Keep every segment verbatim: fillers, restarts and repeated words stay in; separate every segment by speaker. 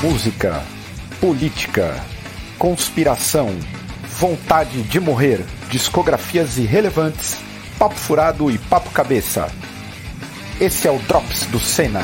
Speaker 1: Música, política, conspiração, vontade de morrer, discografias irrelevantes, papo furado e papo cabeça. Esse é o Drops do Senna.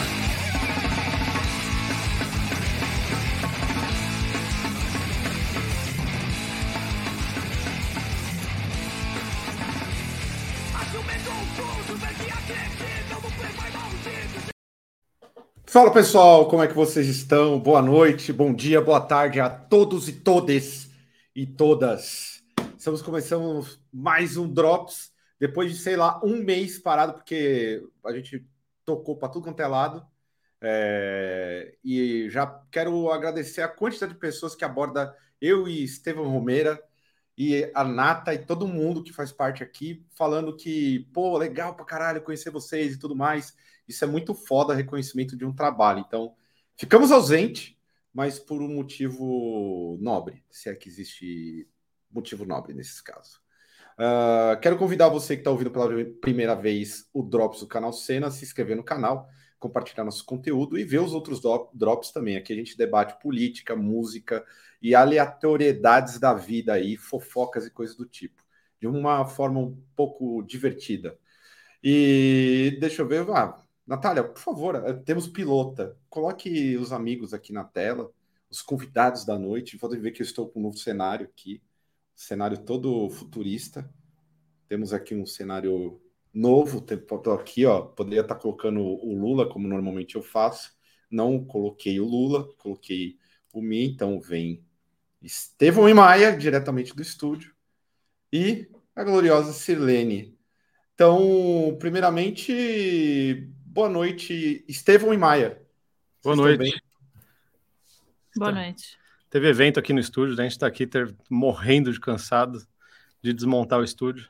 Speaker 1: Fala pessoal, como é que vocês estão? Boa noite, bom dia, boa tarde a todos e todes e todas. Estamos começando mais um Drops, depois de, sei lá, um mês parado, porque a gente tocou para tudo quanto é lado. É... E já quero agradecer a quantidade de pessoas que aborda eu e Estevão Romeira e a Nata e todo mundo que faz parte aqui, falando que, pô, legal pra caralho conhecer vocês e tudo mais. Isso é muito foda, reconhecimento de um trabalho. Então, ficamos ausentes, mas por um motivo nobre, se é que existe motivo nobre nesses casos. Uh, quero convidar você que está ouvindo pela primeira vez o Drops do canal Senna, a se inscrever no canal, compartilhar nosso conteúdo e ver os outros Drops também. Aqui a gente debate política, música e aleatoriedades da vida aí, fofocas e coisas do tipo, de uma forma um pouco divertida. E deixa eu ver, ah, Natália, por favor, temos pilota. Coloque os amigos aqui na tela, os convidados da noite. Podem ver que eu estou com um novo cenário aqui, cenário todo futurista. Temos aqui um cenário novo. Estou aqui, ó. Poderia estar colocando o Lula, como normalmente eu faço. Não coloquei o Lula, coloquei o Mi. Então vem Estevão e Maia, diretamente do estúdio, e a gloriosa Sirlene. Então, primeiramente, boa noite, Estevão e Maia.
Speaker 2: Boa noite. Bem?
Speaker 3: Boa noite.
Speaker 2: Teve evento aqui no estúdio, né? A gente está aqui ter, morrendo de cansado de desmontar o estúdio.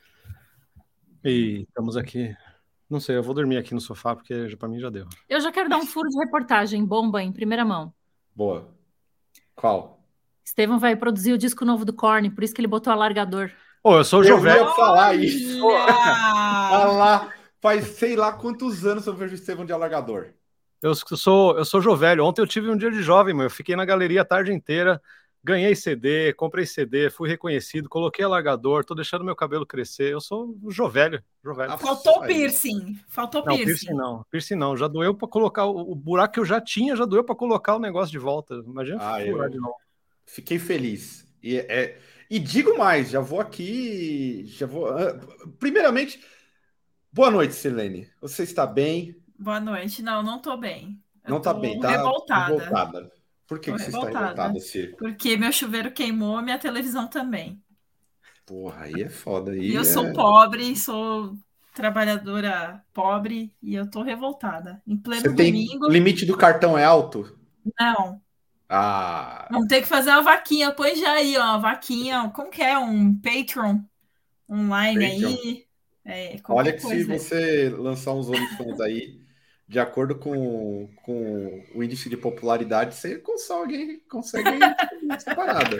Speaker 2: E estamos aqui. Não sei, eu vou dormir aqui no sofá, porque para mim já deu.
Speaker 3: Eu já quero dar um furo de reportagem, bomba em primeira mão.
Speaker 1: Boa. Qual?
Speaker 3: Estevão vai produzir o disco novo do Korn, por isso que ele botou alargador.
Speaker 2: Ô, oh, eu sou o Jovelho.
Speaker 1: Eu ia falar isso. Olha lá, faz sei lá quantos anos eu vejo o Estevão de alargador.
Speaker 2: Eu sou, eu sou Jovelho. Ontem eu tive um dia de jovem, meu. Eu fiquei na galeria a tarde inteira, ganhei C D, comprei C D, fui reconhecido, coloquei alargador, tô deixando meu cabelo crescer. Eu sou o Jovelho. Jovelho.
Speaker 4: Faltou piercing. Faltou
Speaker 2: não,
Speaker 4: piercing.
Speaker 2: piercing não. Piercing não. Já doeu para colocar o, o buraco que eu já tinha, já doeu para colocar o negócio de volta. Imagina
Speaker 1: ah,
Speaker 2: furar
Speaker 1: eu...
Speaker 2: de novo.
Speaker 1: Fiquei feliz. E, é... e digo mais, já vou aqui. Já vou. Primeiramente, boa noite, Sirlene. Você está bem?
Speaker 4: Boa noite. Não, não tô bem. Eu
Speaker 1: não está bem, tá
Speaker 4: revoltada.
Speaker 1: revoltada. Por que, que você está revoltada, Cir?
Speaker 4: Porque meu chuveiro queimou, minha televisão também.
Speaker 1: Porra, aí é foda. Aí
Speaker 4: e eu
Speaker 1: é...
Speaker 4: sou pobre, sou trabalhadora pobre e eu tô revoltada. Em pleno
Speaker 1: você
Speaker 4: domingo.
Speaker 1: Tem... O limite do cartão é alto?
Speaker 4: Não.
Speaker 1: Ah.
Speaker 4: Vamos ter que fazer uma vaquinha. Põe já aí, ó, uma vaquinha. Como que é? Um Patreon online Patreon. aí. É,
Speaker 1: Olha que
Speaker 4: coisa.
Speaker 1: se você lançar uns OnlyFans aí, de acordo com, com o índice de popularidade, você consegue, consegue essa parada.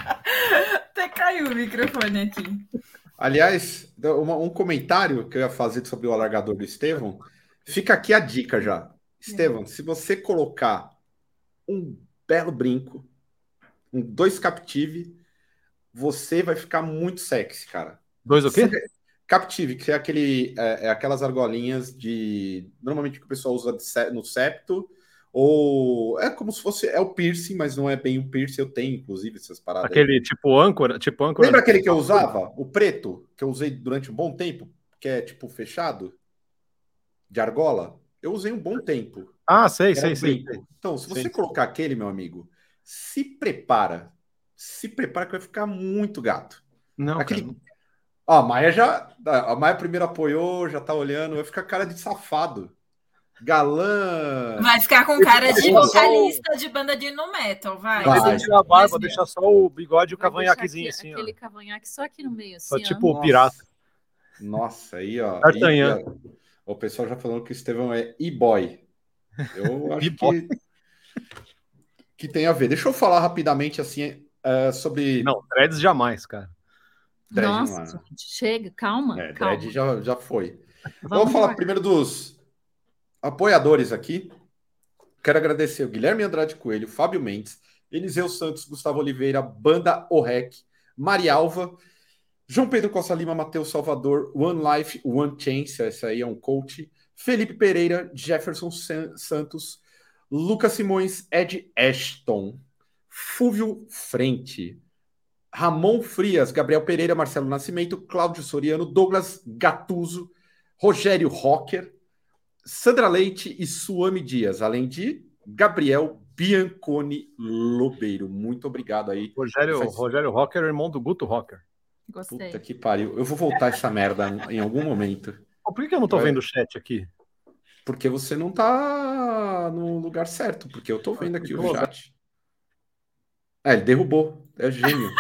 Speaker 4: Até caiu o microfone aqui.
Speaker 1: Aliás, uma, um comentário que eu ia fazer sobre o alargador do Estevão. Fica aqui a dica já. Estevão, é. se você colocar um belo brinco, um dois Captive, você vai ficar muito sexy, cara.
Speaker 2: Dois o quê?
Speaker 1: Você... Captive, que é, aquele, é, é aquelas argolinhas de... Normalmente que o pessoal usa de, no septo, ou... É como se fosse... É o piercing, mas não é bem um piercing. Eu tenho, inclusive, essas paradas.
Speaker 2: Aquele
Speaker 1: aí.
Speaker 2: tipo âncora, tipo âncora...
Speaker 1: Lembra aquele que eu usava? O preto, que eu usei durante um bom tempo? Que é, tipo, fechado? De argola? Eu usei um bom tempo.
Speaker 2: Ah, sei, sei, um sei, sei.
Speaker 1: Então, se você
Speaker 2: sei.
Speaker 1: colocar aquele, meu amigo, se prepara. Se prepara que vai ficar muito gato.
Speaker 2: Não,
Speaker 1: aquele...
Speaker 2: cara.
Speaker 1: Ó, a Maia já. A Maia primeiro apoiou, já tá olhando, vai ficar cara de safado. Galã.
Speaker 4: Vai ficar com cara de vocalista de banda de no metal, vai.
Speaker 2: Vai, vai tirar a barba, deixar só o bigode e o cavanhaquezinho assim.
Speaker 3: Aquele ó. cavanhaque só aqui no meio, assim.
Speaker 2: Só tipo
Speaker 3: ó.
Speaker 2: o pirata.
Speaker 1: Nossa, aí, ó.
Speaker 2: D'Artagnan.
Speaker 1: Aí, ó, o pessoal já falando que o Estevão é e-boy. Eu acho que. Que tem a ver. Deixa eu falar rapidamente assim uh, sobre.
Speaker 2: Não, dreads jamais, cara.
Speaker 3: Dread Nossa, gente, chega, calma.
Speaker 1: É,
Speaker 3: calma.
Speaker 1: Dread já, já foi.
Speaker 3: Vamos
Speaker 1: Vamos falar
Speaker 3: lá.
Speaker 1: primeiro dos apoiadores aqui. Quero agradecer o Guilherme Andrade Coelho, Fábio Mendes, Eliseu Santos, Gustavo Oliveira, Banda Orrec, Marialva, João Pedro Costa Lima, Matheus Salvador, One Life, One Chance, essa aí é um coach, Felipe Pereira, Jefferson Santos, Lucas Simões, Ed Ashton, Fúvio Frente, Ramon Frias, Gabriel Pereira, Marcelo Nascimento, Cláudio Soriano, Douglas Gattuso, Rogério Rocker, Sandra Leite e Suame Dias, além de Gabriel Bianconi Lobeiro. Muito obrigado aí.
Speaker 2: Rogério,
Speaker 1: Faz...
Speaker 2: Rogério Rocker, irmão do Guto Rocker.
Speaker 3: Gostei.
Speaker 1: Puta que pariu. Eu vou voltar essa merda em algum momento.
Speaker 2: Por que eu não tô Vai... vendo o chat aqui?
Speaker 1: Porque você não tá no lugar certo, porque eu tô vendo aqui o chat. É, ele derrubou. É gênio.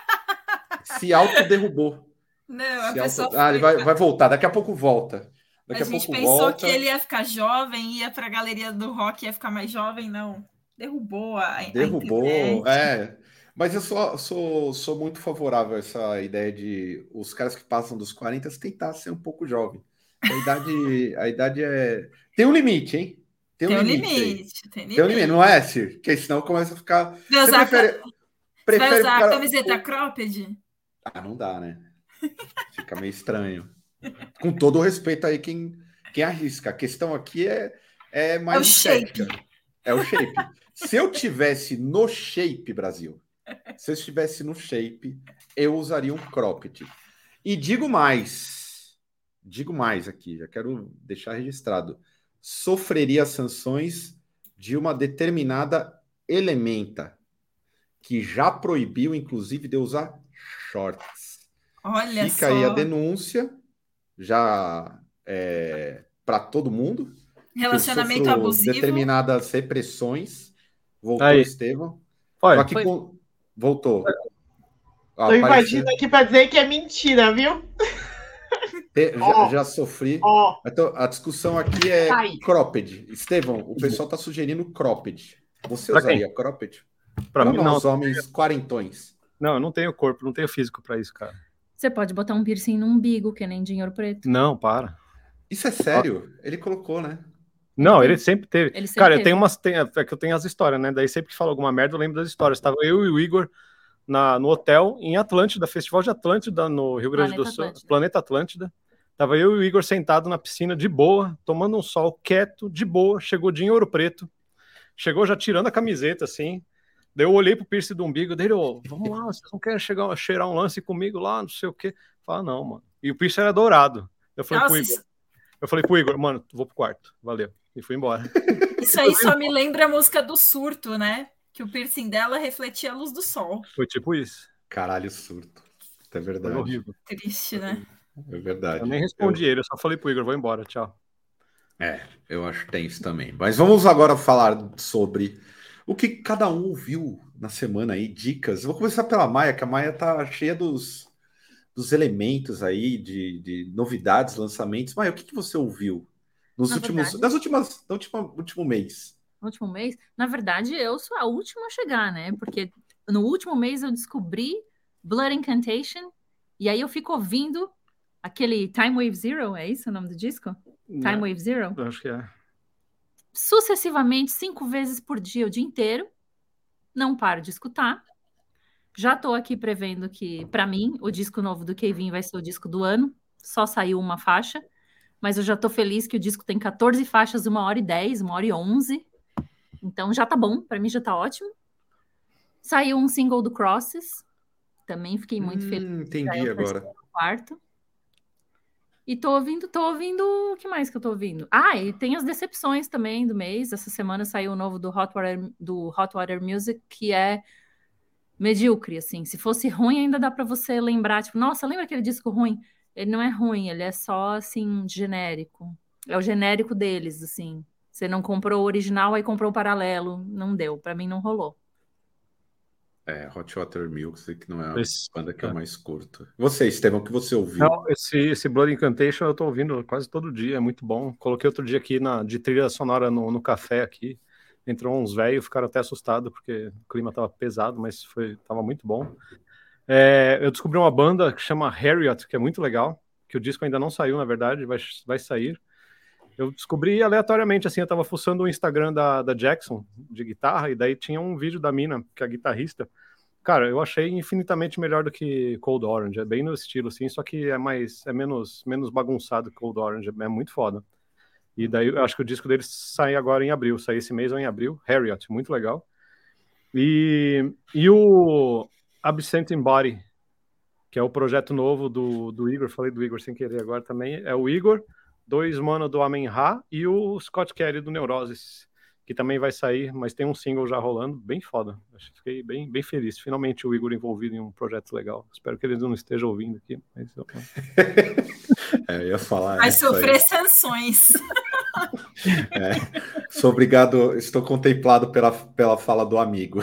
Speaker 1: Se auto-derrubou.
Speaker 4: Não,
Speaker 1: Se
Speaker 4: a pessoa
Speaker 1: auto... Ah, ele vai, vai voltar. Daqui a pouco volta. Daqui
Speaker 4: a,
Speaker 1: a
Speaker 4: gente
Speaker 1: pouco
Speaker 4: pensou
Speaker 1: volta.
Speaker 4: que ele ia ficar jovem, ia pra galeria do rock, ia ficar mais jovem, não. Derrubou a,
Speaker 1: Derrubou,
Speaker 4: a internet.
Speaker 1: é. Mas eu sou, sou, sou muito favorável a essa ideia de os caras que passam dos quarenta tentar ser um pouco jovem. A idade, a idade é... Tem um limite, hein? Tem um
Speaker 4: tem
Speaker 1: limite.
Speaker 4: Um limite tem,
Speaker 1: tem um limite, não é, Sir? Porque senão começa a ficar...
Speaker 4: Vai usar,
Speaker 1: Você prefere...
Speaker 4: Você
Speaker 1: prefere
Speaker 4: vai usar
Speaker 1: ficar...
Speaker 4: a camiseta cropped?
Speaker 1: Ah, não dá, né? Fica meio estranho. Com todo o respeito aí quem, quem arrisca. A questão aqui é, é mais
Speaker 4: é o
Speaker 1: estética.
Speaker 4: shape.
Speaker 1: É o shape. Se eu tivesse no shape, Brasil, se eu estivesse no shape, eu usaria um cropped. E digo mais, digo mais aqui, já quero deixar registrado, sofreria sanções de uma determinada elementa que já proibiu, inclusive, de usar shorts.
Speaker 4: Olha
Speaker 1: Fica
Speaker 4: só.
Speaker 1: aí a denúncia, já é, para todo mundo.
Speaker 4: Relacionamento abusivo.
Speaker 1: Determinadas repressões. Voltou,
Speaker 2: aí.
Speaker 1: Estevão.
Speaker 2: Foi.
Speaker 1: Aqui com... Voltou.
Speaker 5: Tô invadindo aqui para dizer que é mentira, viu?
Speaker 1: Te...
Speaker 5: Oh.
Speaker 1: Já, já sofri.
Speaker 5: Oh.
Speaker 1: Então, a discussão aqui é Ai. cropped. Estevão, o pessoal está sugerindo cropped. Você pra usaria quem? cropped?
Speaker 2: Para mim,
Speaker 1: nós,
Speaker 2: não.
Speaker 1: homens quarentões.
Speaker 2: Não, eu não tenho corpo, não tenho físico para isso, cara.
Speaker 3: Você pode botar um piercing no umbigo, que nem dinheiro preto.
Speaker 2: Não, para.
Speaker 1: Isso é sério? Ele colocou, né?
Speaker 2: Não, ele sempre teve.
Speaker 3: Ele sempre
Speaker 2: cara,
Speaker 3: teve.
Speaker 2: eu tenho umas. Tem, é que eu tenho as histórias, né? Daí sempre que fala alguma merda, eu lembro das histórias. Estava eu e o Igor na, no hotel em Atlântida, Festival de Atlântida, no Rio Grande
Speaker 3: Planeta
Speaker 2: do Sul,
Speaker 3: Atlântida.
Speaker 2: Planeta Atlântida. Tava eu e o Igor sentado na piscina de boa, tomando um sol quieto, de boa. Chegou de Ouro Preto. Chegou já tirando a camiseta, assim. Daí eu olhei pro piercing do umbigo dele, ô, vamos lá, vocês não querem chegar, cheirar um lance comigo lá, não sei o quê. Fala, não, mano. E o piercing era dourado. Eu falei
Speaker 4: Nossa,
Speaker 2: pro Igor, eu falei pro Igor, mano, vou pro quarto, valeu. E fui embora.
Speaker 4: Isso aí só me lembra a música do Surto, né? Que o piercing dela refletia a luz do sol.
Speaker 2: Foi tipo isso.
Speaker 1: Caralho, surto. É verdade.
Speaker 2: Foi horrível.
Speaker 4: Triste, né?
Speaker 1: É verdade.
Speaker 2: Eu nem respondi
Speaker 1: eu...
Speaker 2: ele, eu só falei pro Igor, vou embora, tchau.
Speaker 1: É, eu acho que tem isso também. Mas vamos agora falar sobre o que cada um ouviu na semana aí, dicas. Vou começar pela Maia, que a Maia tá cheia dos, dos elementos aí, de, de novidades, lançamentos. Maia, o que, que você ouviu nos
Speaker 3: Na
Speaker 1: últimos,
Speaker 3: verdade,
Speaker 1: nas últimas, no último, último mês?
Speaker 3: No último mês? Na verdade, eu sou a última a chegar, né? Porque no último mês eu descobri Blood Incantation, e aí eu fico ouvindo aquele Time Wave Zero, é isso o nome do disco? Time
Speaker 2: Não,
Speaker 3: Wave Zero?
Speaker 2: eu acho que é.
Speaker 3: Sucessivamente, cinco vezes por dia, o dia inteiro. Não paro de escutar. Já tô aqui prevendo que, para mim, o disco novo do Kevin vai ser o disco do ano. Só saiu uma faixa. Mas eu já tô feliz que o disco tem quatorze faixas, uma hora e dez, uma hora e onze. Então já tá bom, para mim já tá ótimo. Saiu um single do Crosses. Também fiquei muito
Speaker 1: hum,
Speaker 3: feliz.
Speaker 1: Entendi agora.
Speaker 3: Quarto. E tô ouvindo, tô ouvindo, o que mais que eu tô ouvindo? Ah, e tem as decepções também do mês. Essa semana saiu o novo do Hot Water, do Hot Water Music, que é medíocre, assim. Se fosse ruim, ainda dá pra você lembrar, tipo, nossa, lembra aquele disco ruim? Ele não é ruim, ele é só, assim, genérico. É o genérico deles, assim. Você não comprou o original, aí comprou o paralelo. Não deu, pra mim não rolou.
Speaker 1: É, Hot Water Music, que não é a
Speaker 2: Esse,
Speaker 1: banda que
Speaker 2: é.
Speaker 1: eu mais curto. Você, Estevão, o que você ouviu?
Speaker 2: Não, esse, esse Blood Incantation eu tô ouvindo quase todo dia, é muito bom. Coloquei outro dia aqui na, de trilha sonora no, no café aqui. Entrou uns velhos, ficaram até assustados, porque o clima tava pesado, mas foi, tava muito bom. É, eu descobri uma banda que chama Harriet, que é muito legal, que o disco ainda não saiu, na verdade, vai, vai sair. Eu descobri aleatoriamente, assim, eu tava fuçando o Instagram da, da Jackson, de guitarra, e daí tinha um vídeo da mina, que é a guitarrista. Cara, eu achei infinitamente melhor do que Cold Orange, é bem no estilo, assim, só que é mais, é menos, menos bagunçado que Cold Orange, é muito foda. E daí eu acho que o disco deles sai agora em abril, sai esse mês ou em abril, Harriet, muito legal. E, e o Absent Body, que é o projeto novo do, do Igor, falei do Igor sem querer agora também, é o Igor, dois mano do Amen-Ra e o Scott Kelly do Neurosis, que também vai sair, mas tem um single já rolando, bem foda. Fiquei bem, bem feliz. Finalmente o Igor envolvido em um projeto legal. Espero que eles não estejam ouvindo aqui. Mas...
Speaker 1: é, eu ia falar.
Speaker 4: Vai sofrer sanções.
Speaker 1: É, sou obrigado, estou contemplado pela, pela fala do amigo.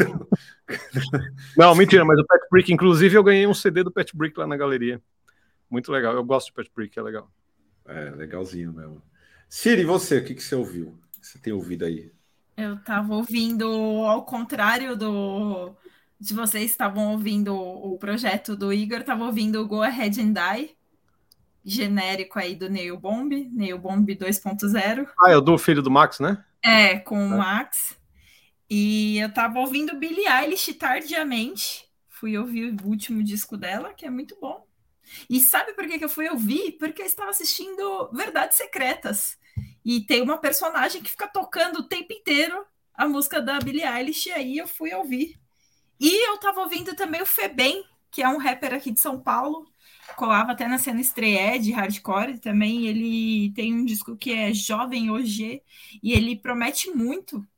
Speaker 2: Não, mentira, mas o Pat Brick, inclusive eu ganhei um C D do Pat Brick lá na galeria. Muito legal, eu gosto de Pat Brick, é legal.
Speaker 1: É, legalzinho mesmo. Siri, e você, o que, que você ouviu? O que você tem ouvido aí?
Speaker 4: Eu tava ouvindo, ao contrário do de vocês estavam ouvindo o projeto do Igor, tava ouvindo o Go Ahead and Die, genérico aí do Nail Bomb, Nail Bomb dois ponto zero.
Speaker 2: Ah, é o do filho do Max, né?
Speaker 4: É, com o Max. E eu tava ouvindo Billie Eilish tardiamente. Fui ouvir o último disco dela, que é muito bom. E sabe por que, que eu fui ouvir? Porque eu estava assistindo Verdades Secretas. E tem uma personagem que fica tocando o tempo inteiro a música da Billie Eilish, e aí eu fui ouvir. E eu tava ouvindo também o Febem, que é um rapper aqui de São Paulo, colava até na cena estreia de hardcore também. Ele tem um disco que é Jovem O G, e ele promete muito.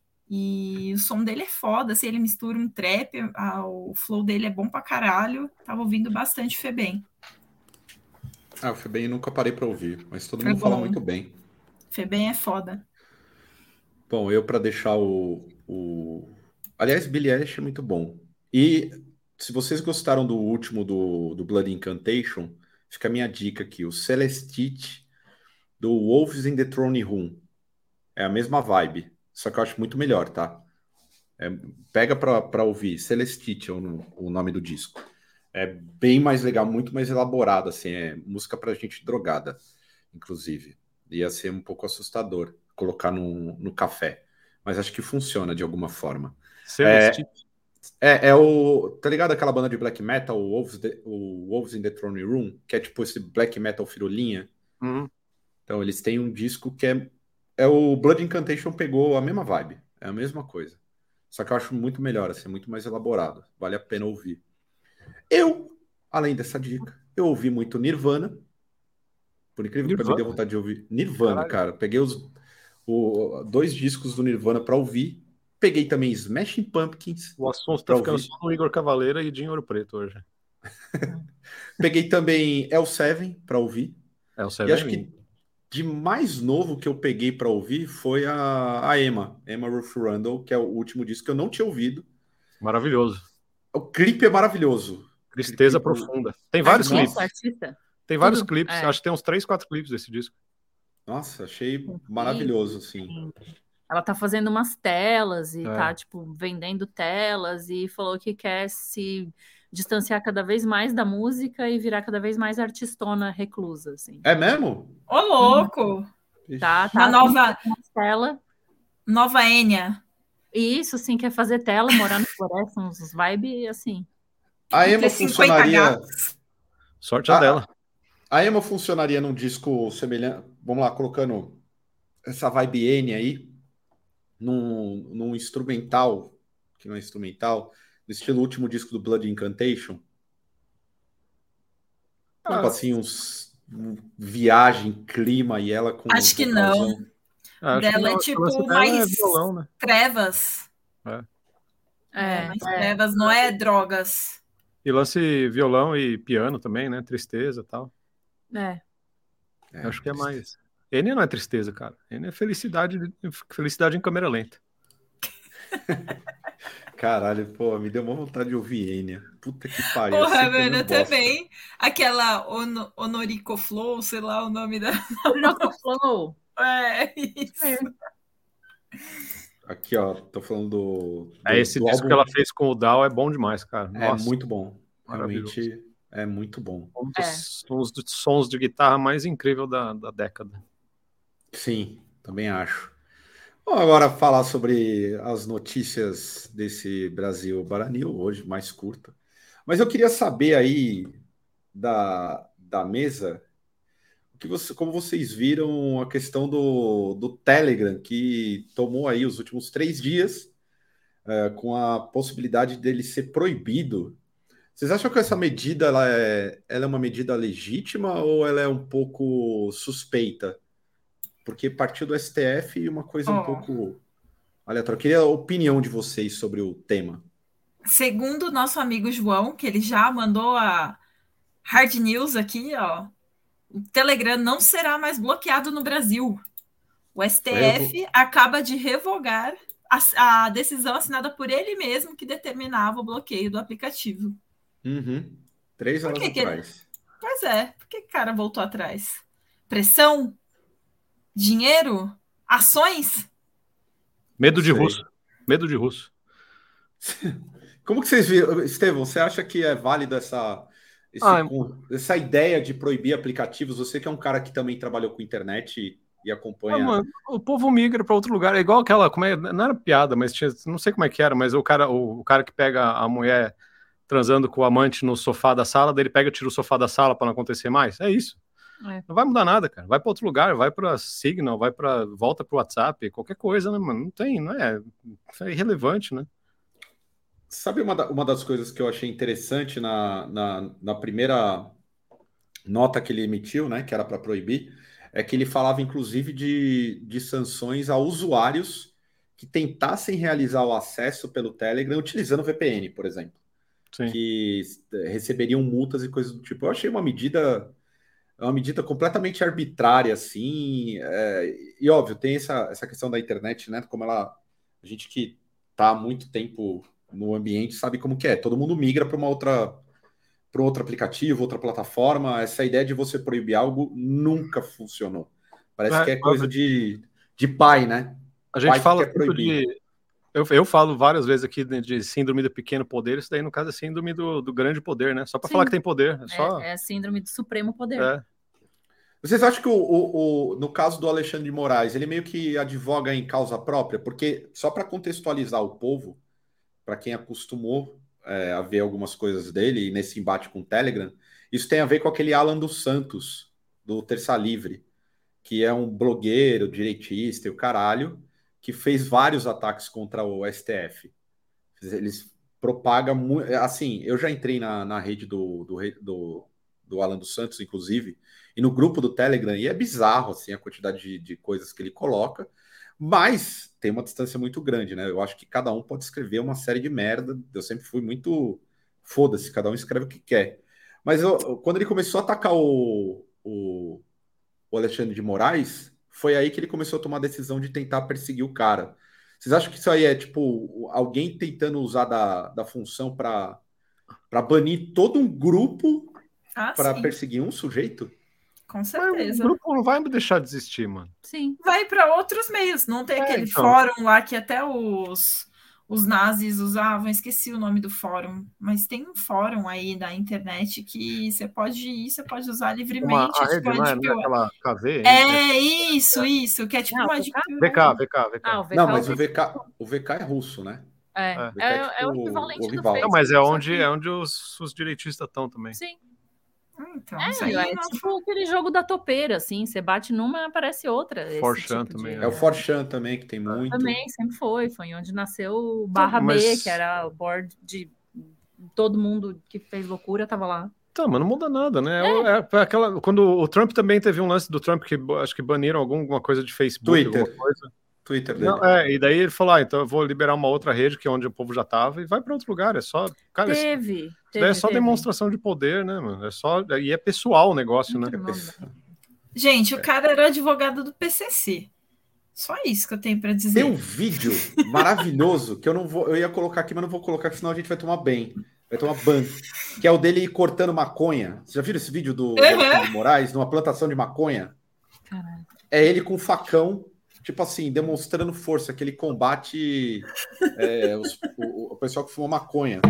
Speaker 4: E o som dele é foda, assim, ele mistura um trap, a, o flow dele é bom pra caralho. Tava ouvindo bastante Febem.
Speaker 1: Ah, o Febem eu nunca parei pra ouvir, mas todo
Speaker 4: Foi
Speaker 1: mundo
Speaker 4: bom.
Speaker 1: fala muito bem.
Speaker 4: Febem é foda.
Speaker 1: Bom, eu para deixar o, o... Aliás, Billie Eilish é muito bom. E se vocês gostaram do último do, do Blood Incantation, fica a minha dica aqui, o Celestite do Wolves in the Throne Room. É a mesma vibe, só que eu acho muito melhor, tá? É, pega para ouvir, Celestite é o, o nome do disco. É bem mais legal, muito mais elaborado, assim, é música pra gente drogada, inclusive. Ia ser um pouco assustador colocar no, no café, mas acho que funciona de alguma forma.
Speaker 2: Celestite.
Speaker 1: É, é, é o... Tá ligado aquela banda de black metal, o Wolves, the, o Wolves in the Throne Room, que é tipo esse black metal firulinha?
Speaker 2: Uhum.
Speaker 1: Então eles têm um disco que é... É o Blood Incantation pegou a mesma vibe, é a mesma coisa. Só que eu acho muito melhor, assim, muito mais elaborado. Vale a pena ouvir. Eu, além dessa dica, eu ouvi muito Nirvana. Por incrível que me dê vontade de ouvir Nirvana, Caralho. Cara. Peguei os o, dois discos do Nirvana para ouvir. Peguei também Smashing Pumpkins.
Speaker 2: O assunto tá ficando só no Igor Cavaleira e Dinho Ouro Preto hoje.
Speaker 1: Peguei também El Seven para ouvir.
Speaker 2: El Seven.
Speaker 1: E acho que de mais novo que eu peguei para ouvir foi a, a Emma, Emma Ruth Rundle, que é o último disco que eu não tinha ouvido.
Speaker 2: Maravilhoso.
Speaker 1: O clipe é maravilhoso.
Speaker 2: Tristeza clipe... profunda. Tem vários
Speaker 3: Nossa,
Speaker 2: clipes.
Speaker 3: Artista.
Speaker 2: Tem vários
Speaker 3: Tudo.
Speaker 2: clipes.
Speaker 3: É.
Speaker 2: Acho que tem uns três, quatro clipes desse disco.
Speaker 1: Nossa, achei maravilhoso, assim.
Speaker 3: Ela tá fazendo umas telas e
Speaker 2: É.
Speaker 3: tá, tipo, vendendo telas e falou que quer se distanciar cada vez mais da música e virar cada vez mais artistona reclusa, assim.
Speaker 1: É mesmo?
Speaker 4: Ô, louco!
Speaker 3: Tá, tá.
Speaker 4: Uma nova...
Speaker 3: Tela.
Speaker 4: Nova Enya.
Speaker 3: Isso, assim, quer fazer tela, morar na floresta, uns vibes, assim.
Speaker 1: A Emma funcionaria...
Speaker 2: Sorte a, a dela.
Speaker 1: A Emma funcionaria num disco semelhante... Vamos lá, colocando essa vibe Enya aí, num, num instrumental, que não é instrumental, no estilo último disco do Blood Incantation. Tipo assim, uns um, viagem, clima e ela com...
Speaker 4: Acho que não.
Speaker 2: Ah,
Speaker 4: dela
Speaker 2: é
Speaker 4: tipo mais
Speaker 2: é violão, né?
Speaker 4: trevas.
Speaker 2: É.
Speaker 4: É, mais é. trevas, não é drogas.
Speaker 2: E lance violão e piano também, né? Tristeza e tal.
Speaker 3: É.
Speaker 2: é acho que é mais... Enya não é tristeza, cara. Enya é felicidade, felicidade em câmera lenta.
Speaker 1: Caralho, pô, me deu uma vontade de ouvir Enya. Puta que pariu.
Speaker 4: Porra, mano, eu também. Aquela on Honorico Flow, sei lá o nome da...
Speaker 3: Honorico Flow.
Speaker 4: É, isso. É.
Speaker 1: Aqui, ó, tô falando do... do
Speaker 2: é, esse
Speaker 1: do
Speaker 2: disco
Speaker 1: álbum...
Speaker 2: que ela fez com o Dow é bom demais, cara. Nossa,
Speaker 1: é muito bom. Realmente é muito bom.
Speaker 2: Um dos é. sons, de, sons de guitarra mais incrível da, da década.
Speaker 1: Sim, também acho. Vamos agora falar sobre as notícias desse Brasil Baranil, hoje mais curta. Mas eu queria saber aí da, da mesa, o que você, como vocês viram a questão do, do Telegram, que tomou aí os últimos três dias, é, com a possibilidade dele ser proibido. Vocês acham que essa medida ela é, ela é uma medida legítima ou ela é um pouco suspeita? Porque partiu do S T F e uma coisa um
Speaker 4: Ó,
Speaker 1: pouco aleatória. Eu queria a opinião de vocês sobre o tema.
Speaker 4: segundo o nosso amigo João, que ele já mandou a hard news aqui, ó, o Telegram não será mais bloqueado no Brasil. O S T F
Speaker 1: Revo-
Speaker 4: acaba de revogar a, a decisão assinada por ele mesmo que determinava o bloqueio do aplicativo.
Speaker 1: Uhum. Três
Speaker 4: Por
Speaker 1: horas
Speaker 4: que que ele...
Speaker 1: atrás.
Speaker 4: Pois é, por que o cara voltou atrás? Pressão? Dinheiro? Ações?
Speaker 2: Medo de
Speaker 1: Sei.
Speaker 2: russo. Medo de russo.
Speaker 1: Como que vocês viram, Estevão? Você acha que é válido essa, esse
Speaker 2: Ah,
Speaker 1: con- essa ideia de proibir aplicativos? Você que é um cara que também trabalhou com internet e, e
Speaker 2: ah,
Speaker 1: acompanha.
Speaker 2: mano, o povo migra para outro lugar. É igual aquela, como é, não era piada, mas tinha, não sei como é que era, mas o cara, o, o cara que pega a mulher transando com o amante no sofá da sala, daí ele pega e tira o sofá da sala para não acontecer mais. É isso.
Speaker 3: É.
Speaker 2: Não vai mudar nada, cara. Vai para outro lugar, vai para Signal, vai para volta para o WhatsApp, qualquer coisa, né, mano? Não tem, não é, é irrelevante, né?
Speaker 1: Sabe uma, da- uma das coisas que eu achei interessante na, na, na primeira nota que ele emitiu, né, que era para proibir, é que ele falava inclusive de, de sanções a usuários que tentassem realizar o acesso pelo Telegram utilizando V P N, por exemplo,
Speaker 2: Sim.
Speaker 1: que receberiam multas e coisas do tipo. Eu achei uma medida, uma medida completamente arbitrária, assim, é, e óbvio, tem essa, essa questão da internet, né, como ela, a gente que está há muito tempo no ambiente sabe como que é, todo mundo migra para uma outra para outro aplicativo, outra plataforma. Essa ideia de você proibir algo nunca funcionou. Parece que é coisa de, de pai, né?
Speaker 2: A gente
Speaker 1: Pai que
Speaker 2: fala
Speaker 1: quer
Speaker 2: muito
Speaker 1: proibir.
Speaker 2: de. Eu, eu falo várias vezes aqui de, de síndrome do pequeno poder, isso daí no caso é síndrome do, do grande poder, né? Só para
Speaker 3: Sim.
Speaker 2: falar que tem poder. É só.
Speaker 3: É, é a síndrome do supremo poder.
Speaker 2: É.
Speaker 1: Vocês acham que o, o, o- no caso do Alexandre de Moraes, ele meio que advoga em causa própria? Porque, só para contextualizar o povo, para quem acostumou é, a ver algumas coisas dele nesse embate com o Telegram, isso tem a ver com aquele Alan dos Santos, do Terça Livre, que é um blogueiro, direitista e o caralho, que fez vários ataques contra o S T F. Eles propagam muito. Assim, eu já entrei na, na rede do, do, do, do Alan dos Santos, inclusive, e no grupo do Telegram, e é bizarro assim, a quantidade de, de coisas que ele coloca, mas tem uma distância muito grande, né? Eu acho que cada um pode escrever uma série de merda. Eu sempre fui muito. Foda-se, cada um escreve o que quer. Mas eu, quando ele começou a atacar o, o o Alexandre de Moraes, foi aí que ele começou a tomar a decisão de tentar perseguir o cara. Vocês acham que isso aí é tipo alguém tentando usar da, da função para banir todo um grupo
Speaker 4: Ah,
Speaker 1: para
Speaker 4: sim,
Speaker 1: perseguir um sujeito?
Speaker 4: com
Speaker 2: Mas o
Speaker 4: certeza.
Speaker 2: grupo não vai me deixar de existir, mano.
Speaker 3: Sim.
Speaker 4: Vai para outros meios. Não tem
Speaker 2: É,
Speaker 4: aquele
Speaker 2: então.
Speaker 4: fórum lá que até os, os nazis usavam, esqueci o nome do fórum, mas tem um fórum aí da internet que você pode ir, você pode usar
Speaker 2: Uma,
Speaker 4: livremente.
Speaker 2: a
Speaker 4: É tipo
Speaker 2: rede,
Speaker 4: uma
Speaker 2: não é,
Speaker 4: deep
Speaker 2: não é
Speaker 4: web.
Speaker 2: aquela K V?
Speaker 4: É isso, isso, que é tipo
Speaker 3: Ah,
Speaker 4: uma
Speaker 3: o
Speaker 4: deep
Speaker 3: V K?
Speaker 2: V K, V K, V K.
Speaker 3: Ah, o V K
Speaker 1: Não,
Speaker 3: é
Speaker 1: mas
Speaker 3: o
Speaker 1: o V K, o V K é russo, né?
Speaker 3: É,
Speaker 2: É.
Speaker 1: O V K é,
Speaker 3: é,
Speaker 1: tipo
Speaker 3: é o
Speaker 1: o
Speaker 3: equivalente do
Speaker 1: rival.
Speaker 3: Facebook.
Speaker 2: Não, mas é
Speaker 3: só
Speaker 2: onde,
Speaker 3: que-
Speaker 2: é onde os, os direitistas estão também.
Speaker 3: Sim.
Speaker 4: Hum, Então,
Speaker 3: É,
Speaker 4: isso aí
Speaker 3: é
Speaker 4: não
Speaker 3: tipo aquele jogo da topeira, assim, você bate numa, aparece outra. esse
Speaker 2: For Chan
Speaker 3: tipo
Speaker 2: também,
Speaker 3: de...
Speaker 1: É o Forchan também, que tem muito.
Speaker 3: Também, sempre foi. Foi onde nasceu o Barra
Speaker 2: mas-
Speaker 3: B, que era o board de todo mundo que fez loucura, tava lá.
Speaker 2: Tá, mas não muda nada, né? É. É aquela, quando o Trump também teve um lance do Trump que acho que baniram algum, alguma coisa de Facebook,
Speaker 1: Twitter.
Speaker 2: alguma coisa.
Speaker 1: Twitter dele.
Speaker 2: Não, é, e daí ele falou, ah, então eu vou liberar uma outra rede que é onde o povo já tava e vai para outro lugar. É só, cara, isso,
Speaker 3: Teve.
Speaker 2: isso
Speaker 3: teve
Speaker 2: daí é só
Speaker 3: teve.
Speaker 2: demonstração de poder, né, mano? É só, e é pessoal o negócio, né?
Speaker 3: Não dá.
Speaker 4: Gente, o cara era advogado do P C C. Só isso que eu tenho para dizer.
Speaker 1: Tem um vídeo maravilhoso que eu não vou, eu ia colocar aqui, mas não vou colocar, senão a gente vai tomar bem. Vai tomar ban. Que é o dele cortando maconha. Vocês já viram esse vídeo do, do
Speaker 4: Uhum.
Speaker 1: Alexandre de Moraes, numa plantação de maconha?
Speaker 3: Caralho.
Speaker 1: É ele com facão, tipo assim, demonstrando força, que ele combate é, os- o, o pessoal que fuma maconha.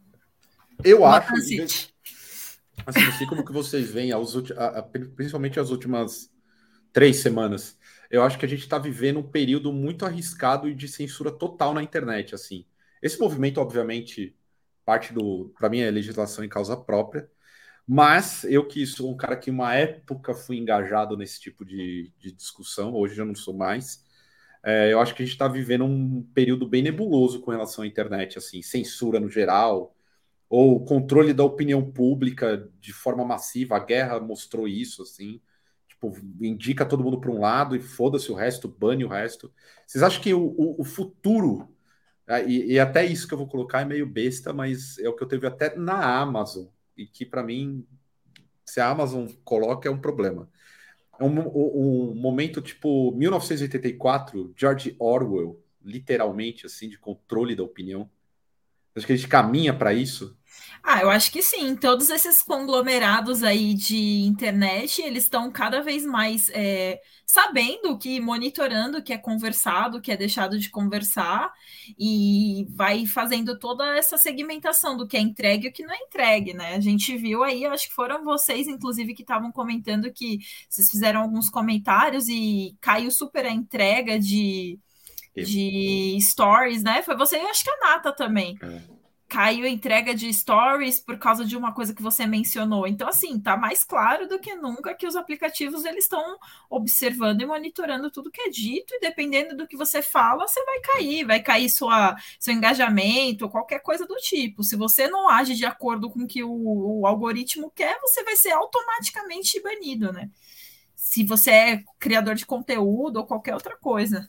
Speaker 1: Eu
Speaker 4: Gotham
Speaker 1: acho,
Speaker 4: City.
Speaker 1: assim, não sei como que vocês veem, as ulti- a- a- principalmente as últimas três semanas. eu acho que a gente está vivendo um período muito arriscado e de censura total na internet, assim. Esse movimento, obviamente, parte do... Para mim, é legislação em causa própria, mas eu que sou um cara que uma época fui engajado nesse tipo de, de discussão, hoje já não sou mais, é, eu acho que a gente está vivendo um período bem nebuloso com relação à internet, assim, censura no geral, ou controle da opinião pública de forma massiva. A guerra mostrou isso, assim, tipo, indica todo mundo para um lado e foda-se o resto, bane o resto. Vocês acham que o, o, o futuro, e, e até isso que eu vou colocar é meio besta, mas é o que eu teve até na Amazon, e que para mim, se a Amazon coloca, é um problema. É um, um, um momento tipo mil novecentos e oitenta e quatro, George Orwell, literalmente, assim, de controle da opinião. Acho que a gente caminha para isso.
Speaker 4: Ah, eu acho que sim. Todos esses conglomerados aí de internet, eles estão cada vez mais é, sabendo que, monitorando o que é conversado, o que é deixado de conversar, e vai fazendo toda essa segmentação do que é entregue e o que não é entregue, né? A gente viu aí, acho que foram vocês, inclusive, que estavam comentando que vocês fizeram alguns comentários e caiu super a entrega de, de stories, né? Foi você e eu acho que a Nata também.
Speaker 1: É.
Speaker 4: Caiu a entrega de stories por causa de uma coisa que você mencionou. Então, assim, tá mais claro do que nunca que os aplicativos eles estão observando e monitorando tudo que é dito, e dependendo do que você fala, você vai cair, vai cair sua, seu engajamento, qualquer coisa do tipo. Se você não age de acordo com o que o, o algoritmo quer, você vai ser automaticamente banido, né? Se você é criador de conteúdo ou qualquer outra coisa.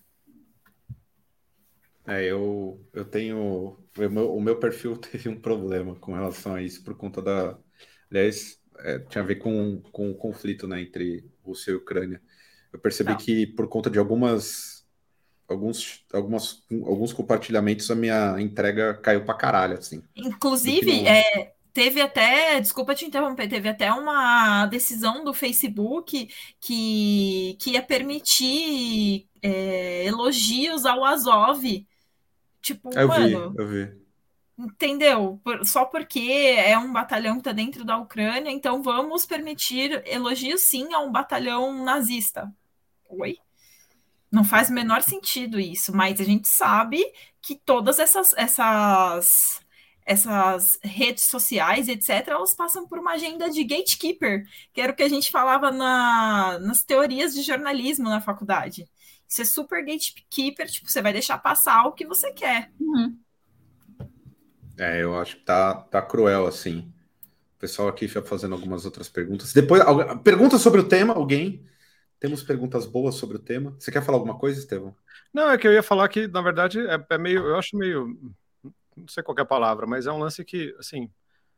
Speaker 1: É, eu, eu tenho... O meu, o meu perfil teve um problema com relação a isso, por conta da... Aliás, é, tinha a ver com, com o conflito, né, entre Rússia e Ucrânia. Eu percebi
Speaker 4: Não.
Speaker 1: que, por conta de algumas, alguns, algumas, alguns compartilhamentos, a minha entrega caiu pra caralho, assim.
Speaker 4: Inclusive,
Speaker 1: não...
Speaker 4: é, teve até, desculpa te interromper, teve até uma decisão do Facebook que, que ia permitir é, elogios ao Azov. Tipo,
Speaker 1: Eu vi,
Speaker 4: mano,
Speaker 1: eu vi.
Speaker 4: entendeu? Por- só porque é um batalhão que tá dentro da Ucrânia, então vamos permitir elogios sim a um batalhão nazista. Oi? Não faz o menor sentido isso, mas a gente sabe que todas essas, essas, essas redes sociais, etcétera, elas passam por uma agenda de gatekeeper, que era o que a gente falava na, nas teorias de jornalismo na faculdade. Isso é super gatekeeper, tipo, você vai deixar passar o que você quer.
Speaker 3: Uhum.
Speaker 1: É, eu acho que tá, tá cruel, assim. O pessoal aqui já fazendo algumas outras perguntas. Depois, alguém- pergunta sobre o tema, alguém? Temos perguntas boas sobre o tema. Você quer falar alguma coisa, Estevão?
Speaker 2: Não, é que eu ia falar que, na verdade, é, é meio, eu acho meio, não sei qual é a palavra, mas é um lance que, assim,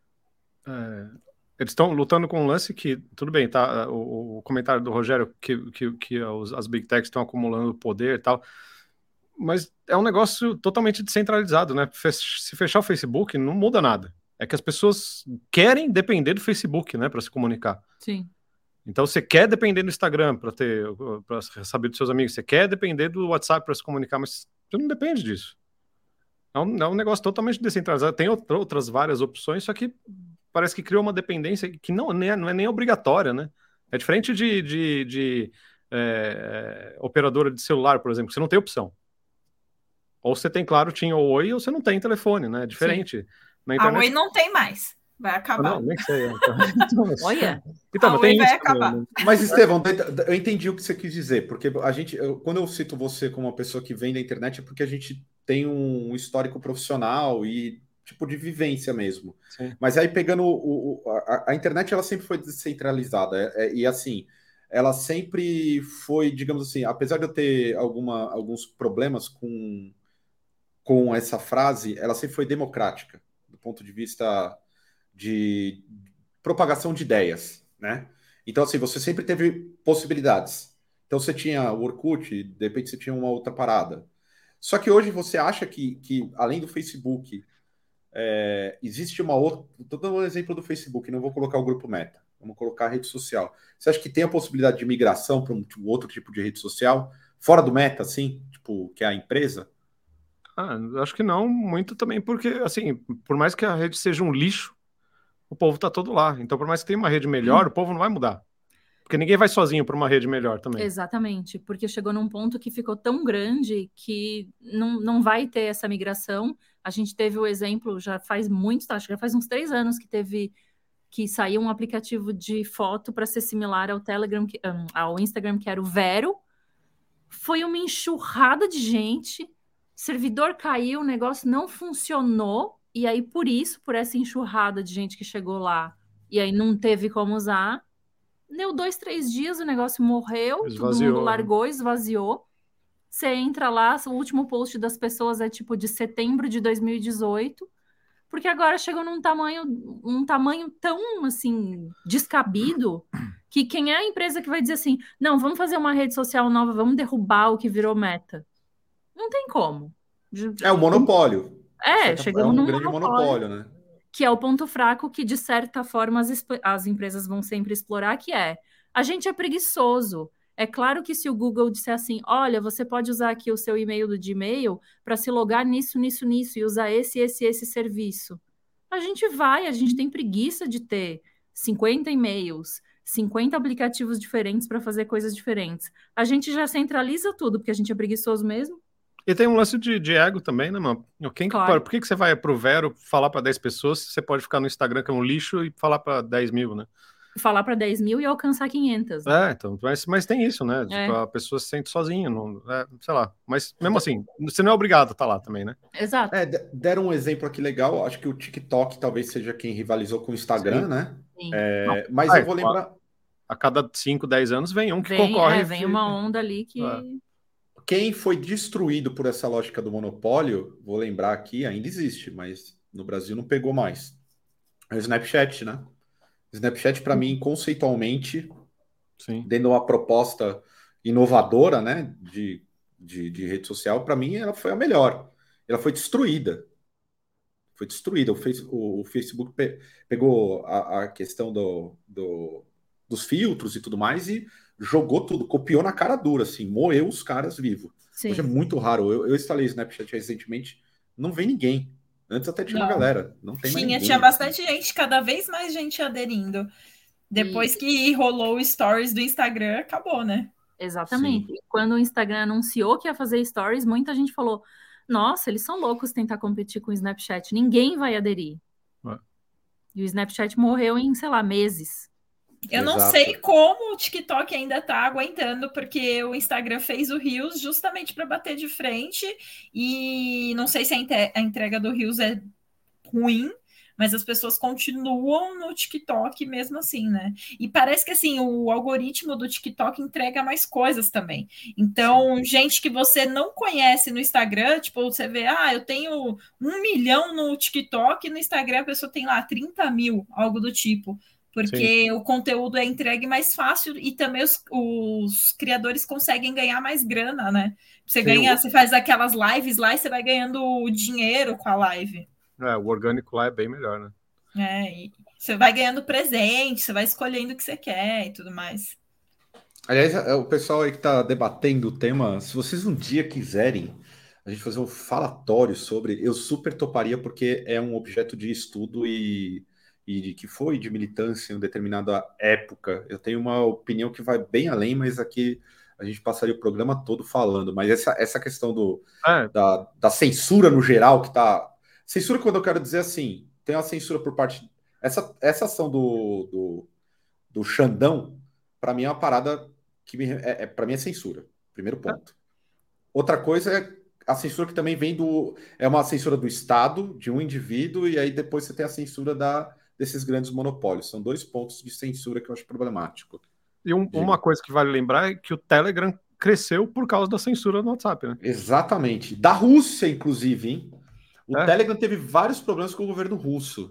Speaker 2: é, eles estão lutando com um lance que, tudo bem, tá, o, o comentário do Rogério, que, que, que os, as Big Techs estão acumulando poder e tal, mas é um negócio totalmente descentralizado, né? Se fechar o Facebook, não muda nada. É que as pessoas querem depender do Facebook, né, para se comunicar.
Speaker 3: Sim.
Speaker 2: Então você quer depender do Instagram para ter, para saber dos seus amigos, você quer depender do WhatsApp para se comunicar, mas você não depende disso. É um, é um negócio totalmente descentralizado. Tem outra, outras várias opções, só que parece que criou uma dependência que não, não, é, não é nem obrigatória, né? É diferente de, de, de é, operadora de celular, por exemplo, que você não tem opção. Ou você tem, claro, tinha o Oi, ou você não tem telefone, né? É diferente. Na internet...
Speaker 4: A Oi não tem mais. Vai acabar.
Speaker 2: Ah, não, nem sei. Então, então,
Speaker 3: Olha.
Speaker 2: então,
Speaker 4: A
Speaker 2: tem
Speaker 4: Oi vai
Speaker 2: isso
Speaker 4: acabar.
Speaker 2: também, né?
Speaker 1: Mas, Estevão, eu entendi o que você quis dizer, porque a gente, eu, quando eu cito você como uma pessoa que vem da internet, é porque a gente tem um histórico profissional e tipo de vivência mesmo.
Speaker 2: Sim.
Speaker 1: Mas aí pegando o, o, a, a internet, ela sempre foi descentralizada, é, é, e assim, ela sempre foi, digamos assim, apesar de eu ter alguma, alguns problemas com, com essa frase, ela sempre foi democrática, do ponto de vista de propagação de ideias, né? Então, assim, você sempre teve possibilidades. Então, você tinha o Orkut, de repente você tinha uma outra parada. Só que hoje você acha que, que além do Facebook, é, existe uma outra... Estou dando um exemplo do Facebook, não vou colocar o grupo Meta, vamos colocar a rede social. Você acha que tem a possibilidade de migração para um outro tipo de rede social, fora do Meta, assim, tipo, que é a empresa?
Speaker 2: Ah, acho que não, muito também, porque, assim, por mais que a rede seja um lixo, o povo tá todo lá. Então, por mais que tenha uma rede melhor, hum. o povo não vai mudar. Porque ninguém vai sozinho para uma rede melhor também.
Speaker 3: Exatamente, porque chegou num ponto que ficou tão grande que não, não vai ter essa migração. A gente teve o exemplo, já faz muito, acho que já faz uns três anos que teve que saiu um aplicativo de foto para ser similar ao Telegram, que, um, ao Instagram, que era o Vero. Foi uma enxurrada de gente, servidor caiu, o negócio não funcionou, e aí por isso, por essa enxurrada de gente que chegou lá, e aí não teve como usar, deu dois, três dias, o negócio morreu,
Speaker 2: Esvaziou.
Speaker 3: Todo mundo largou, esvaziou. Você entra lá, o último post das pessoas é tipo de setembro de dois mil e dezoito, porque agora chegou num tamanho, um tamanho tão, assim, descabido, que quem é a empresa que vai dizer assim, não, vamos fazer uma rede social nova, vamos derrubar o que virou Meta? Não tem como.
Speaker 1: É o monopólio.
Speaker 3: É, chegamos
Speaker 1: é um
Speaker 3: num
Speaker 1: grande monopólio, né?
Speaker 3: Que é o ponto fraco que, de certa forma, as, as empresas vão sempre explorar, que é, a gente é preguiçoso. É claro que se o Google disser assim, olha, você pode usar aqui o seu e-mail do Gmail para se logar nisso, nisso, nisso e usar esse, esse, esse serviço. A gente vai, a gente tem preguiça de ter cinquenta e-mails, cinquenta aplicativos diferentes para fazer coisas diferentes. A gente já centraliza tudo, porque a gente é preguiçoso mesmo.
Speaker 2: E tem um lance de, de ego também, né, mano? Quem, claro. Por que, que você vai pro Vero falar para dez pessoas se você pode ficar no Instagram que é um lixo e falar para dez mil, né?
Speaker 3: Falar para dez mil e alcançar quinhentas.
Speaker 2: Né? É, então, mas, mas tem isso, né?
Speaker 3: É.
Speaker 2: Tipo, a pessoa se sente sozinha, não, é, sei lá. Mas mesmo assim, você não é obrigado a estar lá também, né?
Speaker 3: Exato.
Speaker 1: É, deram um exemplo aqui legal, acho que o TikTok talvez seja quem rivalizou com o Instagram,
Speaker 2: Sim.
Speaker 1: né?
Speaker 3: Sim.
Speaker 1: É, mas
Speaker 2: ah,
Speaker 1: eu vou lembrar...
Speaker 2: A cada cinco, dez anos vem um que
Speaker 3: vem,
Speaker 2: concorre.
Speaker 3: É, vem uma onda ali que...
Speaker 2: É.
Speaker 1: Quem foi destruído por essa lógica do monopólio, vou lembrar aqui, ainda existe, mas no Brasil não pegou mais. É o Snapchat, né? Snapchat, para mim, conceitualmente,
Speaker 2: Sim.
Speaker 1: dentro de uma proposta inovadora, né, de, de, de rede social, para mim, ela foi a melhor. Ela foi destruída. Foi destruída. O, face, o, o Facebook pe, pegou a, a questão do, do, dos filtros e tudo mais e jogou tudo, copiou na cara dura, assim, moeu os caras vivos.
Speaker 3: Sim.
Speaker 1: Hoje é muito raro. Eu, eu instalei o Snapchat recentemente, não vem ninguém. Antes até tinha
Speaker 4: Não.
Speaker 1: uma galera. Não tem mais
Speaker 4: Tinha,
Speaker 1: ninguém.
Speaker 4: tinha bastante gente, cada vez mais gente aderindo. Depois
Speaker 3: E-
Speaker 4: que rolou o stories do Instagram, acabou, né?
Speaker 3: Exatamente.
Speaker 1: Sim.
Speaker 3: E quando o Instagram anunciou que ia fazer stories, muita gente falou, nossa, eles são loucos tentar competir com o Snapchat. Ninguém vai aderir.
Speaker 2: Ué.
Speaker 3: E o Snapchat morreu em, sei lá, meses.
Speaker 4: Eu não
Speaker 1: Exato.
Speaker 4: sei como o TikTok ainda tá aguentando, porque o Instagram fez o Reels justamente para bater de frente, e não sei se a inte- a entrega do Reels é ruim, mas as pessoas continuam no TikTok mesmo assim, né? E parece que assim, o algoritmo do TikTok entrega mais coisas também. Então, gente que você não conhece no Instagram, tipo, você vê, ah, eu tenho um milhão no TikTok, e no Instagram a pessoa tem lá trinta mil, algo do tipo. Porque Sim. o conteúdo é entregue mais fácil e também os, os criadores conseguem ganhar mais grana, né? Você
Speaker 1: Sim,
Speaker 4: ganha,
Speaker 1: eu...
Speaker 4: você faz aquelas lives lá e você vai ganhando dinheiro com a live.
Speaker 2: É, o orgânico lá é bem melhor, né?
Speaker 4: É, e você vai ganhando presente, você vai escolhendo o que você quer e tudo mais.
Speaker 1: Aliás, o pessoal aí que tá debatendo o tema, se vocês um dia quiserem a gente fazer um falatório sobre, eu super toparia, porque é um objeto de estudo e, e que foi de militância em uma determinada época. Eu tenho uma opinião que vai bem além, mas aqui a gente passaria o programa todo falando. Mas essa, essa questão do, é. da, da censura no geral, que tá... Censura quando eu quero dizer assim, tem uma censura por parte... Essa, essa ação do, do, do Xandão, para mim é uma parada que me, é, é, para mim é censura. Primeiro ponto. Outra coisa é a censura que também vem do... É uma censura do Estado, de um indivíduo, e aí depois você tem a censura da, desses grandes monopólios. São dois pontos de censura que eu acho problemático.
Speaker 2: E um, uma coisa que vale lembrar é que o Telegram cresceu por causa da censura no WhatsApp, né?
Speaker 1: Exatamente. Da Rússia, inclusive, hein? O
Speaker 2: é.
Speaker 1: Telegram teve vários problemas com o governo russo.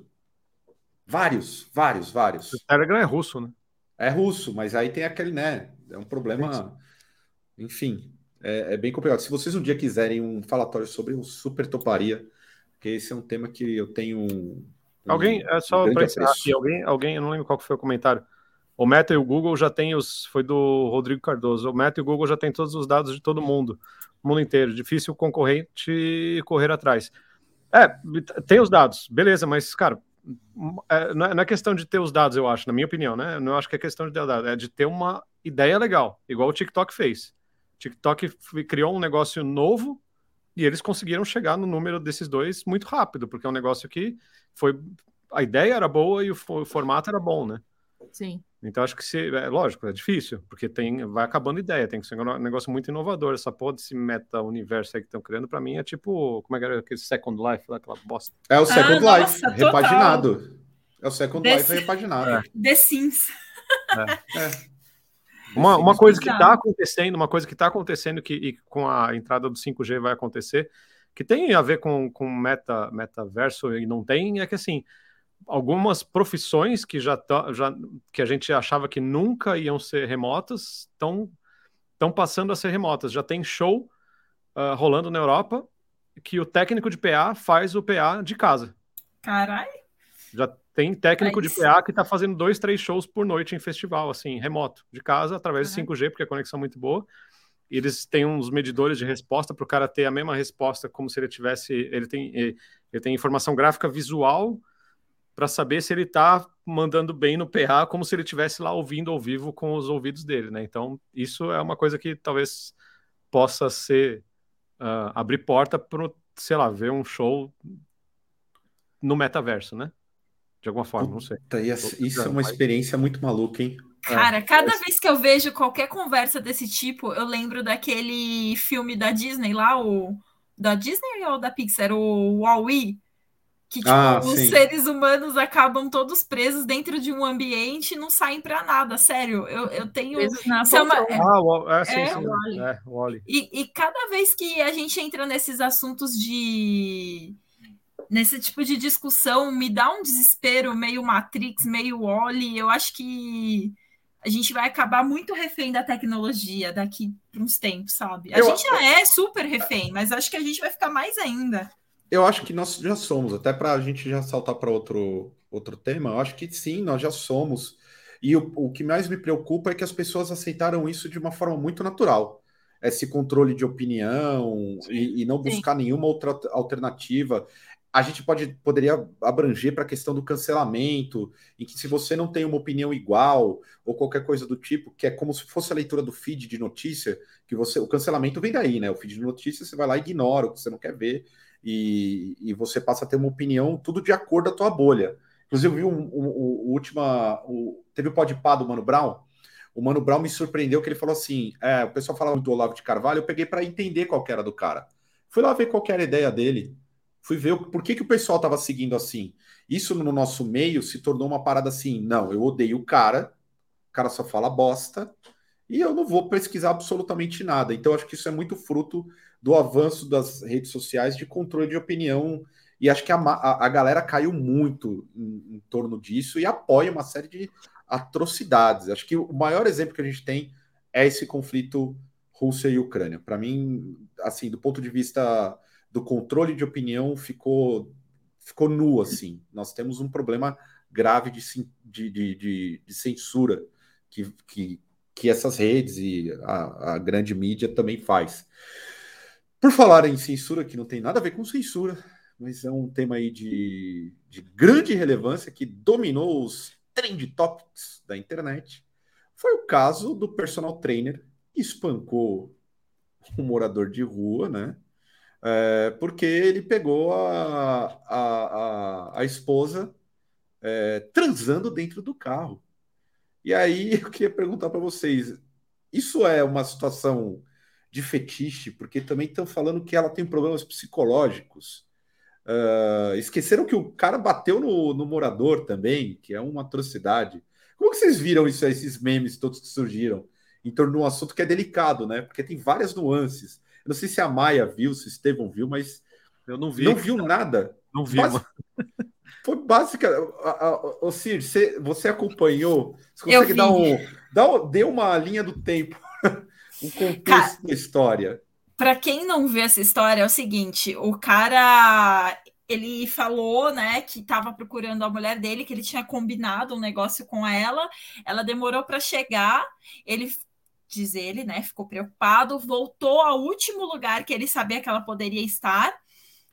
Speaker 1: Vários, vários, vários.
Speaker 2: O Telegram é russo, né?
Speaker 1: É russo, mas aí tem aquele, né? É um problema... Enfim... É, é bem complicado. Se vocês um dia quiserem um falatório sobre, eu super toparia, porque esse é um tema que eu tenho um,
Speaker 2: alguém,
Speaker 1: um,
Speaker 2: é só
Speaker 1: um
Speaker 2: para encerrar aqui, alguém, alguém, eu não lembro qual foi o comentário. O Meta e o Google já tem os, foi do Rodrigo Cardoso, o Meta e o Google já tem todos os dados de todo mundo, o mundo inteiro, difícil o concorrente correr atrás. É, tem os dados, beleza, mas, cara, é, não é questão de ter os dados, eu acho, na minha opinião, né? Não acho que é questão de ter dados, é de ter uma ideia legal, igual o TikTok fez. O TikTok criou um negócio novo e eles conseguiram chegar no número desses dois muito rápido, porque é um negócio que foi... A ideia era boa e o, o formato era bom, né?
Speaker 3: Sim.
Speaker 2: Então acho que, se, é lógico, é difícil, porque tem, vai acabando ideia, tem que ser um negócio muito inovador. Essa porra desse meta-universo aí que estão criando, pra mim, é tipo, como é que era aquele Second Life, aquela bosta?
Speaker 1: É o Second
Speaker 4: Ah,
Speaker 1: Life,
Speaker 4: nossa,
Speaker 1: repaginado.
Speaker 4: total.
Speaker 1: É o Second
Speaker 4: The
Speaker 1: Life
Speaker 4: Sims.
Speaker 1: repaginado.
Speaker 2: É.
Speaker 4: The Sims.
Speaker 2: É.
Speaker 1: É.
Speaker 2: Uma, uma coisa que
Speaker 4: bizarro.
Speaker 2: está acontecendo, uma coisa que está acontecendo que e com a entrada do cinco G vai acontecer, que tem a ver com, com meta, metaverso e não tem, é que assim, algumas profissões que já, tá, já que a gente achava que nunca iam ser remotas estão estão passando a ser remotas. Já tem show uh, rolando na Europa que o técnico de P A faz o P A de casa.
Speaker 4: Caralho.
Speaker 2: Já tem técnico
Speaker 4: É
Speaker 2: de
Speaker 4: isso.
Speaker 2: P A que está fazendo dois, três shows por noite em festival, assim, remoto, de casa, através
Speaker 3: Uhum.
Speaker 2: de cinco G, porque a conexão é muito boa. E eles têm uns medidores de resposta para o cara ter a mesma resposta como se ele tivesse... Ele tem, ele, ele tem informação gráfica visual para saber se ele está mandando bem no P A, como se ele estivesse lá ouvindo ao vivo com os ouvidos dele, né? Então, isso é uma coisa que talvez possa ser... Uh, abrir porta para, sei lá, ver um show no metaverso, né? De alguma forma, não sei.
Speaker 1: Puta, isso é uma experiência muito maluca, hein?
Speaker 4: Cara,
Speaker 2: É.
Speaker 4: cada vez que eu vejo qualquer conversa desse tipo, eu lembro daquele filme da Disney lá, o da Disney ou da Pixar, o Wall-E, que tipo,
Speaker 1: Ah,
Speaker 4: os
Speaker 1: sim.
Speaker 4: seres humanos acabam todos presos dentro de um ambiente e não saem pra nada, sério. Eu, eu tenho...
Speaker 3: Presos na
Speaker 4: Isso é uma-
Speaker 3: poltrona.
Speaker 2: Ah, o, é, sim,
Speaker 4: É,
Speaker 2: sim.
Speaker 3: o Wall-E.
Speaker 2: É, o Wall-E.
Speaker 4: E, e cada vez que a gente entra nesses assuntos de... nesse tipo de discussão, me dá um desespero meio Matrix, meio Wall-E. Eu acho que a gente vai acabar muito refém da tecnologia daqui para uns tempos, sabe? A
Speaker 1: Eu-
Speaker 4: gente já é super refém, mas acho que a gente vai ficar mais ainda.
Speaker 1: Eu acho que nós já somos, até para a gente já saltar para outro, outro tema, eu acho que sim, nós já somos. E o, o que mais me preocupa é que as pessoas aceitaram isso de uma forma muito natural. Esse controle de opinião e, e não buscar nenhuma outra alternativa. A gente pode, poderia abranger para a questão do cancelamento, em que se você não tem uma opinião igual ou qualquer coisa do tipo, que é como se fosse a leitura do feed de notícia, que você, o cancelamento vem daí, né? O feed de notícia você vai lá e ignora o que você não quer ver. E, e você passa a ter uma opinião tudo de acordo com a tua bolha. Inclusive, eu vi um, um, um, última, um, teve o Podpah do Mano Brown. O Mano Brown me surpreendeu que ele falou assim, é, o pessoal falava do Olavo de Carvalho, eu peguei para entender qual que era do cara. Fui lá ver qual que era a ideia dele. Fui ver o, por que, que o pessoal estava seguindo assim. Isso no nosso meio se tornou uma parada assim, não, eu odeio o cara, o cara só fala bosta, e eu não vou pesquisar absolutamente nada. Então, acho que isso é muito fruto do avanço das redes sociais de controle de opinião, e acho que a, a, a galera caiu muito em, em torno disso e apoia uma série de atrocidades. Acho que o maior exemplo que a gente tem é esse conflito Rússia e Ucrânia. Para mim, assim, do ponto de vista do controle de opinião, ficou, ficou nu, assim. Nós temos um problema grave de, de, de, de censura que, que, que essas redes e a, a grande mídia também faz. Por falar em censura, que não tem nada a ver com censura, mas é um tema aí de, de grande relevância que dominou os trend topics da internet, foi o caso do personal trainer que espancou um morador de rua, né? É, porque ele pegou a, a, a, a esposa é, transando dentro do carro. E aí eu queria perguntar para vocês, isso é uma situação de fetiche, porque também estão falando que ela tem problemas psicológicos. Uh, esqueceram que o cara bateu no, no morador também, que é uma atrocidade. Como que vocês viram isso, esses memes todos que surgiram em torno de um assunto que é delicado, né? Porque tem várias nuances. Eu não sei se a Maia viu, se o Estevão viu, mas
Speaker 2: eu não vi.
Speaker 1: Não viu nada.
Speaker 2: Não vi,
Speaker 1: Basi...
Speaker 2: mano.
Speaker 1: Foi básica. Ô, Cir, você, você acompanhou? Você consegue dar um, dar um. Dê uma linha do tempo, um contexto cara, da história.
Speaker 4: Para quem não vê essa história, é o seguinte: o cara. Ele falou, né, que estava procurando a mulher dele, que ele tinha combinado um negócio com ela. Ela demorou para chegar. Ele, diz ele, né, ficou preocupado, voltou ao último lugar que ele sabia que ela poderia estar.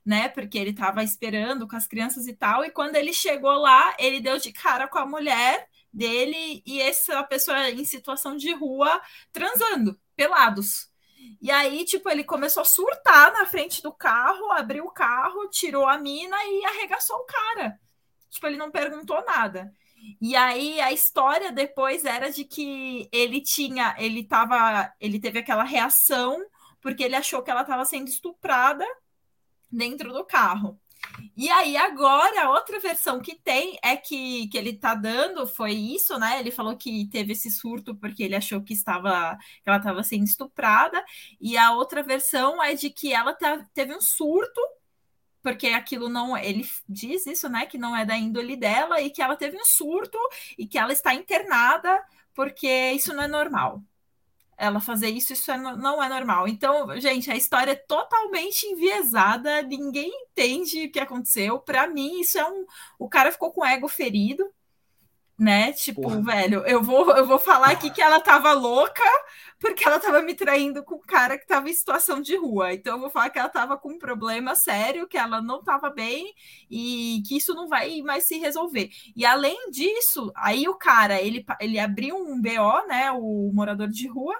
Speaker 4: né? Porque ele estava esperando com as crianças e tal, e quando ele chegou lá, ele deu de cara com a mulher dele e essa pessoa em situação de rua transando, pelados. E aí, tipo, ele começou a surtar na frente do carro, abriu o carro, tirou a mina e arregaçou o cara. Tipo, ele não perguntou nada. E aí a história depois era de que ele tinha, ele tava, ele teve aquela reação porque ele achou que ela estava sendo estuprada dentro do carro. E aí agora a outra versão que tem é que, que ele tá dando foi isso, né? Ele falou que teve esse surto porque ele achou que estava que ela estava sendo estuprada, e a outra versão é de que ela tá, teve um surto porque aquilo não, ele diz isso, né, que não é da índole dela e que ela teve um surto e que ela está internada porque isso não é normal. Ela fazer isso, isso é, não é normal. Então, gente, a história é totalmente enviesada, ninguém entende o que aconteceu. Para mim, isso é um... O cara ficou com o ego ferido, né? Tipo, Porra. velho, eu vou, eu vou falar aqui que ela tava louca porque ela tava me traindo com um cara que tava em situação de rua. Então, eu vou falar que ela tava com um problema sério, que ela não tava bem e que isso não vai mais se resolver. E, além disso, aí o cara, ele, ele abriu um B O, né, o morador de rua,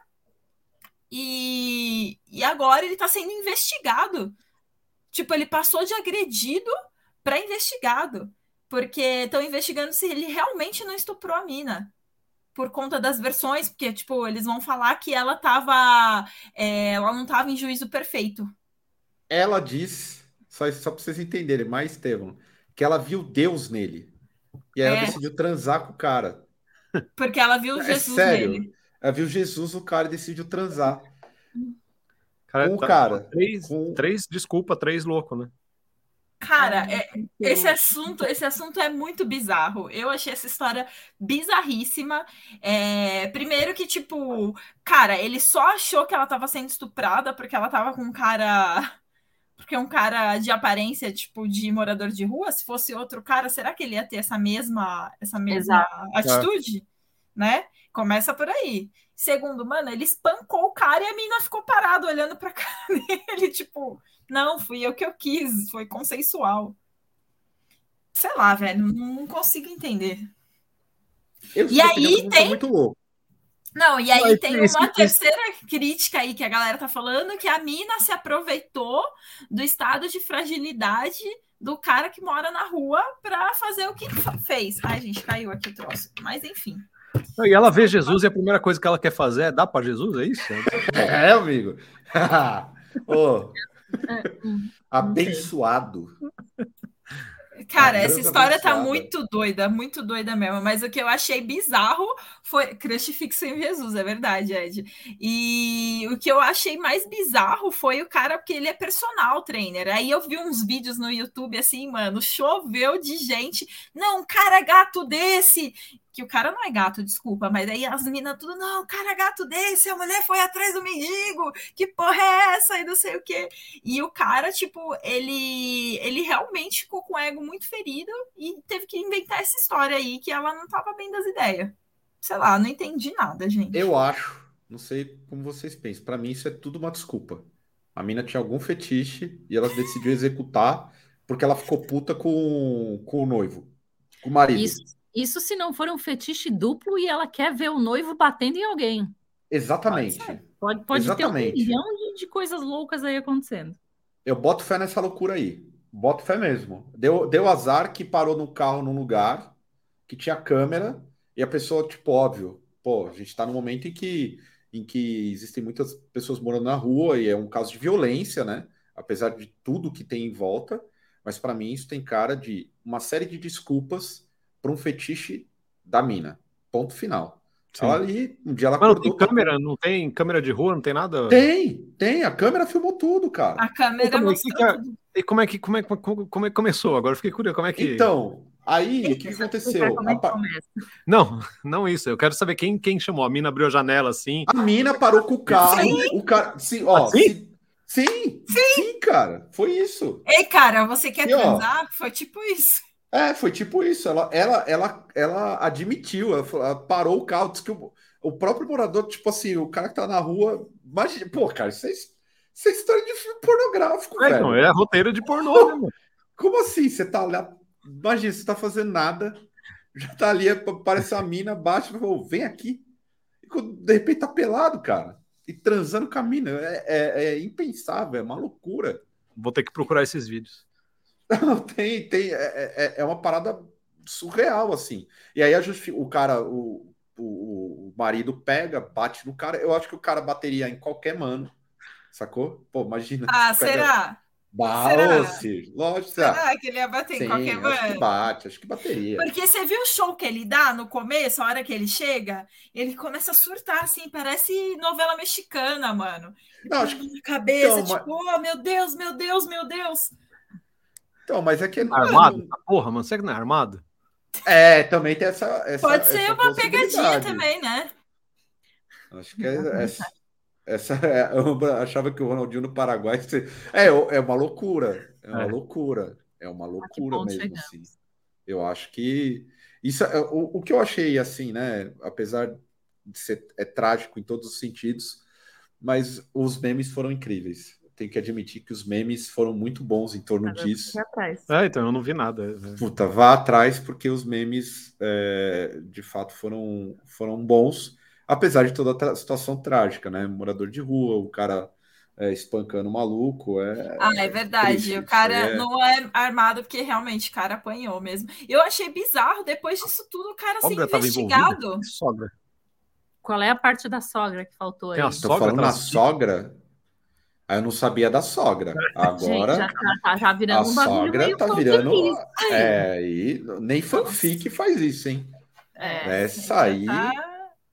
Speaker 4: e, e agora ele tá sendo investigado. Tipo, ele passou de agredido para investigado, porque estão investigando se ele realmente não estuprou a mina. Por conta das versões, porque, tipo, eles vão falar que ela tava. É, ela não tava em juízo perfeito.
Speaker 1: Ela diz, só, só para vocês entenderem, mais, Estevam, que ela viu Deus nele. E aí é. ela decidiu transar com o cara.
Speaker 4: Porque ela viu é Jesus
Speaker 1: sério.
Speaker 4: nele.
Speaker 1: Ela viu Jesus no cara e decidiu transar.
Speaker 2: Cara,
Speaker 1: com o
Speaker 2: tá,
Speaker 1: cara.
Speaker 2: Três,
Speaker 1: com...
Speaker 2: três, desculpa, três loucos, né?
Speaker 4: Cara, é, esse assunto, esse assunto é muito bizarro. Eu achei essa história bizarríssima. É, primeiro que, tipo, cara, ele só achou que ela tava sendo estuprada porque ela tava com um cara... Porque um cara de aparência, tipo, de morador de rua, se fosse outro cara, será que ele ia ter essa mesma, essa mesma atitude? É. Né? Começa por aí. Segundo, mano, ele espancou o cara e a menina ficou parada olhando pra cara dele, tipo... Não, fui eu que eu quis, foi consensual. Sei lá, velho, não consigo entender.
Speaker 1: Eu
Speaker 4: e aí tem
Speaker 1: muito louco.
Speaker 4: Não, e aí Mas, tem uma isso, terceira isso. crítica aí que a galera tá falando, que a mina se aproveitou do estado de fragilidade do cara que mora na rua para fazer o que fez. Ai, gente, caiu aqui o troço. Mas enfim.
Speaker 2: E ela vê Jesus e a primeira coisa que ela quer fazer é dar para Jesus, é isso?
Speaker 1: É, amigo. oh. Abençoado.
Speaker 4: Cara, essa história tá muito doida, muito doida mesmo. Mas o que eu achei bizarro foi... Crush fixo em Jesus, é verdade, Ed. E o que eu achei mais bizarro foi o cara, porque ele é personal trainer. Aí eu vi uns vídeos no YouTube assim, mano, choveu de gente. Não, cara gato desse... Que o cara não é gato, desculpa, mas aí as meninas tudo, não, cara gato desse, a mulher foi atrás do mendigo, que porra é essa? E não sei o quê. E o cara, tipo, ele, ele realmente ficou com o ego muito ferido e teve que inventar essa história aí, que ela não tava bem das ideias. Sei lá, não entendi nada, gente.
Speaker 1: Eu acho, não sei como vocês pensam, pra mim isso é tudo uma desculpa. A mina tinha algum fetiche e ela decidiu executar porque ela ficou puta com, com o noivo, com o marido.
Speaker 3: Isso. Isso se não for um fetiche duplo e ela quer ver o noivo batendo em alguém.
Speaker 1: Exatamente.
Speaker 3: Pode, pode
Speaker 1: Exatamente.
Speaker 3: ter um milhão de, de coisas loucas aí acontecendo.
Speaker 1: Eu boto fé nessa loucura aí. Boto fé mesmo. Deu, deu azar que parou no carro num lugar que tinha câmera e a pessoa, tipo, óbvio, pô, a gente tá num momento em que, em que existem muitas pessoas morando na rua e é um caso de violência, né? Apesar de tudo que tem em volta. Mas para mim isso tem cara de uma série de desculpas para um fetiche da mina. Ponto final. Sim. Ela ali, um dia ela
Speaker 2: Mano, acordou... tem câmera? Não tem câmera de rua? Não tem nada?
Speaker 1: Tem, tem. A câmera filmou tudo, cara.
Speaker 4: A câmera mostrou
Speaker 2: que, tudo. E como é que, como é, como, como é que começou? Agora eu fiquei curioso. Como é que...
Speaker 1: Então, aí, o que, que aconteceu?
Speaker 3: É que
Speaker 1: a...
Speaker 2: Não, não isso. Eu quero saber quem, quem chamou. A mina abriu a janela, assim.
Speaker 1: A mina parou com o carro. Sim. O cara... Sim, ó,
Speaker 2: assim?
Speaker 1: se... sim, sim, sim, cara. Foi isso.
Speaker 4: Ei, cara, você quer e, transar? Ó, foi tipo isso.
Speaker 1: É, foi tipo isso. Ela, ela, ela, ela admitiu, ela, falou, ela parou o carro, disse que o, o próprio morador, tipo assim, o cara que tá na rua, imagina, pô, cara, isso é, Isso é história de filme pornográfico,
Speaker 2: É,
Speaker 1: velho.
Speaker 2: então, é roteiro de pornô, né, mano?
Speaker 1: Como assim? Você tá lá... Imagina, você tá fazendo nada, já tá ali, aparece uma mina, baixa e fala, vem aqui. E quando, de repente tá pelado, cara. E transando com a mina. É, é, é impensável, é uma loucura.
Speaker 2: Vou ter que procurar esses vídeos.
Speaker 1: Não, tem, tem. É, é, é uma parada surreal, assim. E aí a justi... o cara, o, o, o marido pega, bate no cara. Eu acho que o cara bateria em qualquer mano, sacou? Pô, imagina.
Speaker 4: Ah,
Speaker 1: pega...
Speaker 4: será?
Speaker 1: Bah,
Speaker 4: Será?
Speaker 1: ô, Cir, lógico.
Speaker 4: Será que ele ia bater
Speaker 1: Sim,
Speaker 4: em qualquer
Speaker 1: acho que
Speaker 4: mano?
Speaker 1: bate, acho que bateria.
Speaker 4: Porque você viu o show que ele dá no começo, a hora que ele chega? Ele começa a surtar, assim, parece novela mexicana, mano.
Speaker 1: Não, acho que...
Speaker 4: Na cabeça,
Speaker 1: então,
Speaker 4: tipo, mas... oh, meu Deus, meu Deus, meu Deus.
Speaker 1: Então, mas é que... Não
Speaker 2: armado?
Speaker 1: É, não...
Speaker 2: Porra, mano, será que não é armado?
Speaker 1: É, também tem essa, essa
Speaker 4: Pode ser
Speaker 1: essa
Speaker 4: uma pegadinha também, né?
Speaker 1: Acho que é... Essa... Essa, eu achava que o Ronaldinho no Paraguai é, é uma loucura, é uma é. loucura, é uma loucura mesmo. Chegamos. Assim. Eu acho que isso é, o, o que eu achei assim, né? Apesar de ser é trágico em todos os sentidos, mas os memes foram incríveis. Tenho que admitir que os memes foram muito bons em torno Agora disso.
Speaker 2: É, então eu não vi nada.
Speaker 1: Puta, vá atrás porque os memes é, de fato foram, foram bons. Apesar de toda a situação trágica, né? Morador de rua, o cara é, espancando o maluco. É,
Speaker 4: ah, é verdade. Triste. O cara é... não é armado porque realmente o cara apanhou mesmo. Eu achei bizarro, depois disso tudo, o cara ser investigado.
Speaker 2: Sogra.
Speaker 3: Qual é a parte da sogra que faltou aí?
Speaker 1: Tem a sogra, Tô falando na sogra? Aí eu não sabia da sogra. Agora.
Speaker 3: Gente, já, tá, já virando
Speaker 1: a
Speaker 3: um bagulho
Speaker 1: sogra
Speaker 3: meio
Speaker 1: tá virando. É, e nem fanfic faz isso, hein?
Speaker 4: É,
Speaker 1: Essa aí. Tá...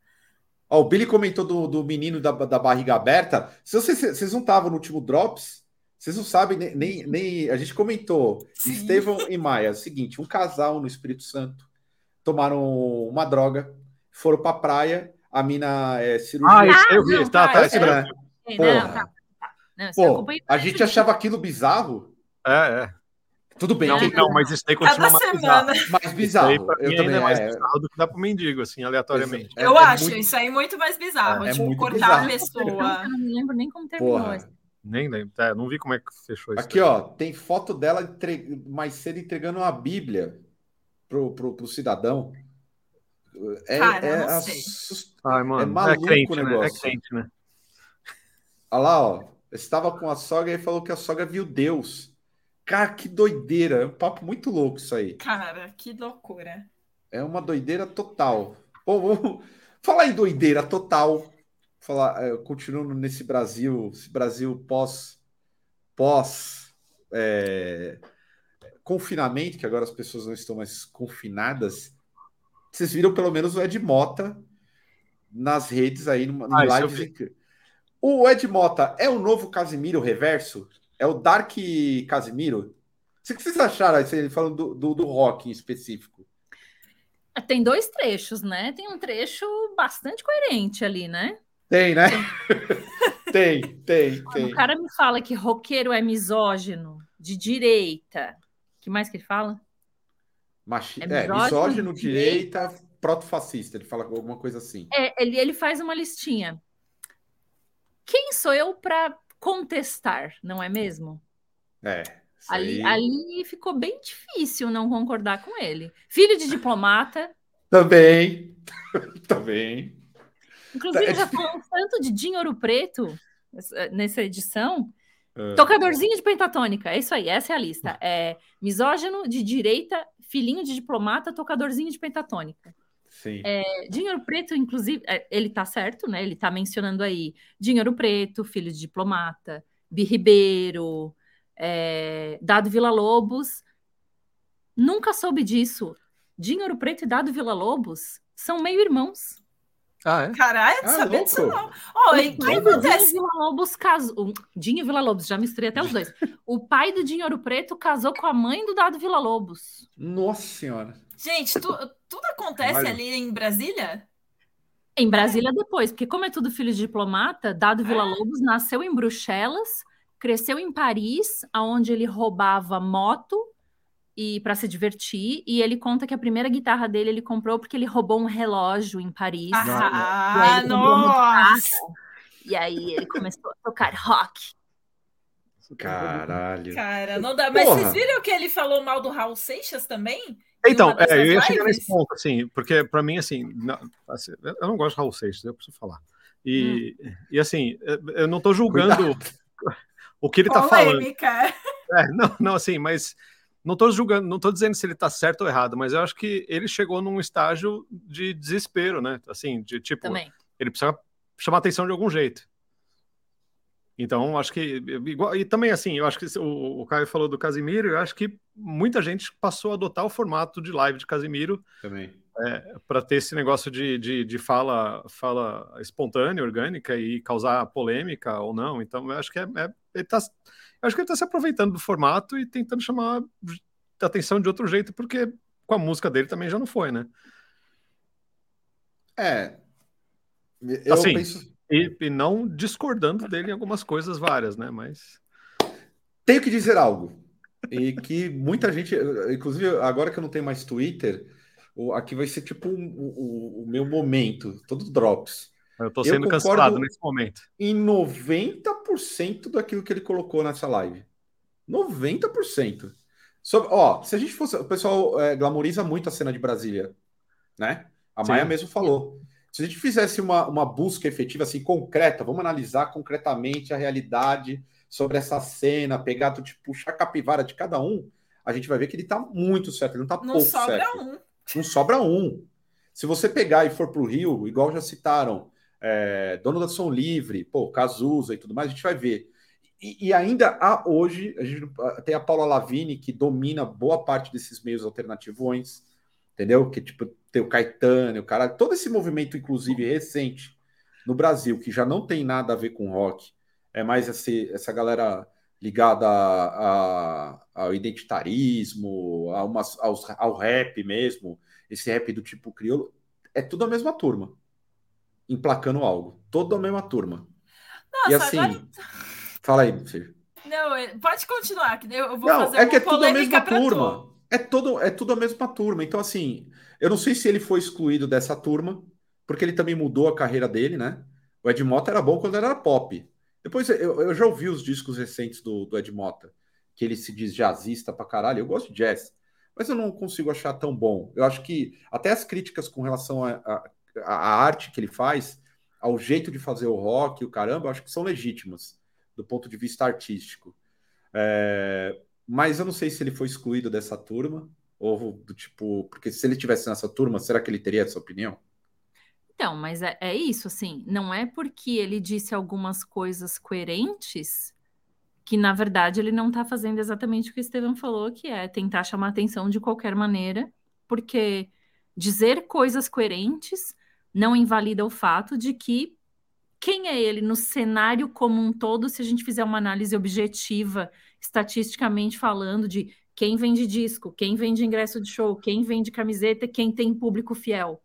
Speaker 1: Ó, o Billy comentou do, do menino da, da barriga aberta. Se vocês, vocês não estavam no último Drops, vocês não sabem, nem, nem, nem a gente comentou. Sim. Estevão e Maia, é o seguinte: um casal no Espírito Santo tomaram uma droga, foram pra praia, a mina é cirurgia.
Speaker 2: Ah, isso eu vi, não, tá, tá, tá,
Speaker 1: né?
Speaker 3: é, não, tá, tá. Não,
Speaker 1: Pô, a gente achava aquilo bizarro.
Speaker 2: É, é.
Speaker 1: Tudo bem.
Speaker 2: Não,
Speaker 1: que...
Speaker 2: não, mas isso daí continua mais bizarro.
Speaker 1: Mais bizarro.
Speaker 2: Eu também é mais é... bizarro do que dá pro mendigo, assim, aleatoriamente.
Speaker 4: Eu é, acho é muito... isso aí muito mais bizarro. É, tipo, é muito cortar bizarro. A pessoa.
Speaker 3: Eu não me lembro nem como terminou.
Speaker 1: Porra.
Speaker 2: Nem lembro. É, não vi como é que fechou isso.
Speaker 1: Aqui, aí. Ó, tem foto dela entre... mais cedo entregando uma Bíblia pro, pro, pro cidadão. É,
Speaker 4: Cara,
Speaker 1: é,
Speaker 4: não
Speaker 1: assust...
Speaker 2: Ai, mano,
Speaker 1: é maluco
Speaker 2: é crente,
Speaker 1: o negócio.
Speaker 2: Né? É crente, né?
Speaker 1: Olha lá, ó. Estava com a sogra e falou que a sogra viu Deus. Cara, que doideira. É um papo muito louco isso aí.
Speaker 4: Cara, que loucura.
Speaker 1: É uma doideira total. Pô, vamos falar em doideira total. Falar, é, continuando nesse Brasil, esse Brasil pós, pós é, confinamento, que agora as pessoas não estão mais confinadas. Vocês viram pelo menos o Ed Mota nas redes aí, no ah, lives. O Ed Mota é o novo Casimiro reverso? É o Dark Casimiro? O que vocês acharam, assim, falando do, do, do rock em específico?
Speaker 3: Tem dois trechos, né? Tem um trecho bastante coerente ali, né?
Speaker 1: Tem, né? tem, tem, tem.
Speaker 3: O cara me fala que roqueiro é misógino, de direita. O que mais que ele fala?
Speaker 1: Machi... É, misógino, é, misógino de direita, direita proto-fascista. Ele fala alguma coisa assim.
Speaker 3: É, ele, ele faz uma listinha. Quem sou eu para contestar, não é mesmo?
Speaker 1: É.
Speaker 3: Ali, ali ficou bem difícil não concordar com ele. Filho de diplomata.
Speaker 1: Também. Também.
Speaker 3: Inclusive, é já falamos tanto de Dinho Ouro Preto nessa edição. É. Tocadorzinho de pentatônica. É isso aí, essa é a lista. É misógino de direita, filhinho de diplomata, tocadorzinho de pentatônica.
Speaker 1: Sim.
Speaker 3: É, Dinho Ouro Preto, inclusive, ele tá certo, né? Ele tá mencionando aí Dinho Ouro Preto, filho de diplomata, Bi Ribeiro, é, Dado Villa-Lobos. Nunca soube disso. Dinho Ouro Preto e Dado Villa-Lobos são meio-irmãos.
Speaker 2: Ah, é?
Speaker 4: Caralho,
Speaker 1: ah,
Speaker 4: sabia
Speaker 1: louco.
Speaker 4: disso não. Oh, e
Speaker 3: Dinho Villa-Lobos casou... Dinho Villa-Lobos, já misturei até os dois. O pai do Dinho Ouro Preto casou com a mãe do Dado Villa-Lobos.
Speaker 1: Nossa Senhora.
Speaker 4: Gente, tu, tudo acontece Olha. ali em Brasília?
Speaker 3: Em Brasília depois, porque como é tudo filho de diplomata, Dado Villa-Lobos nasceu em Bruxelas, cresceu em Paris, onde ele roubava moto e para se divertir, e ele conta que a primeira guitarra dele ele comprou porque ele roubou um relógio em Paris.
Speaker 4: Ah, nossa!
Speaker 3: E aí ele começou a tocar rock.
Speaker 1: Caralho.
Speaker 4: Cara, não dá. Mas
Speaker 1: Porra.
Speaker 4: vocês viram que ele falou mal do Raul Seixas também?
Speaker 2: Então, é, eu ia chegar nesse ponto, assim, porque pra mim, assim, não, assim, eu não gosto de Raul Seixas, eu preciso falar. E, hum. e assim, eu não tô julgando Cuidado. o que ele
Speaker 4: Polêmica.
Speaker 2: tá falando. É, não, não, assim, mas não tô julgando, não tô dizendo se ele tá certo ou errado, mas eu acho que ele chegou num estágio de desespero, né? Assim, de tipo,
Speaker 3: Também.
Speaker 2: Ele precisa chamar atenção de algum jeito. Então, acho que igual, e também assim, eu acho que o, o Caio falou do Casimiro, eu acho que muita gente passou a adotar o formato de live de Casimiro
Speaker 1: também
Speaker 2: é, para ter esse negócio de, de, de fala, fala espontânea, orgânica e causar polêmica ou não. Então, eu acho que é, é ele tá, eu acho que ele está se aproveitando do formato e tentando chamar a atenção de outro jeito, porque com a música dele também já não foi, né?
Speaker 1: É. Eu
Speaker 2: assim,
Speaker 1: penso.
Speaker 2: E, e não discordando dele em algumas coisas várias, né? Mas
Speaker 1: tenho que dizer algo. E que muita gente, inclusive agora que eu não tenho mais Twitter, aqui vai ser tipo o, o, o meu momento, todo drops.
Speaker 2: Eu tô sendo eu cancelado nesse momento.
Speaker 1: Em noventa por cento daquilo que ele colocou nessa live. noventa por cento. Sobre, ó, se a gente fosse. O pessoal é, glamoriza muito a cena de Brasília, né? A Sim. Maia mesmo falou. Se a gente fizesse uma, uma busca efetiva, assim, concreta, vamos analisar concretamente a realidade sobre essa cena, pegar, tipo, puxar a capivara de cada um, a gente vai ver que ele tá muito certo, ele não tá não pouco certo.
Speaker 4: Não sobra um.
Speaker 1: Não sobra um. Se você pegar e for pro Rio, igual já citaram, é, Dono da Som Livre, pô, Cazuza e tudo mais, a gente vai ver. E, e ainda há hoje, a gente tem a Paula Lavigne, que domina boa parte desses meios alternativões, entendeu? Que, tipo, tem o Caetano, o cara, todo esse movimento, inclusive, recente no Brasil, que já não tem nada a ver com rock, é mais esse, essa galera ligada a, a, ao identitarismo, a umas, aos, ao rap mesmo, esse rap do tipo crioulo, é tudo a mesma turma, emplacando algo, toda a mesma turma.
Speaker 4: Nossa,
Speaker 1: e assim, agora... fala aí, Sérgio.
Speaker 4: Não, pode continuar, que eu vou
Speaker 1: não,
Speaker 4: fazer
Speaker 1: é
Speaker 4: uma
Speaker 1: que é tudo a mesma turma.
Speaker 4: Tu.
Speaker 1: É, todo, é tudo a mesma turma. Então, assim, eu não sei se ele foi excluído dessa turma, porque ele também mudou a carreira dele, né? O Ed Mota era bom quando era pop. Depois, eu, eu já ouvi os discos recentes do, do Ed Mota, que ele se diz jazzista pra caralho. Eu gosto de jazz, mas eu não consigo achar tão bom. Eu acho que até as críticas com relação à arte que ele faz, ao jeito de fazer o rock, o caramba, eu acho que são legítimas, do ponto de vista artístico. É... Mas eu não sei se ele foi excluído dessa turma, ou do tipo, porque se ele tivesse nessa turma, será que ele teria essa opinião?
Speaker 3: Então, mas é, é isso, assim, não é porque ele disse algumas coisas coerentes que, na verdade, ele não tá fazendo exatamente o que o Estevão falou, que é tentar chamar atenção de qualquer maneira, porque dizer coisas coerentes não invalida o fato de que quem é ele no cenário como um todo, se a gente fizer uma análise objetiva, estatisticamente falando, de quem vende disco, quem vende ingresso de show, quem vende camiseta, quem tem público fiel.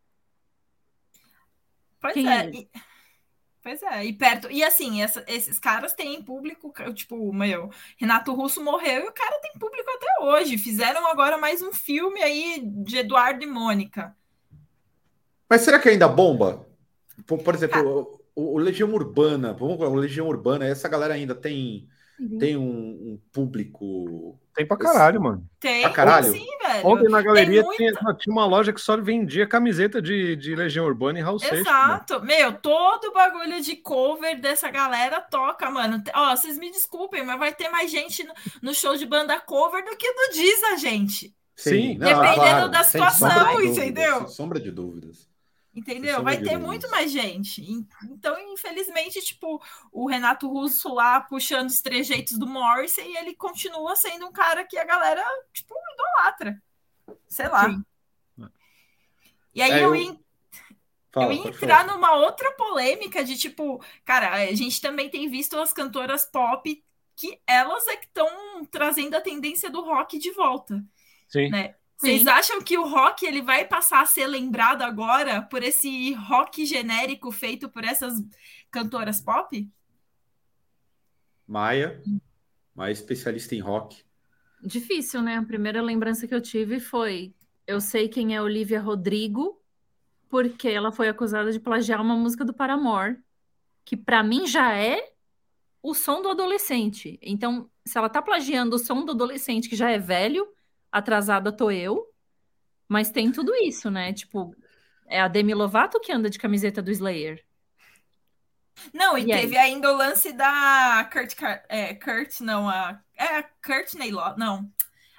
Speaker 4: Pois quem é. é? E, pois é, e perto. E assim, essa, esses caras têm público, tipo, meu, Renato Russo morreu e o cara tem público até hoje. Fizeram agora mais um filme aí de Eduardo e Mônica.
Speaker 1: Mas será que ainda bomba? Por, por exemplo, ah. o, o Legião Urbana, vamos o Legião Urbana, essa galera ainda tem, uhum. tem um, um público.
Speaker 2: Tem pra caralho, esse... mano.
Speaker 4: Tem,
Speaker 1: pra caralho.
Speaker 4: Sim, velho.
Speaker 2: Ontem na galeria tinha, tinha uma loja que só vendia camiseta de, de Legião Urbana e Raul Seixas.
Speaker 4: Exato. Mano. Meu, todo bagulho de cover dessa galera toca, mano. Ó, vocês me desculpem, mas vai ter mais gente no, no show de banda cover do que no Diz a gente.
Speaker 1: Sim,
Speaker 4: Não, dependendo
Speaker 1: claro,
Speaker 4: da situação, entendeu?
Speaker 1: Sem sombra de dúvidas.
Speaker 4: Entendeu? Vai ter muito mais gente. Então, infelizmente, tipo, o Renato Russo lá puxando os trejeitos do Morrissey e ele continua sendo um cara que a galera, tipo, idolatra. Sei lá. Sim. E aí é, eu, eu ia, Fala, eu ia entrar falar. numa outra polêmica de, tipo, cara, a gente também tem visto as cantoras pop que elas é que estão trazendo a tendência do rock de volta.
Speaker 2: Sim.
Speaker 4: Né? Vocês acham que o rock ele vai passar a ser lembrado agora por esse rock genérico feito por essas cantoras pop?
Speaker 1: Maia, Maia especialista em rock.
Speaker 3: Difícil, né? A primeira lembrança que eu tive foi: eu sei quem é Olivia Rodrigo, porque ela foi acusada de plagiar uma música do Paramore, que para mim já é o som do adolescente. Então, se ela tá plagiando o som do adolescente que já é velho, atrasada tô eu, mas tem tudo isso, né? Tipo, é a Demi Lovato que anda de camiseta do Slayer.
Speaker 4: Não, e,
Speaker 3: E aí?
Speaker 4: teve ainda o lance da Kurt, é, Kurt não, a, é a Courtney Love, não,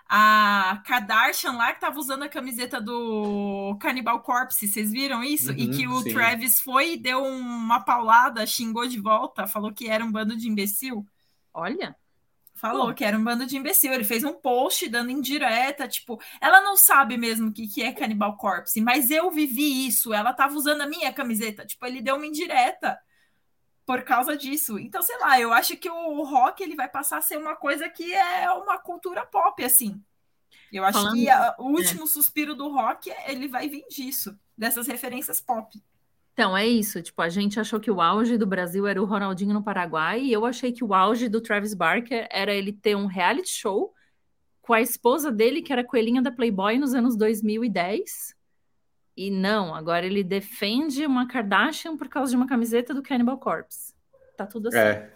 Speaker 4: a Kardashian lá que tava usando a camiseta do Cannibal Corpse, vocês viram isso?
Speaker 1: Uhum,
Speaker 4: e que o
Speaker 1: sim.
Speaker 4: Travis foi e deu uma paulada, xingou de volta, falou que era um bando de imbecil.
Speaker 3: Olha.
Speaker 4: Falou
Speaker 3: Bom.
Speaker 4: que era um bando de imbecil. Ele fez um post dando indireta, tipo, ela não sabe mesmo o que, que é Cannibal Corpse, mas eu vivi isso, ela tava usando a minha camiseta. Tipo, ele deu uma indireta por causa disso. Então, sei lá, eu acho que o rock ele vai passar a ser uma coisa que é uma cultura pop, assim. Eu acho
Speaker 3: Falando-
Speaker 4: que a, o último é. suspiro do rock, ele vai vir disso, dessas referências pop.
Speaker 3: Então, é isso. Tipo, a gente achou que o auge do Brasil era o Ronaldinho no Paraguai, e eu achei que o auge do Travis Barker era ele ter um reality show com a esposa dele, que era coelhinha da Playboy nos anos dois mil e dez. E não, agora ele defende uma Kardashian por causa de uma camiseta do Cannibal Corpse. Tá tudo assim.
Speaker 1: É.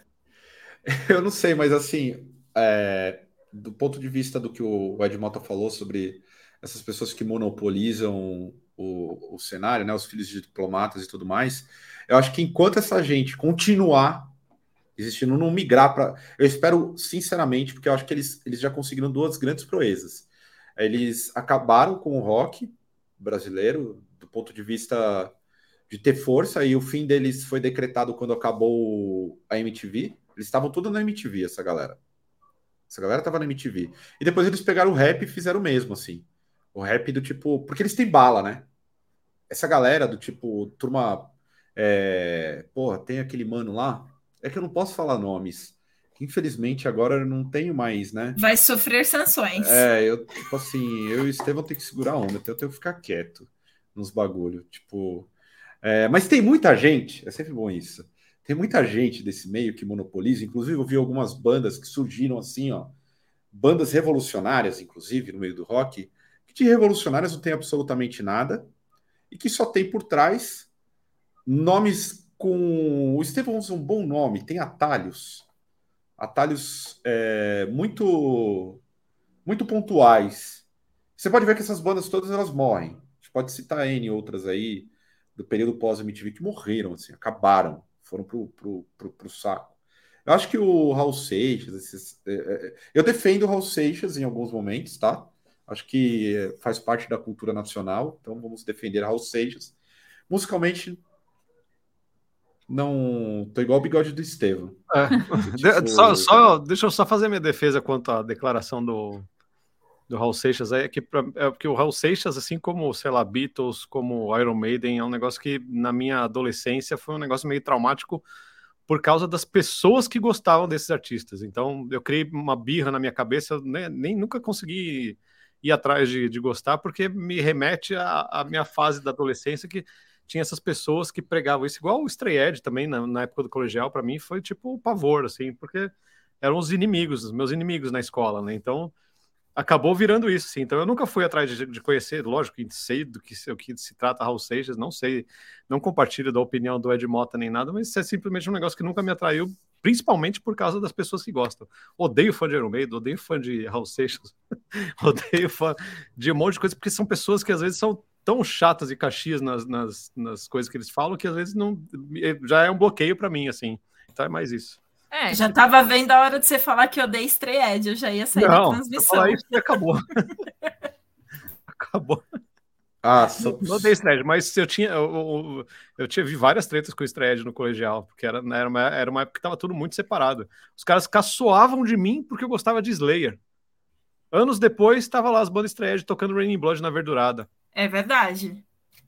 Speaker 1: Eu não sei, mas assim, é, do ponto de vista do que o Ed Mota falou sobre essas pessoas que monopolizam o, o cenário, né, os filhos de diplomatas e tudo mais, eu acho que enquanto essa gente continuar existindo, não migrar para... Eu espero, sinceramente, porque eu acho que eles, eles já conseguiram duas grandes proezas. Eles acabaram com o rock brasileiro, do ponto de vista de ter força, e o fim deles foi decretado quando acabou a M T V. Eles estavam tudo na M T V, essa galera. Essa galera tava na M T V. E depois eles pegaram o rap e fizeram o mesmo, assim. O rap do tipo... Porque eles têm bala, né? Essa galera do tipo... Turma... É... Porra, tem aquele mano lá... É que eu não posso falar nomes. Que infelizmente agora eu não tenho mais, né?
Speaker 4: Vai sofrer sanções.
Speaker 1: É, eu, tipo assim... Eu e o Estevão tem que segurar a onda. Então eu tenho que ficar quieto nos bagulho. Tipo... É... Mas tem muita gente... É sempre bom isso. Tem muita gente desse meio que monopoliza. Inclusive, eu vi algumas bandas que surgiram assim, ó. Bandas revolucionárias, inclusive, no meio do rock, que de revolucionárias não tem absolutamente nada e que só tem por trás nomes com... O Estevão usa um bom nome, tem atalhos. Atalhos é, muito, muito pontuais. Você pode ver que essas bandas todas, elas morrem. A gente pode citar N outras aí, do período pós-M T V, que morreram, assim, acabaram. Foram pro, pro, pro, pro saco. Eu acho que o Raul Seixas, esses, é, é, eu defendo o Raul Seixas em alguns momentos, tá? Acho que faz parte da cultura nacional, então vamos defender Raul Seixas. Musicalmente, não. Tô igual o bigode do Estevão.
Speaker 2: É. Tipo... só, só, deixa eu só fazer minha defesa quanto à declaração do, do Raul Seixas. É que, é que o Raul Seixas, assim como, sei lá, Beatles, como Iron Maiden, é um negócio que na minha adolescência foi um negócio meio traumático por causa das pessoas que gostavam desses artistas. Então, eu criei uma birra na minha cabeça, né, nem nunca consegui ir atrás de, de gostar, porque me remete à, à minha fase da adolescência, que tinha essas pessoas que pregavam isso, igual o Stray Edge também, na, na época do colegial, para mim foi tipo o pavor, assim, porque eram os inimigos, os meus inimigos na escola, né? Então, acabou virando isso, assim. Então eu nunca fui atrás de, de conhecer, lógico que sei do que, o que se trata Raul Seixas, não sei, não compartilho da opinião do Ed Mota nem nada, mas isso é simplesmente um negócio que nunca me atraiu, principalmente por causa das pessoas que gostam. Odeio fã de Iron Maiden, odeio fã de Raul Seixas, odeio fã de um monte de coisa, porque são pessoas que às vezes são tão chatas e caxias nas, nas, nas coisas que eles falam, que às vezes não, já é um bloqueio para mim, assim. Então é mais isso.
Speaker 4: É, já tava vendo a hora de você falar que eu odeio Stray Edge, eu já ia sair
Speaker 2: não,
Speaker 4: da transmissão.
Speaker 2: Falar isso e acabou. Acabou.
Speaker 1: Ah, so...
Speaker 2: não odeio Stray Edge, mas eu tinha, eu, eu, eu tive várias tretas com o Stray Edge no colegial, porque era, era, uma, era uma época que tava tudo muito separado. Os caras caçoavam de mim porque eu gostava de Slayer. Anos depois, estava lá as bandas Stray Edge tocando Raining Blood na Verdurada.
Speaker 4: É verdade.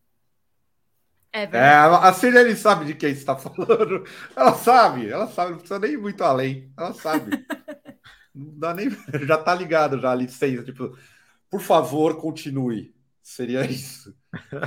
Speaker 1: É, verdade. É, a Cirlene sabe de quem está falando. Ela sabe, ela sabe, não precisa nem ir muito além. Ela sabe. Não dá nem. Já tá ligado já a licença. Tipo, por favor, continue. Seria isso.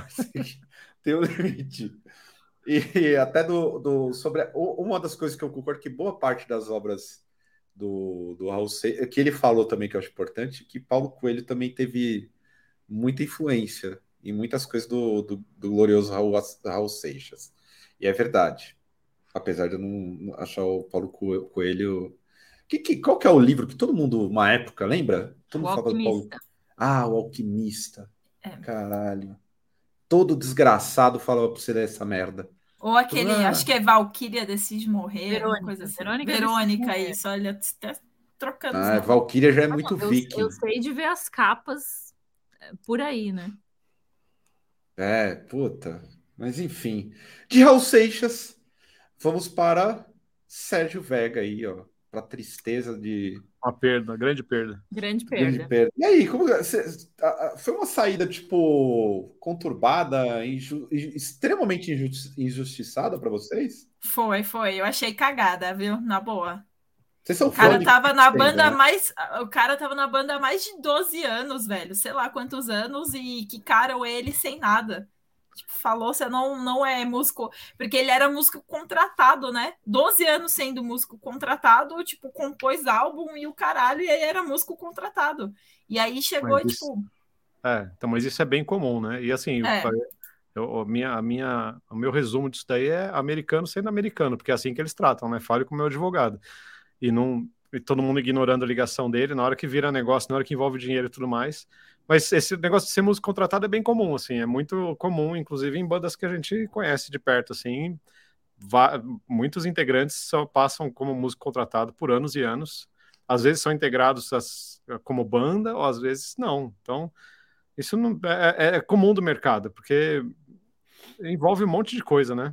Speaker 1: Tem um limite. E até do, do sobre uma das coisas que eu concordo que boa parte das obras do, do Raul Seixas, que ele falou também que eu acho importante, que Paulo Coelho também teve muita influência em muitas coisas do, do, do glorioso Raul, Raul Seixas. E é verdade. apesar de eu não achar o Paulo Coelho... Que, que, qual que é o livro que todo mundo, uma época, lembra? Todo mundo
Speaker 3: O
Speaker 1: falava do Paulo...
Speaker 3: Alquimista.
Speaker 1: Ah, o Alquimista.
Speaker 4: É.
Speaker 1: Caralho. Todo desgraçado falava pra você ler essa merda.
Speaker 4: Ou aquele,
Speaker 1: Ah.
Speaker 4: acho que é Valkyria decide morrer,
Speaker 3: Verônica,
Speaker 4: uma coisa assim.
Speaker 3: Verônica
Speaker 4: Verônica,
Speaker 3: decide morrer.
Speaker 4: isso, olha, até trocando os
Speaker 1: Ah,
Speaker 4: nomes.
Speaker 1: Valkyria já é
Speaker 3: Ah,
Speaker 1: muito
Speaker 3: não, eu,
Speaker 1: viking.
Speaker 3: eu sei de ver as capas é, por aí, né?
Speaker 1: É, puta. Mas enfim. De Raul Seixas, vamos para Sérgio Vega aí, ó. Pra tristeza de...
Speaker 2: Uma perda, uma grande perda.
Speaker 3: Grande
Speaker 1: grande
Speaker 3: perda.
Speaker 1: perda. E aí, como... cê- a- a- foi uma saída, tipo, conturbada, inju- extremamente injusti- injustiçada pra vocês?
Speaker 4: Foi, foi. Eu achei cagada, viu? Na boa.
Speaker 1: Vocês são
Speaker 4: O cara
Speaker 1: fã de
Speaker 4: tava na
Speaker 1: Quicksand,
Speaker 4: banda
Speaker 1: né?
Speaker 4: mais. O cara tava na banda há mais de doze anos, velho. Sei lá quantos anos, e quicaram ele sem nada. Tipo, falou, você não, não é músico. Porque ele era músico contratado, né? doze anos sendo músico contratado, tipo, compôs álbum e o caralho, e aí era músico contratado. E aí chegou,
Speaker 2: Mas isso-
Speaker 4: tipo.
Speaker 2: É, então, mas isso é bem comum, né? E assim,
Speaker 4: É.
Speaker 2: eu, a minha, a minha, o meu resumo disso daí é americano sendo americano, porque é assim que eles tratam, né? Fale com o meu advogado. E não e todo mundo ignorando a ligação dele, na hora que vira negócio, na hora que envolve dinheiro e tudo mais. Mas esse negócio de ser músico contratado é bem comum, assim, é muito comum, inclusive em bandas que a gente conhece de perto, assim. Va- muitos integrantes só passam como músico contratado por anos e anos. Às vezes são integrados as- como banda, ou às vezes não. Então, isso não, é, é comum do mercado, porque envolve um monte de coisa, né?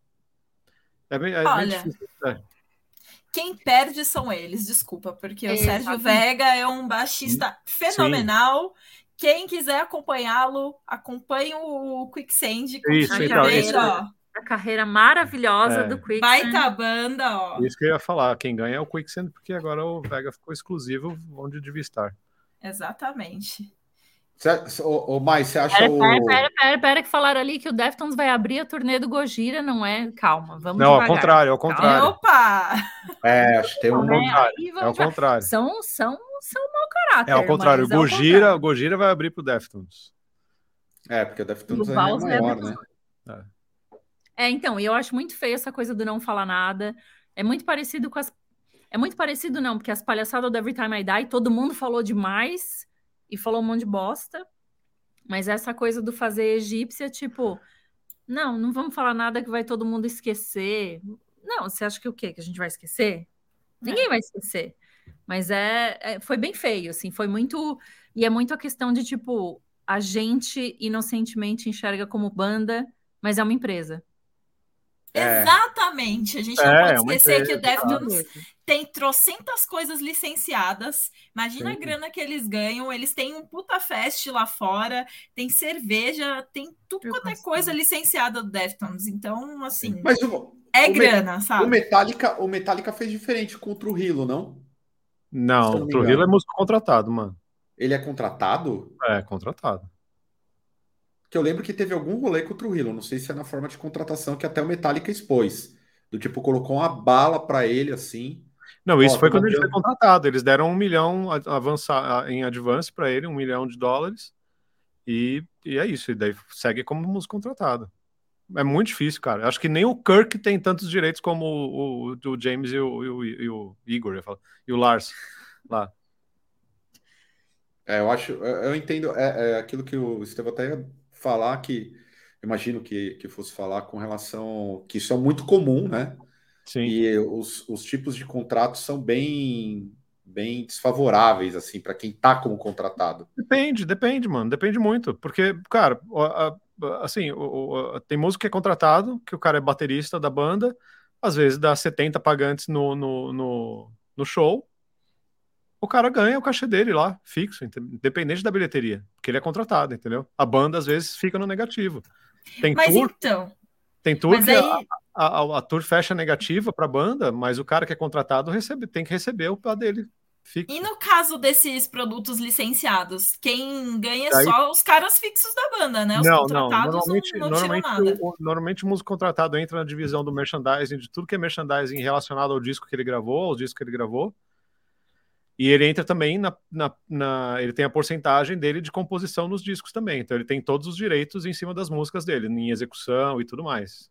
Speaker 2: É bem, é bem
Speaker 4: Olha,
Speaker 2: difícil. É.
Speaker 4: quem perde são eles, desculpa, porque o
Speaker 3: Exatamente.
Speaker 4: Sérgio Vega é um baixista fenomenal. Quem quiser acompanhá-lo, acompanhe o Quicksand.
Speaker 2: Isso,
Speaker 4: continue
Speaker 2: então,
Speaker 4: vendo,
Speaker 2: isso-
Speaker 4: ó.
Speaker 3: A carreira maravilhosa
Speaker 2: É.
Speaker 3: do Quicksand.
Speaker 4: Baita banda, ó.
Speaker 2: Isso que eu ia falar, quem ganha é o Quicksand, porque agora o Vega ficou exclusivo onde devia estar.
Speaker 4: Exatamente.
Speaker 1: Cê- Ô, ô, Mai, você acha
Speaker 3: Pera,
Speaker 1: o...
Speaker 3: pera, pera, pera, pera, que falaram ali que o Deftones vai abrir a turnê do Gojira, não é? Calma, vamos
Speaker 2: Não, ao
Speaker 3: devagar.
Speaker 2: contrário, ao
Speaker 3: Calma.
Speaker 2: contrário.
Speaker 4: Opa!
Speaker 1: É, acho que tem
Speaker 2: Ao
Speaker 1: um...
Speaker 3: Né?
Speaker 2: contrário,
Speaker 3: Aí
Speaker 2: É
Speaker 3: vamos
Speaker 2: ao
Speaker 3: devagar.
Speaker 2: contrário.
Speaker 3: São, são, são mau caráter.
Speaker 2: É ao contrário, o
Speaker 3: mas é ao
Speaker 2: Gojira,
Speaker 3: contrário.
Speaker 2: o Gojira vai abrir pro Deftones.
Speaker 1: É, porque o Deftones
Speaker 3: E o
Speaker 1: é
Speaker 3: Baus
Speaker 1: maior,
Speaker 3: leva-
Speaker 1: né?
Speaker 3: É, então, e eu acho muito feio essa coisa do não falar nada. É muito parecido com as. É muito parecido, não, porque as palhaçadas do Every Time I Die, todo mundo falou demais e falou um monte de bosta. Mas essa coisa do fazer egípcia, tipo, não, não vamos falar nada que vai todo mundo esquecer. Não, você acha que o quê? Que a gente vai esquecer? Ninguém vai esquecer. Mas é, é- foi bem feio, assim, foi muito. E é muito a questão de, tipo, a gente inocentemente enxerga como banda, mas é uma empresa.
Speaker 1: É.
Speaker 4: Exatamente. A gente não
Speaker 2: É,
Speaker 4: pode
Speaker 2: é uma
Speaker 4: esquecer que o
Speaker 2: empresa,
Speaker 4: Deftones tem trocentas coisas licenciadas. Imagina
Speaker 1: Sim.
Speaker 4: a grana que eles ganham. Eles têm um puta fest lá fora, tem cerveja, tem tudo
Speaker 3: Eu
Speaker 4: quanto é
Speaker 3: consigo.
Speaker 4: coisa licenciada do Deftones. Então, assim,
Speaker 1: Mas o,
Speaker 4: é
Speaker 1: o Me-
Speaker 4: grana,
Speaker 1: o
Speaker 4: sabe?
Speaker 1: Metallica, o Metallica fez diferente com o Trujillo, não? Se eu
Speaker 2: Não,
Speaker 1: não
Speaker 2: o
Speaker 1: me
Speaker 2: Trujillo
Speaker 1: engano.
Speaker 2: é músico contratado, mano.
Speaker 1: Ele é contratado?
Speaker 2: É, contratado.
Speaker 1: Que eu lembro que teve algum rolê com o Trujillo, não sei se é na forma de contratação que até o Metallica expôs. Do tipo, colocou uma bala pra ele, assim.
Speaker 2: Não, isso
Speaker 1: Ó,
Speaker 2: foi
Speaker 1: tô
Speaker 2: quando ele foi
Speaker 1: mandando-
Speaker 2: contratado. Eles deram um milhão a- avançar em advance para ele, um milhão de dólares. E, e é isso. E daí segue como músico contratado. É muito difícil, cara. Acho que nem o Kirk tem tantos direitos como o, o, o James e o, e o- e o Igor, eu ia falar, e o Lars lá.
Speaker 1: É, eu acho, eu eu entendo, é, é aquilo que o Estevão até ia falar, que imagino que, que fosse falar com relação, que isso é muito comum, né?
Speaker 2: Sim.
Speaker 1: E os, os tipos de contratos são bem, bem desfavoráveis, assim, para quem tá como contratado.
Speaker 2: Depende, depende, mano. Depende muito. Porque, cara, o- a- a- assim, o- o- tem músico que é contratado, que o cara é baterista da banda, às vezes dá setenta pagantes no, no, no, no show, o cara ganha o cachê dele lá, fixo, ente- independente da bilheteria, porque ele é contratado, entendeu? A banda, às vezes, fica no negativo. Tem
Speaker 4: Mas
Speaker 2: tour,
Speaker 4: então,
Speaker 2: tem tour
Speaker 4: mas
Speaker 2: que
Speaker 4: aí.
Speaker 2: a, a, a tour fecha negativa pra banda, mas o cara que é contratado recebe, tem que receber o pá dele fixo.
Speaker 4: E no caso desses produtos licenciados, quem ganha é
Speaker 2: Daí-
Speaker 4: só os caras fixos da banda, né? Os
Speaker 2: Não, não.
Speaker 4: contratados
Speaker 2: Normalmente,
Speaker 4: não, não tiram
Speaker 2: normalmente,
Speaker 4: nada.
Speaker 2: o, o- normalmente o músico contratado entra na divisão do merchandising, de tudo que é merchandising relacionado ao disco que ele gravou, ao disco que ele gravou. E ele entra também na, na, na- Ele tem a porcentagem dele de composição nos discos também. Então ele tem todos os direitos em cima das músicas dele, em execução e tudo mais.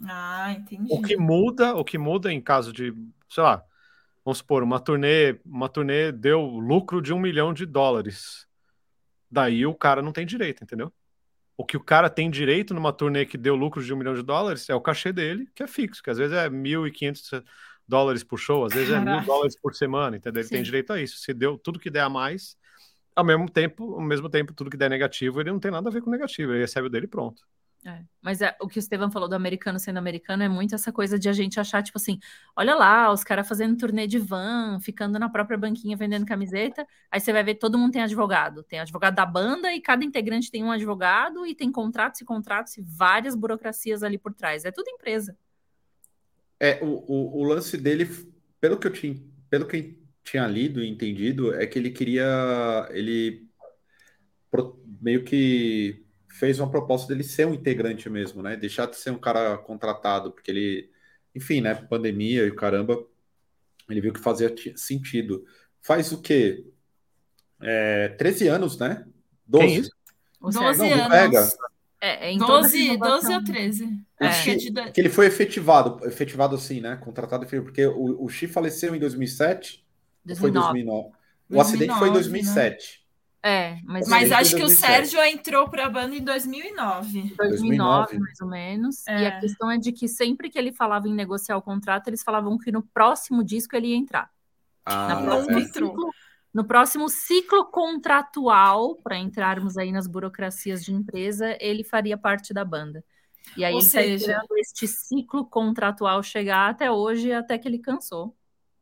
Speaker 4: Ah, entendi.
Speaker 2: O que muda, o que muda em caso de, sei lá, vamos supor, uma turnê, uma turnê deu lucro de um milhão de dólares. Daí o cara não tem direito, entendeu? O que o cara tem direito numa turnê que deu lucro de um milhão de dólares é o cachê dele, que é fixo, que às vezes é mil e quinhentos dólares por show, às vezes Caraca. é mil dólares por semana, entendeu? Ele Sim. tem direito a isso. Se deu tudo que der a mais, ao mesmo tempo, ao mesmo tempo, tudo que der negativo, ele não tem nada a ver com negativo, ele recebe o dele e pronto.
Speaker 3: É, mas é, o que o Estevam falou do americano sendo americano é muito essa coisa de a gente achar, tipo assim, olha lá, os caras fazendo turnê de van, ficando na própria banquinha vendendo camiseta, aí você vai ver todo mundo tem advogado, tem advogado da banda e cada integrante tem um advogado e tem contratos e contratos e várias burocracias ali por trás, é tudo empresa.
Speaker 1: É, o, o, o lance dele, pelo que eu tinha, pelo que eu tinha lido e entendido, é que ele queria, ele meio que fez uma proposta dele ser um integrante mesmo, né? Deixar de ser um cara contratado, porque ele, enfim, né? Pandemia e o caramba, ele viu que fazia sentido. Faz o quê? É, treze anos, né? doze.
Speaker 4: doze Não, anos. Pega.
Speaker 3: É, é em
Speaker 4: doze, doze ou treze.
Speaker 1: É. Acho que, de... que ele foi efetivado, efetivado assim, né? Contratado, porque o, o Xi faleceu em dois mil e sete.
Speaker 3: dois mil e nove.
Speaker 1: Foi dois mil e nove. O acidente foi em dois mil e sete.
Speaker 4: Né?
Speaker 3: É, mas,
Speaker 4: mas acho que o Sérgio entrou para a banda em dois mil e nove.
Speaker 3: dois mil e nove, mais ou menos. É. E a questão é de que sempre que ele falava em negociar o contrato, eles falavam que no próximo disco ele ia entrar.
Speaker 1: Ah,
Speaker 3: Na próxima
Speaker 1: é.
Speaker 3: ciclo, no próximo ciclo contratual, para entrarmos aí nas burocracias de empresa, ele faria parte da banda. E aí Ou ele está esperando este ciclo contratual chegar até hoje, até que ele cansou.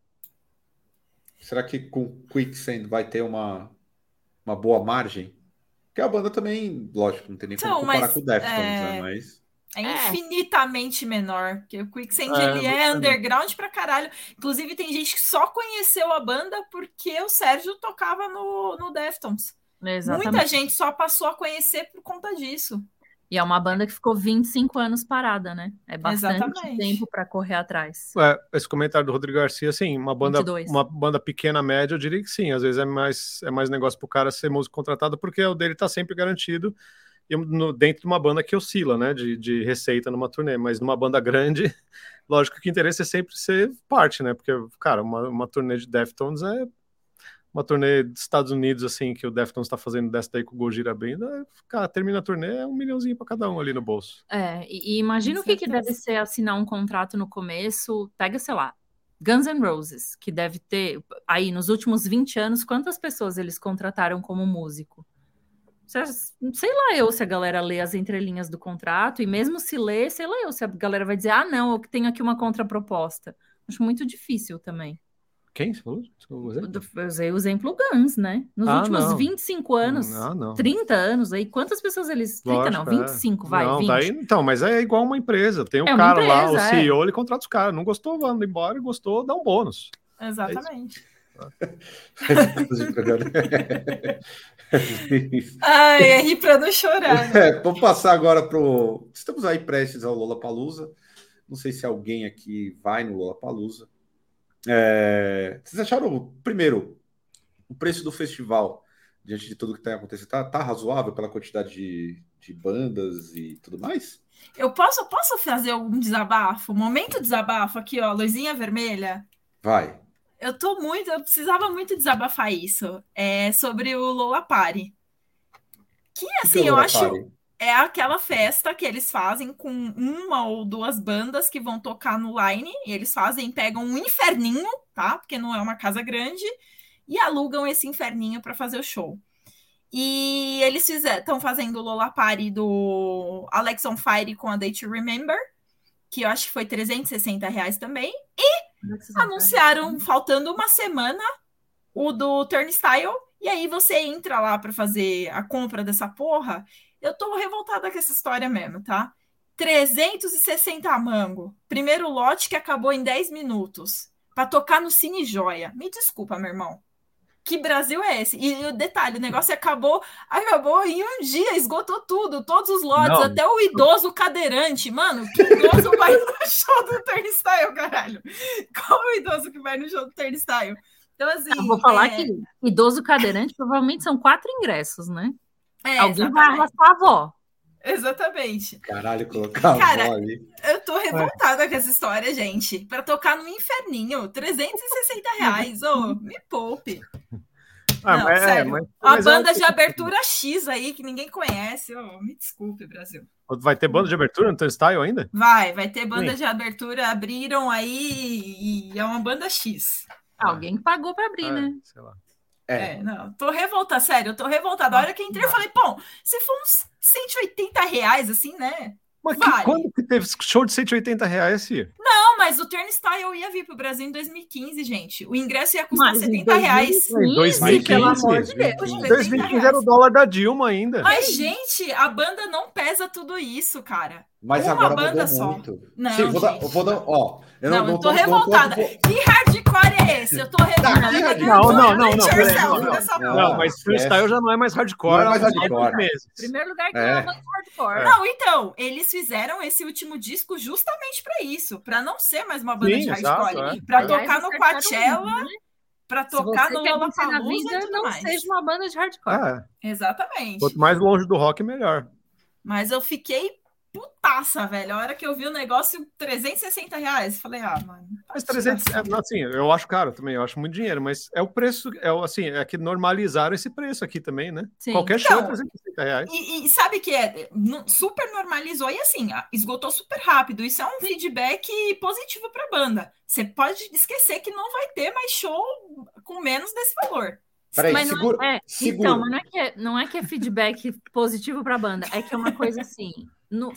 Speaker 1: Será que com Quicksand vai ter uma... uma boa margem? Porque a banda também, lógico, não tem nem então, como comparar mas, com o Deftones, é... né? Mas...
Speaker 4: É infinitamente menor, porque o Quicksand é, ele é underground pra caralho. Inclusive tem gente que só conheceu a banda porque o Sérgio tocava no, no Deftones.
Speaker 3: Exatamente.
Speaker 4: Muita gente só passou a conhecer por conta disso.
Speaker 3: E é uma banda que ficou vinte e cinco anos parada, né? É bastante
Speaker 4: Exatamente.
Speaker 3: tempo para correr atrás.
Speaker 2: É, esse comentário do Rodrigo Garcia, sim, uma banda, uma banda pequena, média, eu diria que sim. Às vezes é mais, é mais negócio pro cara ser músico contratado, porque o dele tá sempre garantido e no, dentro de uma banda que oscila, né? De, de receita numa turnê. Mas numa banda grande, lógico que o interesse é sempre ser parte, né? Porque, cara, uma, uma turnê de Deftones é uma turnê dos Estados Unidos, assim, que o Deftones está fazendo dessa daí com o Gojira Banda, cara, termina a turnê, é um milhãozinho para cada um ali no bolso.
Speaker 3: É, e, e imagina o que, que deve ser assinar um contrato no começo, pega, sei lá, Guns N' Roses, que deve ter, aí, nos últimos vinte anos, quantas pessoas eles contrataram como músico? Sei lá eu se a galera lê as entrelinhas do contrato, e mesmo se lê, sei lá eu se a galera vai dizer, ah, não, eu tenho aqui uma contraproposta. Acho muito difícil também.
Speaker 2: Quem? Eu
Speaker 3: usei o exemplo Guns, né? Nos ah, últimos não. vinte e cinco anos,
Speaker 2: ah, não.
Speaker 3: trinta anos, aí quantas pessoas eles... trinta não, vinte e cinco,
Speaker 2: é.
Speaker 3: vai,
Speaker 2: não,
Speaker 3: vinte.
Speaker 2: Daí, então, mas é igual uma empresa. Tem o um é cara empresa, lá, o C E O, é. ele contrata os caras. Não gostou, vamos embora. Gostou, dá um bônus.
Speaker 4: Exatamente.
Speaker 1: É
Speaker 4: Ai, é rir pra não chorar. Né?
Speaker 1: É, vamos passar agora pro... Estamos aí prestes ao Lollapalooza. Não sei se alguém aqui vai no Lollapalooza. É... Vocês acharam, primeiro, o preço do festival, diante de tudo que está acontecendo, tá, tá razoável pela quantidade de, de bandas e tudo mais?
Speaker 4: Eu posso, posso fazer algum desabafo? Momento desabafo aqui, ó, luzinha vermelha.
Speaker 1: Vai.
Speaker 4: Eu tô muito, eu precisava muito desabafar isso. É sobre o Lollapalooza. Que assim, que eu acho... É aquela festa que eles fazem com uma ou duas bandas que vão tocar no line, e eles fazem, pegam um inferninho, tá? Porque não é uma casa grande, e alugam esse inferninho para fazer o show. E eles estão fazendo o Lollapalooza do Alex on Fire com a Day to Remember, que eu acho que foi trezentos e sessenta reais também, e anunciaram, faltando uma semana, o do Turnstile, e aí você entra lá para fazer a compra dessa porra. Eu tô revoltada com essa história mesmo, tá? trezentos e sessenta mango. Primeiro lote que acabou em dez minutos. Pra tocar no Cine Joia. Me desculpa, meu irmão. Que Brasil é esse? E o detalhe, o negócio acabou, acabou em um dia, esgotou tudo, todos os lotes, Não. até o idoso cadeirante. Mano, que idoso vai no show do Turnstile, caralho? Qual o idoso que vai no show do Turnstile? Então, assim...
Speaker 3: Eu vou falar é... que idoso cadeirante provavelmente são quatro ingressos, né?
Speaker 4: É,
Speaker 3: Alguém
Speaker 4: exatamente.
Speaker 3: vai arrastar a avó.
Speaker 4: Exatamente.
Speaker 1: Caralho, colocar
Speaker 4: Cara,
Speaker 1: a avó ali.
Speaker 4: Eu tô revoltada é. com essa história, gente. Pra tocar no inferninho, trezentos e sessenta reais. Ô, oh, me poupe. Ah, não, mas, sério. É, mas, a mas banda é... de abertura X aí, que ninguém conhece. Oh, me desculpe, Brasil.
Speaker 2: Vai ter banda de abertura no teu style ainda?
Speaker 4: Vai, vai ter banda Sim. de abertura. Abriram aí e é uma banda X.
Speaker 3: Alguém pagou pra abrir, é, né?
Speaker 2: Sei lá.
Speaker 4: É. é, não, tô revoltada, sério, eu tô revoltada. A hora que entrei, eu falei, bom, se for uns cento e oitenta reais, assim, né?
Speaker 2: Mas vale. que, quando que teve show de cento e oitenta reais, Cia?
Speaker 4: Não, mas o Turnstile ia vir pro Brasil em dois mil e quinze, gente. O ingresso ia custar mas setenta reais.
Speaker 2: Em dois mil e quinze, pelo amor de Deus. Em dois mil e quinze era o dólar da Dilma ainda.
Speaker 4: Mas, gente, a banda não pesa tudo isso, cara.
Speaker 1: Mas
Speaker 4: Uma
Speaker 1: agora
Speaker 4: banda
Speaker 1: mudou
Speaker 4: só.
Speaker 1: muito.
Speaker 4: Não,
Speaker 1: Sim, vou dar,
Speaker 4: gente.
Speaker 1: vou dar, ó, eu
Speaker 4: não,
Speaker 1: não,
Speaker 4: eu
Speaker 1: não
Speaker 4: tô, tô
Speaker 1: revoltada.
Speaker 4: Não, tô... Que hardcore é esse? Eu tô revoltada.
Speaker 2: Não, não, não, não, não, não, não, não, mas freestyle já não é mais hardcore.
Speaker 1: Não é mais hardcore.
Speaker 3: Em primeiro lugar, que é. não é mais hardcore.
Speaker 4: Não, então, eles fizeram esse último disco justamente pra isso, pra não ser mais uma banda Sim, de hardcore, exato, é. pra Aliás, tocar no Coachella, né? pra tocar no Lollapalooza e tudo
Speaker 3: não
Speaker 4: mais.
Speaker 3: seja uma banda de hardcore.
Speaker 2: Ah,
Speaker 4: exatamente.
Speaker 2: Quanto mais longe do rock, melhor.
Speaker 4: Mas eu fiquei putaça, velho. A hora que eu vi o negócio, trezentos e sessenta reais. Falei, ah, mano.
Speaker 2: Mas trezentos, é, assim, eu acho caro também, eu acho muito dinheiro, mas é o preço, é assim, é que normalizaram esse preço aqui também, né? Sim. Qualquer show é trezentos e sessenta reais.
Speaker 4: E, e sabe que é? Super normalizou e assim, esgotou super rápido. Isso é um feedback positivo pra banda. Você pode esquecer que não vai ter mais show com menos desse valor.
Speaker 1: Peraí,
Speaker 3: mas
Speaker 1: segura,
Speaker 3: não é,
Speaker 1: segura.
Speaker 3: Então, mas não é, que é, não é que é feedback positivo pra banda, é que é uma coisa assim, no,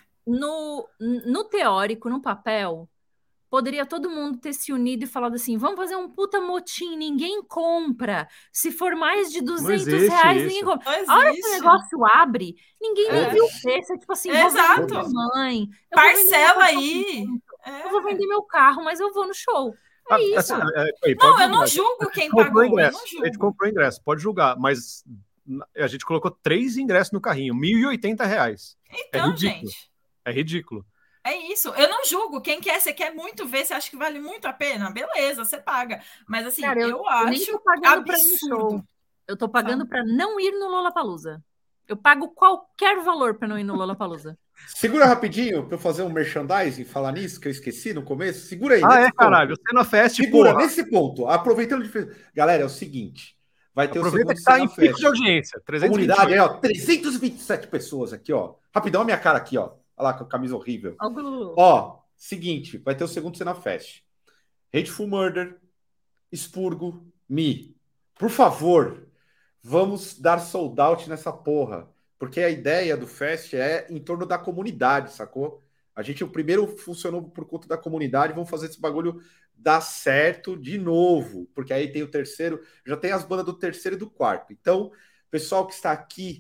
Speaker 3: no, no teórico, no papel, poderia todo mundo ter se unido e falado assim, vamos fazer um puta motim, ninguém compra. Se for mais de duzentos reais, ninguém compra. A hora que o negócio abre, ninguém é. viu o preço. É tipo assim,
Speaker 4: Exato.
Speaker 3: vou vender minha mãe.
Speaker 4: Parcela aí.
Speaker 3: É. Eu vou vender meu carro, mas eu vou no show. É
Speaker 2: ah,
Speaker 3: isso.
Speaker 2: Assim, é, é,
Speaker 4: não, eu não julgo quem pagou.
Speaker 2: Ingresso.
Speaker 4: Eu não julgo.
Speaker 2: A gente comprou ingresso, pode julgar, mas a gente colocou três ingressos no carrinho, mil e oitenta reais.
Speaker 4: Então,
Speaker 2: é ridículo.
Speaker 4: gente.
Speaker 2: É ridículo.
Speaker 4: É isso, eu não julgo. Quem quer, você quer muito ver, você acha que vale muito a pena? Beleza, você paga. Mas assim, Cara, eu, eu acho nem tô pagando pra ir no show.
Speaker 3: Eu tô pagando para não ir no Lollapalooza. Eu pago qualquer valor para não ir no Lollapalooza.
Speaker 1: Segura rapidinho para eu fazer um merchandising, falar nisso, que eu esqueci no começo. Segura aí.
Speaker 2: Ah, é, caralho. O Cena Fest,
Speaker 1: Segura, porra. Nesse ponto. Aproveitando de... Galera, é o seguinte. Vai ter
Speaker 2: Aproveita
Speaker 1: o segundo
Speaker 2: que tá
Speaker 1: Cena
Speaker 2: em
Speaker 1: Fest.
Speaker 2: pico de audiência. trezentos e vinte
Speaker 1: Comunidade, aí, ó. trezentas e vinte e sete pessoas aqui, ó. Rapidão a minha cara aqui, ó. Olha lá, com a camisa horrível.
Speaker 3: Oh,
Speaker 1: ó, seguinte. Vai ter o segundo Cena Fest. Hateful Murder, Expurgo, Me. Por favor, vamos dar sold out nessa porra. Porque a ideia do Fest é em torno da comunidade, sacou? A gente, o primeiro funcionou por conta da comunidade, vamos fazer esse bagulho dar certo de novo. Porque aí tem o terceiro, já tem as bandas do terceiro e do quarto. Então, pessoal que está aqui,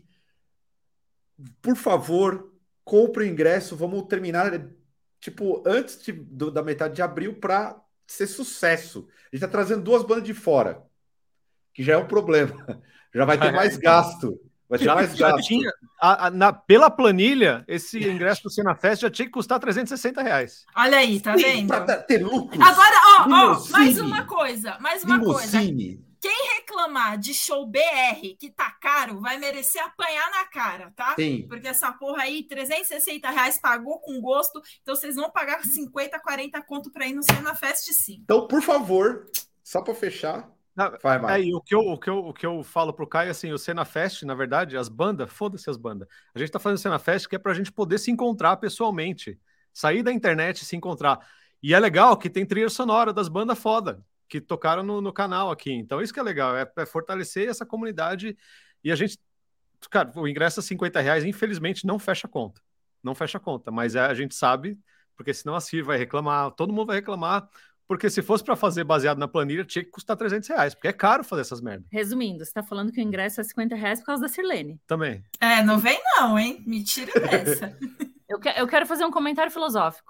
Speaker 1: por favor, compre o ingresso, vamos terminar, tipo, antes de, do, da metade de abril para ser sucesso. A gente está trazendo duas bandas de fora, que já é um problema. Já vai ter mais gasto. Vai ter
Speaker 2: já,
Speaker 1: mais
Speaker 2: já
Speaker 1: gasto.
Speaker 2: Tinha, a, a, na, pela planilha, esse ingresso do Cena Fest já tinha que custar trezentos e sessenta reais.
Speaker 4: Olha aí, tá vendo?
Speaker 1: Para ter lucro.
Speaker 4: Agora, ó, ó, mais uma coisa, mais uma
Speaker 1: Limousine.
Speaker 4: coisa. Quem reclamar de show B R que tá caro, vai merecer apanhar na cara, tá?
Speaker 1: Sim.
Speaker 4: Porque essa porra aí, trezentos e sessenta reais, pagou com gosto, então vocês vão pagar cinquenta, quarenta conto pra ir no Cena Fest, sim.
Speaker 1: Então, por favor, só pra fechar...
Speaker 2: Vai, vai. É, o, que eu, o, que eu, o que eu falo pro Caio, assim, o Cena Fest, na verdade, as bandas, foda-se as bandas. A gente tá fazendo o Cena Fest que é pra gente poder se encontrar pessoalmente. Sair da internet e se encontrar. E é legal que tem trilha sonora das bandas foda, que tocaram no, no canal aqui. Então isso que é legal, é, é fortalecer essa comunidade. E a gente, cara, o ingresso a cinquenta reais, infelizmente, não fecha a conta. Não fecha a conta, mas é, a gente sabe, porque senão a Cir vai reclamar, todo mundo vai reclamar. Porque se fosse para fazer baseado na planilha, tinha que custar trezentos reais, porque é caro fazer essas merdas.
Speaker 3: Resumindo, você tá falando que o ingresso é cinquenta reais por causa da Sirlene.
Speaker 2: Também.
Speaker 4: É, não vem não, hein? Me tira dessa.
Speaker 3: eu, que, eu quero fazer um comentário filosófico.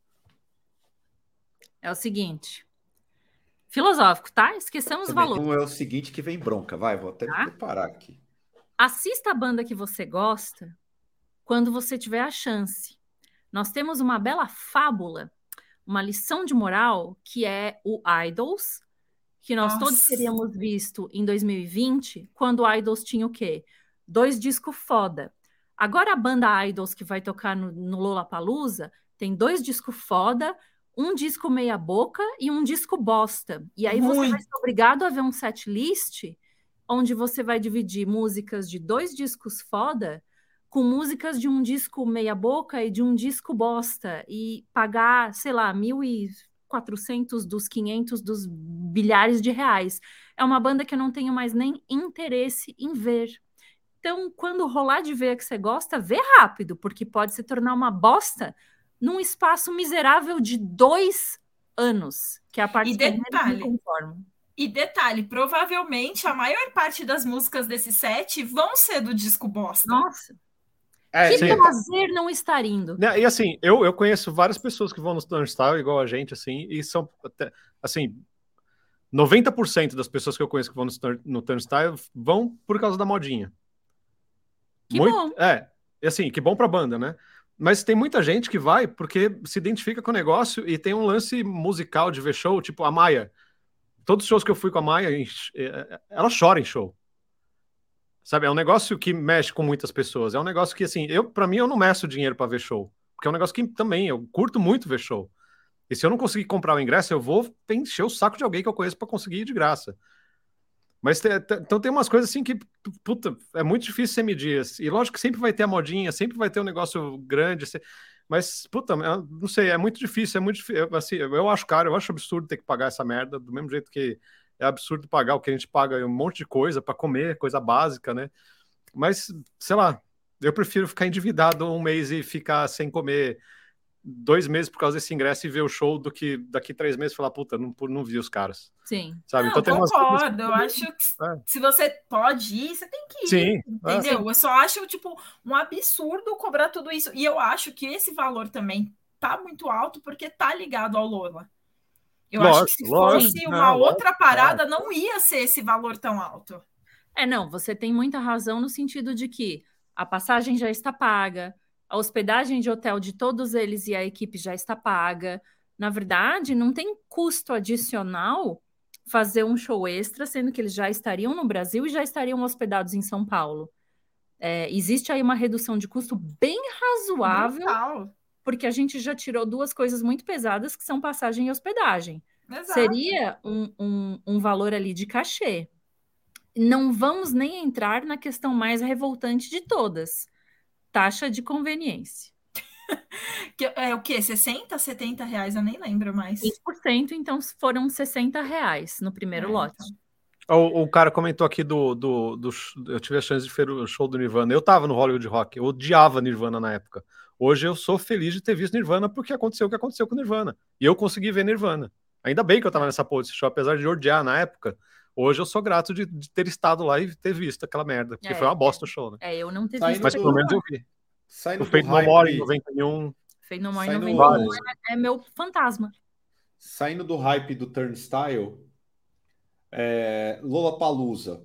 Speaker 3: É o seguinte. Filosófico, tá? Esqueçamos o valor.
Speaker 1: Não é o seguinte que vem bronca. Vai, vou até tá? me preparar aqui.
Speaker 3: Assista a banda que você gosta quando você tiver a chance. Nós temos uma bela fábula, uma lição de moral, que é o Idols, que nós Nossa. todos teríamos visto em dois mil e vinte, quando o Idols tinha o quê? Dois discos foda. Agora a banda Idols que vai tocar no, no Lollapalooza tem dois discos foda, um disco meia boca e um disco bosta. E aí você
Speaker 4: Ruim.
Speaker 3: vai ser obrigado a ver um set list onde você vai dividir músicas de dois discos foda com músicas de um disco meia boca e de um disco bosta e pagar, sei lá, mil e quatrocentos dos quinhentos dos bilhares de reais. É uma banda que eu não tenho mais nem interesse em ver. Então, quando rolar de ver a que você gosta, vê rápido, porque pode se tornar uma bosta num espaço miserável de dois anos, que é a parte
Speaker 4: E
Speaker 3: que eu menos
Speaker 4: detalhe,
Speaker 3: me conformo.
Speaker 4: E detalhe, provavelmente a maior parte das músicas desse set vão ser do disco bosta.
Speaker 3: Nossa,
Speaker 1: É,
Speaker 3: que
Speaker 2: sim.
Speaker 3: prazer não estar indo.
Speaker 2: Né, E assim, eu, eu conheço várias pessoas que vão no Turnstile, igual a gente, assim, e são até, assim, noventa por cento das pessoas que eu conheço que vão no, Turn- no Turnstile vão por causa da modinha.
Speaker 3: Que
Speaker 2: Muito,
Speaker 3: bom.
Speaker 2: É, e assim, que bom pra banda, né? Mas tem muita gente que vai porque se identifica com o negócio e tem um lance musical de ver show, tipo a Maia. Todos os shows que eu fui com a Maia, em- eh, ela chora em show. Sabe, é um negócio que mexe com muitas pessoas. É um negócio que, assim, eu, para mim, eu não meço dinheiro para ver show. Porque é um negócio que também, eu curto muito ver show. E se eu não conseguir comprar o ingresso, eu vou encher o saco de alguém que eu conheço para conseguir ir de graça. Mas te- te- então tem umas coisas assim que, puta, é muito difícil você medir. E lógico que sempre vai ter a modinha, sempre vai ter um negócio grande. se- Mas, puta, eu não sei, é muito difícil, é muito difícil. Assim, eu acho caro, eu acho absurdo ter que pagar essa merda, do mesmo jeito que é absurdo pagar o que a gente paga um monte de coisa para comer, coisa básica, né? Mas, sei lá, eu prefiro ficar endividado um mês e ficar sem comer dois meses por causa desse ingresso e ver o show do que daqui três meses falar, puta, não, não vi os caras.
Speaker 3: Sim.
Speaker 2: Sabe?
Speaker 4: Não,
Speaker 2: Então tem umas coisas
Speaker 4: concordo. Eu acho que
Speaker 2: É.
Speaker 4: se você pode ir, você tem que ir.
Speaker 2: Sim,
Speaker 4: Entendeu? Eu só acho, tipo, um absurdo cobrar tudo isso. E eu acho que esse valor também tá muito alto porque tá ligado ao Lola. Eu acho que se
Speaker 2: Lógico,
Speaker 4: fosse
Speaker 2: lógico.
Speaker 4: uma
Speaker 2: Não,
Speaker 4: outra
Speaker 2: lógico,
Speaker 4: parada, não ia ser esse valor tão alto.
Speaker 3: É, não, você tem muita razão no sentido de que a passagem já está paga, a hospedagem de hotel de todos eles e a equipe já está paga. Na verdade, não tem custo adicional fazer um show extra, sendo que eles já estariam no Brasil e já estariam hospedados em São Paulo. É, existe aí uma redução de custo bem razoável,
Speaker 4: Brutal.
Speaker 3: porque a gente já tirou duas coisas muito pesadas, que são passagem e hospedagem.
Speaker 4: Exato.
Speaker 3: Seria um, um, um valor ali de cachê. Não vamos nem entrar na questão mais revoltante de todas, taxa de conveniência.
Speaker 4: Que, é o quê? sessenta, setenta reais? Eu nem lembro mais.
Speaker 3: vinte por cento, então foram sessenta reais no primeiro
Speaker 4: É,
Speaker 3: lote.
Speaker 4: então.
Speaker 2: O, o cara comentou aqui do, do, do. Eu tive a chance de ver o show do Nirvana. Eu tava no Hollywood Rock, eu odiava Nirvana na época. Hoje eu sou feliz de ter visto Nirvana porque aconteceu o que aconteceu com Nirvana. E eu consegui ver Nirvana. Ainda bem que eu tava nessa porra desse show, apesar de odiar na época. Hoje eu sou grato de, de ter estado lá e ter visto aquela merda, porque
Speaker 3: É,
Speaker 2: foi uma bosta o show, né?
Speaker 3: É, eu não teve
Speaker 1: Saindo
Speaker 3: visto.
Speaker 2: Mas
Speaker 1: do-
Speaker 2: pelo menos eu vi.
Speaker 1: Saindo
Speaker 2: O
Speaker 1: do
Speaker 2: Feito No More em
Speaker 1: hype,
Speaker 2: noventa e um.
Speaker 3: Feito no More
Speaker 1: Saindo-
Speaker 3: noventa e um
Speaker 2: Vários.
Speaker 3: é, é meu fantasma.
Speaker 1: saindo do hype do Turnstile, é, Lollapalooza.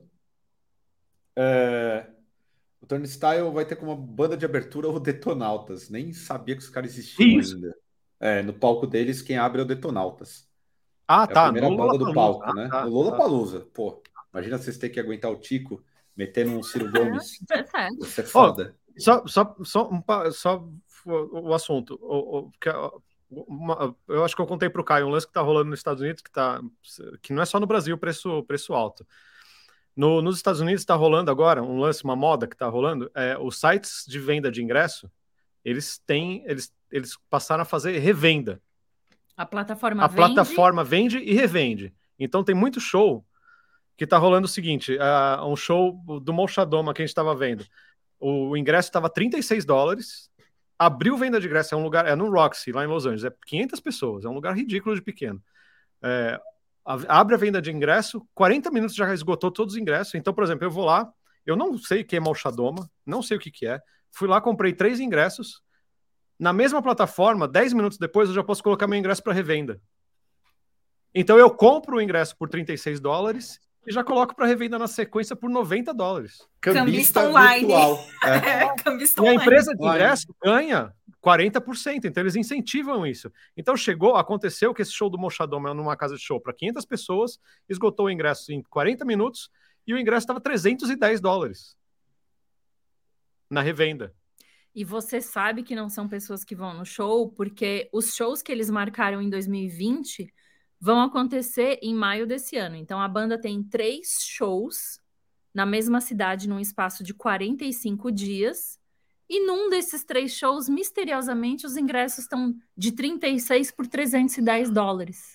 Speaker 1: É, o Turnstile vai ter como banda de abertura o Detonautas. Nem sabia que os caras existiam
Speaker 2: Isso.
Speaker 1: ainda. É, no palco deles, quem abre é o Detonautas.
Speaker 2: Ah,
Speaker 1: É a
Speaker 2: tá.
Speaker 1: primeira
Speaker 2: no
Speaker 1: banda do
Speaker 2: Lollapalooza.
Speaker 1: palco, né?
Speaker 2: Ah, tá,
Speaker 1: No
Speaker 2: tá.
Speaker 1: Lollapalooza. Pô, imagina vocês terem que aguentar o Tico metendo um Ciro Gomes.
Speaker 3: É sério.
Speaker 1: Isso é foda.
Speaker 2: Só, só, só, um, pa- só o, o assunto. O, o- que, a- uma- eu acho que eu contei para o Caio um lance que tá rolando nos Estados Unidos, que, tá, que não é só no Brasil preço, preço alto. No, nos Estados Unidos está rolando agora um lance, uma moda que está rolando. É, os sites de venda de ingresso, eles têm, eles, eles passaram a fazer revenda.
Speaker 3: A plataforma
Speaker 2: A
Speaker 3: vende.
Speaker 2: plataforma vende e revende. Então tem muito show que tá rolando o seguinte: uh, um show do Molchadoma que a gente estava vendo. O ingresso estava trinta e seis dólares. Abriu venda de ingresso, é um lugar, é no Roxy, lá em Los Angeles, é quinhentas pessoas, é um lugar ridículo de pequeno. É, abre a venda de ingresso, quarenta minutos já esgotou todos os ingressos. Então, por exemplo, eu vou lá, eu não sei o que é Molchadoma, não sei o que, que é. Fui lá, comprei três ingressos. Na mesma plataforma, dez minutos depois, eu já posso colocar meu ingresso para revenda. Então, eu compro o ingresso por trinta e seis dólares e já coloco para revenda na sequência por noventa dólares.
Speaker 4: Cambista online.
Speaker 1: virtual. É.
Speaker 4: É, cambista
Speaker 2: E a
Speaker 4: online.
Speaker 2: empresa de
Speaker 1: Online.
Speaker 2: ingresso ganha quarenta por cento, então eles incentivam isso. Então chegou, aconteceu que esse show do Molchadoma é numa casa de show para quinhentas pessoas, esgotou o ingresso em quarenta minutos e o ingresso estava trezentos e dez dólares na revenda.
Speaker 3: E você sabe que não são pessoas que vão no show, porque os shows que eles marcaram em dois mil e vinte vão acontecer em maio desse ano. Então a banda tem três shows na mesma cidade, num espaço de quarenta e cinco dias. E num desses três shows, misteriosamente, os ingressos estão de trinta e seis por trezentos e dez dólares.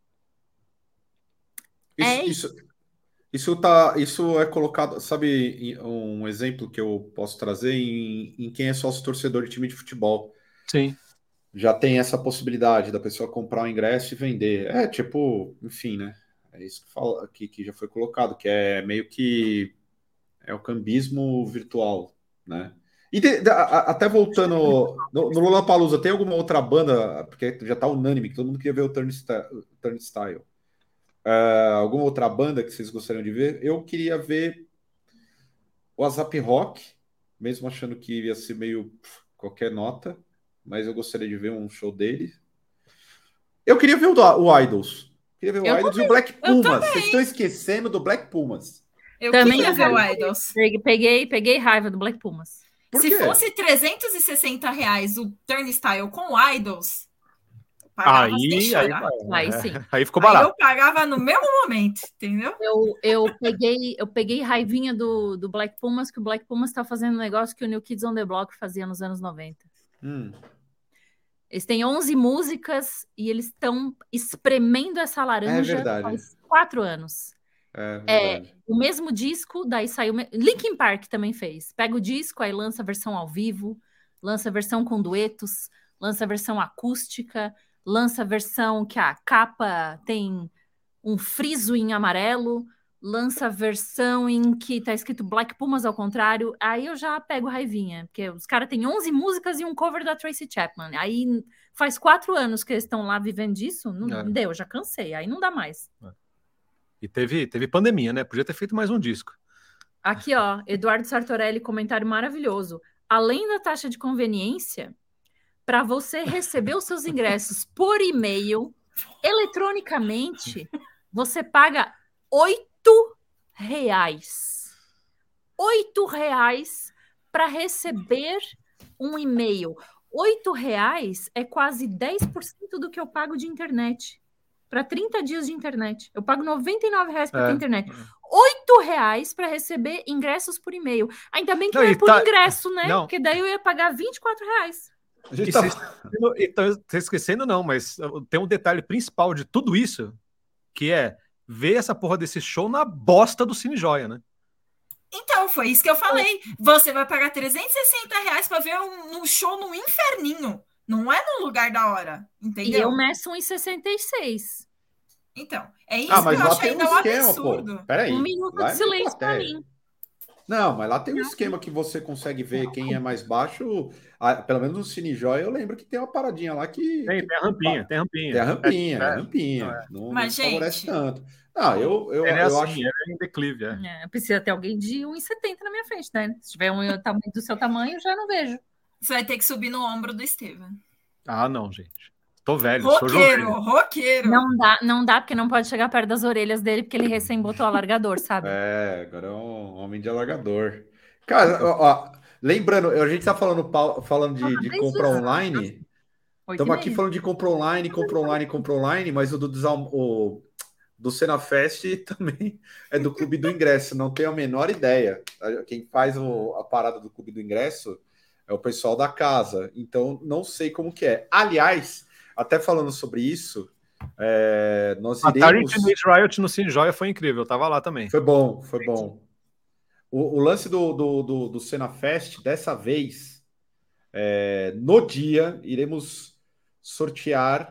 Speaker 1: Isso,
Speaker 3: É
Speaker 1: isso, isso, tá, isso é colocado, sabe, um exemplo que eu posso trazer em, em quem é sócio torcedor de time de futebol.
Speaker 2: Sim.
Speaker 1: Já tem essa possibilidade da pessoa comprar o ingresso e vender. É tipo, enfim, né? É isso que, fala, que, que já foi colocado, que é meio que é o cambismo virtual, né? E de, de, a, até voltando no, no Lollapalooza, tem alguma outra banda, porque já tá unânime, que todo mundo queria ver o Turnstile. Turnstile. Uh, alguma outra banda que vocês gostariam de ver? Eu queria ver o A$AP Rock, mesmo achando que ia ser meio pff, qualquer nota, mas eu gostaria de ver um show dele. Eu queria ver o, o Idols. Queria ver o
Speaker 3: Eu
Speaker 1: Idols
Speaker 3: também,
Speaker 1: e o Black
Speaker 4: eu
Speaker 1: Pumas.
Speaker 4: também.
Speaker 1: Vocês estão esquecendo do Black Pumas.
Speaker 4: Eu
Speaker 3: Também
Speaker 4: queria ver o
Speaker 3: quero.
Speaker 4: Idols.
Speaker 3: Peguei, peguei raiva do Black Pumas.
Speaker 1: Por
Speaker 4: Se
Speaker 1: quê?
Speaker 4: fosse trezentos e sessenta reais o Turnstile com Idols, eu pagava sem
Speaker 2: Aí, aí,
Speaker 4: chorar.
Speaker 3: Aí
Speaker 2: é,
Speaker 3: sim.
Speaker 2: aí ficou
Speaker 4: Aí
Speaker 2: barato.
Speaker 4: eu pagava no mesmo momento, entendeu?
Speaker 3: Eu, eu, peguei, eu peguei raivinha do, do Black Pumas, que o Black Pumas tá fazendo um negócio que o New Kids on the Block fazia nos anos noventa.
Speaker 1: Hum.
Speaker 3: Eles têm onze músicas e eles estão espremendo essa laranja
Speaker 1: verdade.
Speaker 3: faz quatro anos.
Speaker 1: É
Speaker 3: É,
Speaker 1: verdade.
Speaker 3: o mesmo disco, daí saiu... me- Linkin Park também fez. Pega o disco, aí lança a versão ao vivo, lança a versão com duetos, lança a versão acústica, lança a versão que a capa tem um friso em amarelo, lança a versão em que tá escrito Black Pumas ao contrário, aí eu já pego raivinha, porque os caras têm onze músicas e um cover da Tracy Chapman. Aí faz quatro anos que eles estão lá vivendo disso, não
Speaker 2: É.
Speaker 3: deu, já cansei, aí não dá mais.
Speaker 2: E teve, teve pandemia, né? Podia ter feito mais um disco.
Speaker 3: Aqui, ó, Eduardo Sartorelli, comentário maravilhoso. Além da taxa de conveniência, para você receber os seus ingressos por e-mail, eletronicamente, você paga oito reais. Oito reais para receber um e-mail. Oito reais é quase dez por cento do que eu pago de internet. Para trinta dias de internet. Eu pago noventa e nove reais para ter
Speaker 2: É.
Speaker 3: internet. Oito reais para receber ingressos por e-mail. Ainda bem que
Speaker 2: Não,
Speaker 3: não, é
Speaker 2: e
Speaker 3: por
Speaker 2: tá-
Speaker 3: ingresso, né?
Speaker 2: Não.
Speaker 3: Porque daí eu ia pagar vinte e quatro reais.
Speaker 1: A gente
Speaker 2: E
Speaker 1: tá...
Speaker 2: vocês estão esquecendo, não, mas tem um detalhe principal de tudo isso, que é ver essa porra desse show na bosta do Cine Joia, né?
Speaker 4: Então, foi isso que eu falei. Você vai pagar trezentos e sessenta reais para ver um, um show no inferninho. Não é no lugar da hora,
Speaker 3: E
Speaker 4: entendeu?
Speaker 3: eu meço um e sessenta e seis.
Speaker 4: Então, é isso
Speaker 1: Ah, mas
Speaker 4: que eu
Speaker 1: lá
Speaker 4: acho
Speaker 1: tem
Speaker 4: ainda
Speaker 1: um
Speaker 4: um
Speaker 1: esquema,
Speaker 4: absurdo.
Speaker 1: pô. Peraí.
Speaker 3: Um minuto
Speaker 1: Lá
Speaker 3: de
Speaker 1: é
Speaker 3: silêncio para
Speaker 1: plateia.
Speaker 3: mim.
Speaker 1: Não, mas lá tem um esquema que você consegue ver quem é mais baixo. Ah, pelo menos no Cine Joia eu lembro que tem uma paradinha lá que.
Speaker 2: Tem,
Speaker 1: que-
Speaker 2: tem a rampinha, tem a rampinha.
Speaker 1: Tem a rampinha,
Speaker 2: É,
Speaker 1: é, a
Speaker 2: é.
Speaker 1: rampinha.
Speaker 2: Não, é.
Speaker 1: Não,
Speaker 4: Mas,
Speaker 1: não favorece
Speaker 4: gente,
Speaker 1: tanto. Não, eu, eu,
Speaker 2: Ele é
Speaker 1: eu
Speaker 2: assim,
Speaker 1: acho.
Speaker 2: ele é em declive, é.
Speaker 3: É, precisa ter alguém de um e setenta na minha frente, né? Se tiver um tamanho do seu tamanho, já não vejo.
Speaker 4: Você vai ter que subir no ombro do Steven.
Speaker 2: Ah, não, gente. Tô velho, sou
Speaker 4: Roqueiro,
Speaker 2: jovem.
Speaker 4: roqueiro.
Speaker 3: Não dá, não dá, porque não pode chegar perto das orelhas dele, porque ele recém botou o alargador, sabe?
Speaker 1: É, agora é um homem de alargador. Cara, ó, ó, lembrando, a gente tá falando, pau- falando de, de
Speaker 3: Ah,
Speaker 1: compra
Speaker 3: isso.
Speaker 1: online.
Speaker 3: Oito e
Speaker 1: Estamos aqui
Speaker 3: meia.
Speaker 1: falando de compra online, compra online, compra online, mas o do, desal- o, do Cenafest também é do Clube do Ingresso, não tenho a menor ideia. Quem faz o- a parada do Clube do Ingresso é o pessoal da casa, então não sei como que é. Aliás, até falando sobre isso, é, nós
Speaker 2: A Atari
Speaker 1: iremos...
Speaker 2: Teenage Riot no Cine Joia foi incrível, eu tava lá também.
Speaker 1: Foi bom, foi bom. O, o lance do, do, do, do Cenafest, dessa vez, é, no dia, iremos sortear,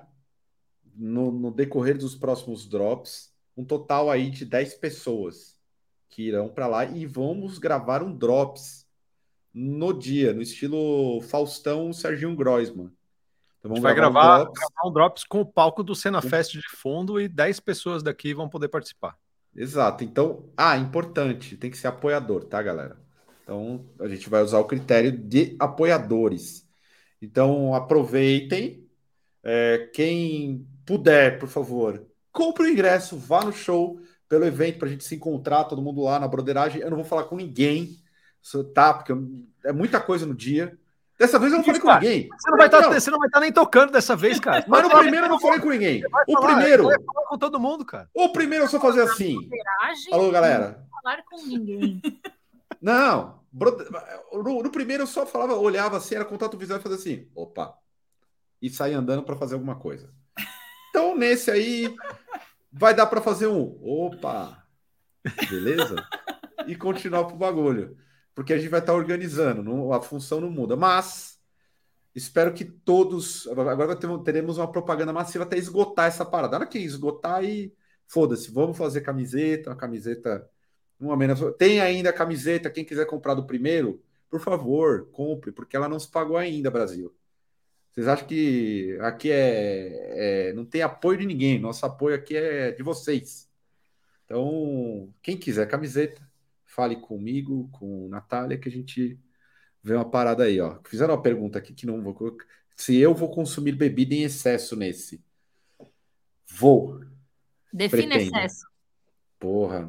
Speaker 1: no, no decorrer dos próximos drops, um total aí de dez pessoas que irão para lá e vamos gravar um drops no dia, no estilo Faustão Serginho Groisman. Então
Speaker 2: A gente
Speaker 1: vamos
Speaker 2: vai
Speaker 1: gravar,
Speaker 2: gravar,
Speaker 1: um drops.
Speaker 2: gravar um Drops com o palco do Cenafest de fundo e dez pessoas daqui vão poder participar.
Speaker 1: Exato. Então, ah, importante, tem que ser apoiador, tá, galera? Então, a gente vai usar o critério de apoiadores. Então, aproveitem. É, quem puder, por favor, compre o ingresso, vá no show, pelo evento, para a gente se encontrar, todo mundo lá na broderagem. Eu não vou falar com ninguém, tá? Porque eu- é muita coisa no dia. Dessa vez eu não falei com
Speaker 2: cara,
Speaker 1: ninguém.
Speaker 2: Você não vai
Speaker 1: Não.
Speaker 2: estar tá nem tocando dessa vez, cara.
Speaker 1: Mas no primeiro eu não falei com ninguém. O
Speaker 2: falar,
Speaker 1: primeiro.
Speaker 2: Eu ia falar com todo mundo, cara.
Speaker 1: O primeiro eu só fazer assim.
Speaker 3: Interage,
Speaker 1: Alô, galera.
Speaker 3: Não falar com ninguém.
Speaker 1: Não. bro- No, no primeiro eu só falava, olhava assim, era contato visual e fazia assim. Opa. E saía andando para fazer alguma coisa. Então, nesse aí, vai dar para fazer um. Opa. Beleza? E continuar pro bagulho. Porque a gente vai estar organizando. Não, a função não muda. Mas. Espero que todos. Agora ter- teremos uma propaganda massiva até esgotar essa parada. Na hora que esgotar e foda-se, vamos fazer camiseta, uma camiseta. Uma menos. Tem ainda a camiseta, quem quiser comprar do primeiro, por favor, compre, porque ela não se pagou ainda, Brasil. Vocês acham que aqui é, é- não tem apoio de ninguém? Nosso apoio aqui é de vocês. Então, quem quiser camiseta, fale comigo, com Natália, que a gente vê uma parada aí, ó. Fizeram uma pergunta aqui que não vou colocar. Se eu vou consumir bebida em excesso nesse. Vou.
Speaker 3: Define
Speaker 1: Pretendo.
Speaker 3: excesso.
Speaker 1: Porra.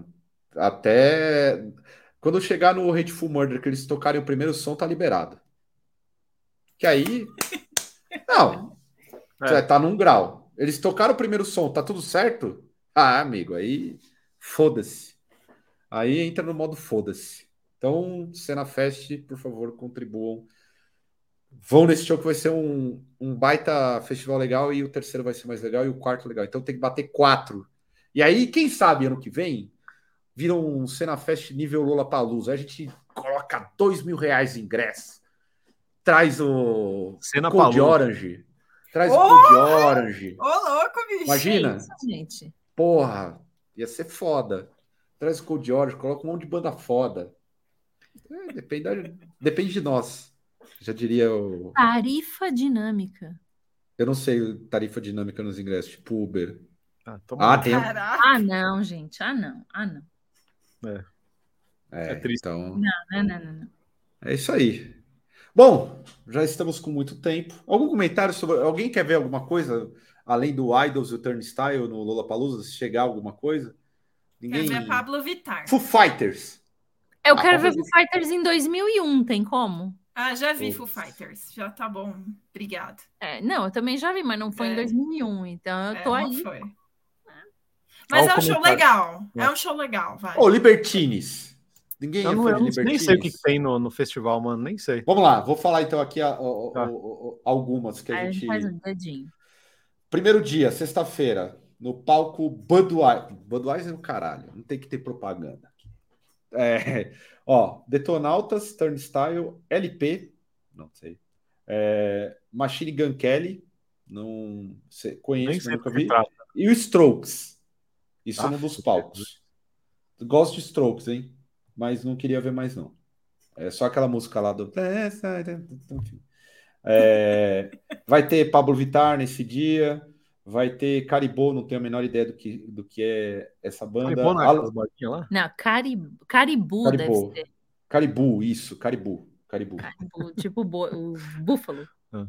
Speaker 1: Até quando chegar no Hateful Murder, que eles tocarem o primeiro som, tá liberado. Que aí. Não.
Speaker 2: É.
Speaker 1: Já tá num grau. Eles tocaram o primeiro som, tá tudo certo? Ah, amigo, aí foda-se. Aí entra no modo foda-se. Então, Cena Fest, por favor, contribuam. Vão nesse show que vai ser um, um baita festival legal e o terceiro vai ser mais legal e o quarto legal. Então tem que bater quatro. E aí, quem sabe, ano que vem, vira um Cena Fest nível Lollapalooza. Aí a gente coloca dois mil reais em ingresso. Traz o
Speaker 2: Cena
Speaker 1: Code
Speaker 2: Palooza.
Speaker 1: Orange. Traz o
Speaker 4: Oh!
Speaker 1: Code Orange.
Speaker 4: Ô, louco, bicho.
Speaker 1: Imagina.
Speaker 3: É isso, gente.
Speaker 1: Porra, ia ser foda. Traz o Code Orange, coloca um monte de banda foda. É, depende, da- depende de nós. Já diria o.
Speaker 3: Tarifa dinâmica.
Speaker 1: Eu não sei tarifa dinâmica nos ingressos, tipo Uber.
Speaker 2: Ah, toma
Speaker 1: Ah,
Speaker 2: no-
Speaker 1: tem.
Speaker 4: Caraca.
Speaker 3: Ah, não, gente. Ah, não. Ah, não.
Speaker 2: É.
Speaker 1: É,
Speaker 2: É triste.
Speaker 1: então.
Speaker 3: Não, não, não, não. não.
Speaker 1: É isso aí. Bom, já estamos com muito tempo. Algum comentário sobre. Alguém quer ver alguma coisa além do Idols e o Turnstile no Lollapalooza? Se chegar alguma coisa?
Speaker 4: Quero
Speaker 1: Ninguém.
Speaker 4: ver Pablo Vittar.
Speaker 1: Foo Fighters.
Speaker 3: Eu
Speaker 1: Ah,
Speaker 3: quero ver
Speaker 1: vamos
Speaker 3: Foo Fighters em dois mil e um, tem como?
Speaker 4: Ah, já vi
Speaker 1: Putz.
Speaker 4: Foo Fighters. Já tá bom. Obrigado.
Speaker 3: É, não, eu também já vi, mas não foi em
Speaker 4: É.
Speaker 3: dois mil e um, então eu
Speaker 4: É,
Speaker 3: tô
Speaker 4: não
Speaker 3: aí.
Speaker 4: foi. Mas
Speaker 2: Olha
Speaker 4: é
Speaker 2: o
Speaker 4: um show
Speaker 2: comentário.
Speaker 4: legal. É
Speaker 2: É.
Speaker 4: um show legal, vai.
Speaker 1: Ô, Libertines. Ninguém
Speaker 2: Eu
Speaker 1: é
Speaker 2: não,
Speaker 1: fã
Speaker 2: eu
Speaker 1: de
Speaker 2: não- nem
Speaker 1: Libertines?
Speaker 2: sei o que, que tem no, no festival, mano. Nem sei.
Speaker 1: Vamos lá, vou falar então aqui a- a- a-
Speaker 2: Tá.
Speaker 1: a- a- algumas que a
Speaker 3: Aí a
Speaker 1: gente.
Speaker 3: gente faz um dedinho.
Speaker 1: Primeiro dia, sexta-feira, no palco Budweiser. Budweiser no caralho, não tem que ter propaganda. É, ó, Detonautas, Turnstile, L P, não sei. É, Machine Gun Kelly, não sei,
Speaker 2: Nem
Speaker 1: conheço, mas
Speaker 2: sei do
Speaker 1: nunca
Speaker 2: que
Speaker 1: vi.
Speaker 2: trata.
Speaker 1: E o Strokes. Isso
Speaker 2: Ah,
Speaker 1: é um dos palcos. Gosto de Strokes, hein? Mas não queria ver mais, não. É só aquela música lá do. Enfim. É, vai ter Pablo Vittar nesse dia. Vai ter Caribou, não tenho a menor ideia do que, do que é essa banda.
Speaker 2: Caribou, não é
Speaker 1: Alan-
Speaker 2: aquelas bolinhas lá?
Speaker 3: Não, cari... Caribu,
Speaker 1: Caribou.
Speaker 3: deve ser.
Speaker 1: Caribu, isso, Caribu. Caribu.
Speaker 3: Caribu, tipo bo... o búfalo.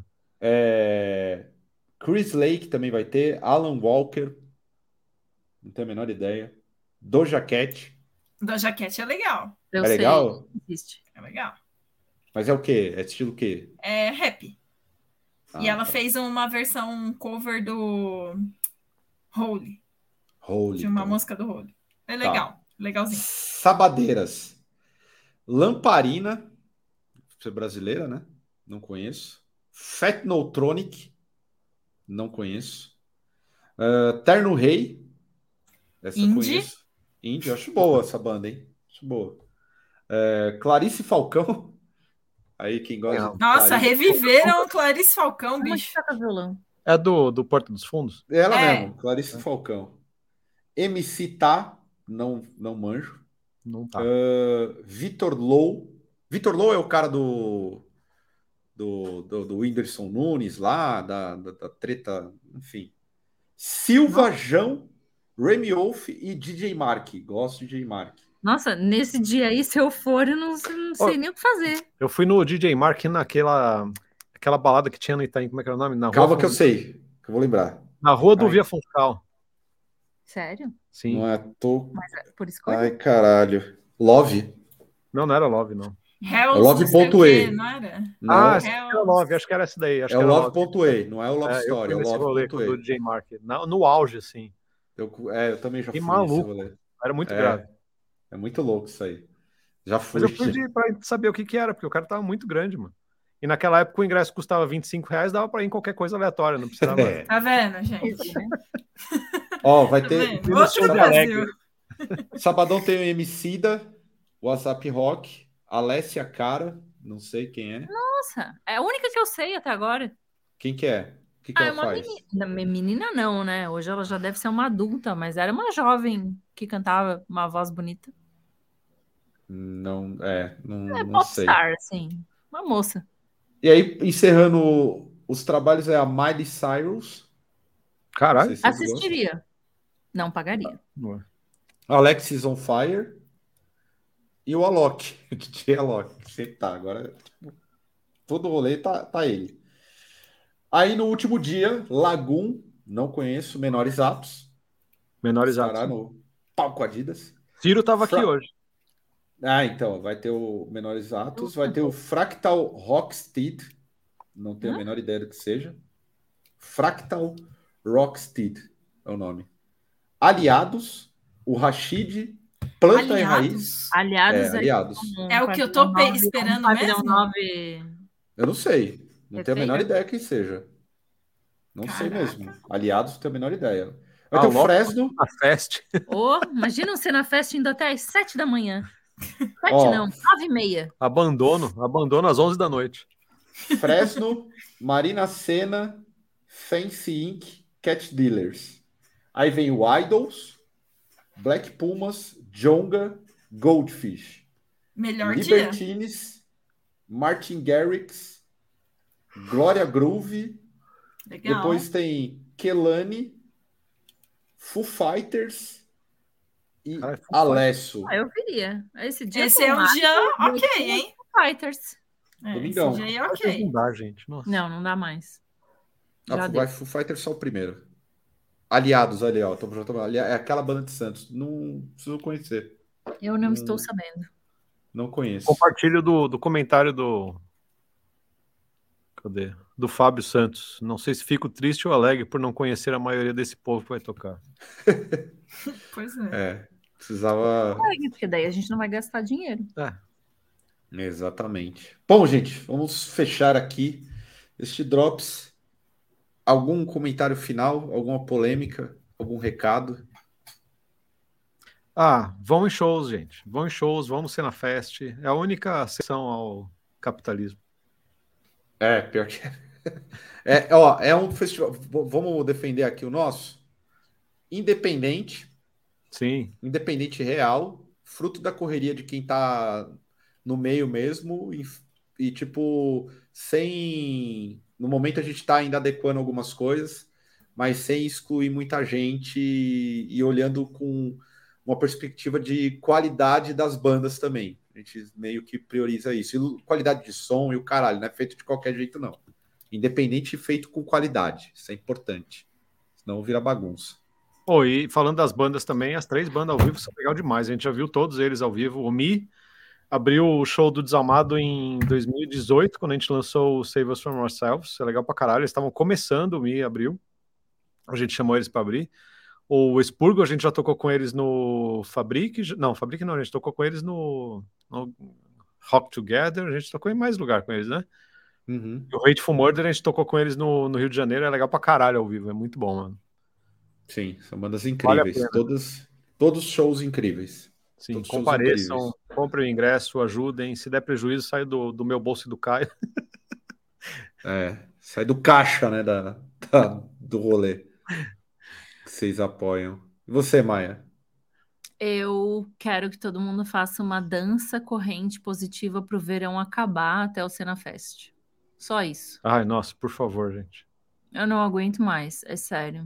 Speaker 1: É, Chris Lake também vai ter. Alan Walker. Não tenho a menor ideia. Doja Cat.
Speaker 4: Doja Cat é legal.
Speaker 3: Eu
Speaker 1: É
Speaker 3: sei.
Speaker 1: legal?
Speaker 3: Existe.
Speaker 4: É legal.
Speaker 1: Mas é o quê? É estilo o quê?
Speaker 4: É rap.
Speaker 1: Ah,
Speaker 4: E ela
Speaker 1: tá.
Speaker 4: fez uma versão um cover do Holy,
Speaker 1: Holy,
Speaker 4: de uma
Speaker 1: então.
Speaker 4: música do Holy. É legal, legalzinho.
Speaker 1: Sabadeiras. Lamparina. Você é brasileira, né? Não conheço. Fat No Tronic. Não conheço. Uh, Terno Rei. Essa eu
Speaker 4: Indie.
Speaker 1: conheço. Indie. Eu acho boa essa banda, hein? Acho boa. Uh, Clarice Falcão. Aí quem gosta de
Speaker 4: Nossa,
Speaker 1: Clarice-
Speaker 4: reviveram Clarice Falcão,
Speaker 3: Como é que
Speaker 4: bicho.
Speaker 3: toca violão?
Speaker 2: É do, do Porta dos Fundos?
Speaker 1: Ela
Speaker 4: É.
Speaker 1: mesmo, Clarice Falcão. M C Tá, não, não manjo.
Speaker 2: Não tá.
Speaker 1: Uh, Vitor Low. Vitor Low é o cara do do, do, do Whindersson Nunes lá, da, da, da treta, enfim. Silva Jão, Remy Wolf e D J Mark. Gosto de D J Mark.
Speaker 3: Nossa, nesse dia aí, se eu for, eu não, não sei
Speaker 2: Ó.
Speaker 3: nem o que fazer.
Speaker 2: Eu fui no D J Mark naquela aquela balada que tinha no Itaim, como é que era o nome? Na rua,
Speaker 1: Calma que eu
Speaker 2: Fun-
Speaker 1: sei, que eu vou lembrar.
Speaker 2: Na rua do
Speaker 1: Ai.
Speaker 2: Via Funchal.
Speaker 3: Sério?
Speaker 2: Sim.
Speaker 1: Não é à toa.
Speaker 3: Mas é por escolha?
Speaker 1: Ai, caralho. Love?
Speaker 2: Não, não era Love, não.
Speaker 4: Hells,
Speaker 1: É o Love
Speaker 4: não sei o
Speaker 1: ponto
Speaker 4: quê,
Speaker 1: e.
Speaker 4: não era?
Speaker 1: Não,
Speaker 2: Ah,
Speaker 1: é
Speaker 2: essa é o Love, acho que era essa daí. Acho
Speaker 1: o
Speaker 2: que era
Speaker 1: Love ponto e, não é o Love
Speaker 2: É, eu
Speaker 1: Story,
Speaker 2: fui
Speaker 1: é o
Speaker 2: nesse
Speaker 1: Love
Speaker 2: rolê
Speaker 1: ponto
Speaker 2: do
Speaker 1: e.
Speaker 2: D J Mark, na- no auge, assim.
Speaker 1: Eu, é, eu também já
Speaker 2: Que
Speaker 1: fui nesse
Speaker 2: maluco.
Speaker 1: rolê.
Speaker 2: Era muito
Speaker 1: É,
Speaker 2: grave.
Speaker 1: é muito louco isso aí. Já
Speaker 2: Mas eu
Speaker 1: fui.
Speaker 2: fui de, pra saber o que que era, porque o cara tava muito grande, mano. E naquela época o ingresso custava vinte e cinco reais, dava pra ir em qualquer coisa aleatória, não precisava...
Speaker 1: É.
Speaker 4: Tá vendo, gente?
Speaker 1: Ó, vai
Speaker 4: Tá
Speaker 1: ter.
Speaker 4: vendo?
Speaker 2: no
Speaker 4: Outro
Speaker 2: show de
Speaker 4: Brasil.
Speaker 1: Sabadão tem o Emicida, WhatsApp Rock, Alessia Cara, não sei quem é.
Speaker 3: Nossa, é a única que eu sei até agora.
Speaker 1: Quem que é? O que, que
Speaker 3: Ah, é
Speaker 1: ela
Speaker 3: uma
Speaker 1: faz?
Speaker 3: menina. Menina não, né? Hoje ela já deve ser uma adulta, mas era uma jovem que cantava uma voz bonita.
Speaker 1: Não, é, não,
Speaker 3: É
Speaker 1: não sei.
Speaker 3: popstar, assim. Uma moça.
Speaker 1: E aí, encerrando os trabalhos, é a Miley Cyrus. Não
Speaker 2: Caralho.
Speaker 1: sei se vocês gostam.
Speaker 3: Assistiria. Não pagaria.
Speaker 1: Alexis on Fire. E o Alok. O D J Alok. Sempre tá. Agora, tipo, todo rolê tá, tá ele. Aí no último dia, Lagoon. Não conheço. Menores Atos.
Speaker 2: Menores
Speaker 1: Estará
Speaker 2: atos.
Speaker 1: no palco Adidas.
Speaker 2: Ciro tava
Speaker 1: Fra-
Speaker 2: aqui hoje.
Speaker 1: Ah, então, vai ter o Menores Atos, vai ter o Fractal Rocksteed, não tenho a
Speaker 3: Hã?
Speaker 1: menor ideia do que seja. Fractal Rocksteed é o nome. Aliados, o Rashid, Planta e Raiz.
Speaker 4: Aliados?
Speaker 3: Aliados
Speaker 1: É, Aliados.
Speaker 3: um
Speaker 4: É o que eu
Speaker 3: pavilhão
Speaker 4: tô pe-
Speaker 3: nove,
Speaker 4: esperando
Speaker 3: um pavilhão
Speaker 4: mesmo?
Speaker 3: nove.
Speaker 1: Eu não sei, não tenho a menor
Speaker 3: Perfeito.
Speaker 1: ideia quem seja. Não sei
Speaker 4: Caraca.
Speaker 1: mesmo. Aliados, não tenho a menor ideia. Vai
Speaker 2: Ah,
Speaker 1: ter o
Speaker 2: logo
Speaker 1: Fresno.
Speaker 2: na fest.
Speaker 3: Ô, imagina você na festa indo até às sete da manhã. Sete
Speaker 1: Ó.
Speaker 3: não, nove e meia.
Speaker 2: Abandono. Abandono às onze da noite.
Speaker 1: Fresno, Marina Sena, Fancy Incorporated, Cat Dealers. Aí vem o Idols, Black Pumas, Jonga, Goldfish,
Speaker 4: Melhor dia.
Speaker 1: Libertines, Martin Garrix, Glória Groove,
Speaker 4: Legal.
Speaker 1: depois tem Kelani, Foo Fighters e
Speaker 2: Cara, Foo
Speaker 1: Alesso.
Speaker 3: Ah, eu viria. Esse dia
Speaker 4: Esse é um
Speaker 3: tomado,
Speaker 4: dia
Speaker 3: eu
Speaker 4: ok,
Speaker 3: vou
Speaker 4: hein?
Speaker 3: com Fighters.
Speaker 4: É,
Speaker 1: Domingão.
Speaker 4: esse dia é
Speaker 2: Fighters
Speaker 4: ok.
Speaker 2: não dá, gente. Nossa.
Speaker 3: Não, não dá mais. Já
Speaker 1: Ah,
Speaker 3: deu.
Speaker 1: vai Foo Fighters só o primeiro. Aliados ali, ó. Tô, já tô- ali- é aquela banda de Santos. Não preciso conhecer.
Speaker 3: Eu não
Speaker 1: Hum.
Speaker 3: estou sabendo.
Speaker 1: Não conheço.
Speaker 2: Compartilho do, do comentário do... Cadê? Do Fábio Santos. Não sei se fico triste ou alegre por não conhecer a maioria desse povo que vai tocar.
Speaker 4: Pois é.
Speaker 1: É, precisava.
Speaker 3: Porque daí a gente não vai gastar dinheiro.
Speaker 2: É.
Speaker 1: Exatamente. Bom, gente, vamos fechar aqui este Drops. Algum comentário final? Alguma polêmica? Algum recado?
Speaker 2: Ah, vão em shows, gente. Vão em shows, vão no Cena Fest. É a única exceção ao capitalismo.
Speaker 1: É, pior que. É, ó, é um festival. v- Vamos defender aqui o nosso? Independente,
Speaker 2: Sim.
Speaker 1: independente real, fruto da correria de quem tá no meio mesmo e, e, tipo, sem. No momento a gente tá ainda adequando algumas coisas, mas sem excluir muita gente e, e olhando com uma perspectiva de qualidade das bandas também. A gente meio que prioriza isso. E qualidade de som e o caralho, não é feito de qualquer jeito, não. Independente e feito com qualidade. Isso é importante. Senão vira bagunça.
Speaker 2: Pô, e falando das bandas também, as três bandas ao vivo são legal demais. A gente já viu todos eles ao vivo. O Mi abriu o show do Desalmado em dois mil e dezoito, quando a gente lançou o Save Us From Ourselves. É legal pra caralho. Eles estavam começando, o Mi abriu. A gente chamou eles pra abrir. O Expurgo, a gente já tocou com eles no Fabric. Não, Fabric não, a gente tocou com eles no, no Rock Together. A gente tocou em mais lugar com eles, né?
Speaker 1: Uhum.
Speaker 2: E o Hateful Murder, a gente tocou com eles no, no Rio de Janeiro. É legal pra caralho ao vivo. É muito bom, mano.
Speaker 1: Sim, são bandas
Speaker 2: Vale a
Speaker 1: incríveis.
Speaker 2: pena.
Speaker 1: Todos, todos shows incríveis.
Speaker 2: Sim,
Speaker 1: Todos shows
Speaker 2: compareçam,
Speaker 1: incríveis.
Speaker 2: comprem o ingresso, ajudem. Se der prejuízo, sai do, do meu bolso e do Caio.
Speaker 1: É, sai do caixa, né, da, da- do rolê que vocês apoiam. E você, Maia?
Speaker 3: Eu quero que todo mundo faça uma dança corrente positiva pro verão acabar até o Cena Fest. Só isso.
Speaker 2: Ai, nossa, por favor, gente.
Speaker 3: Eu não aguento mais, é sério.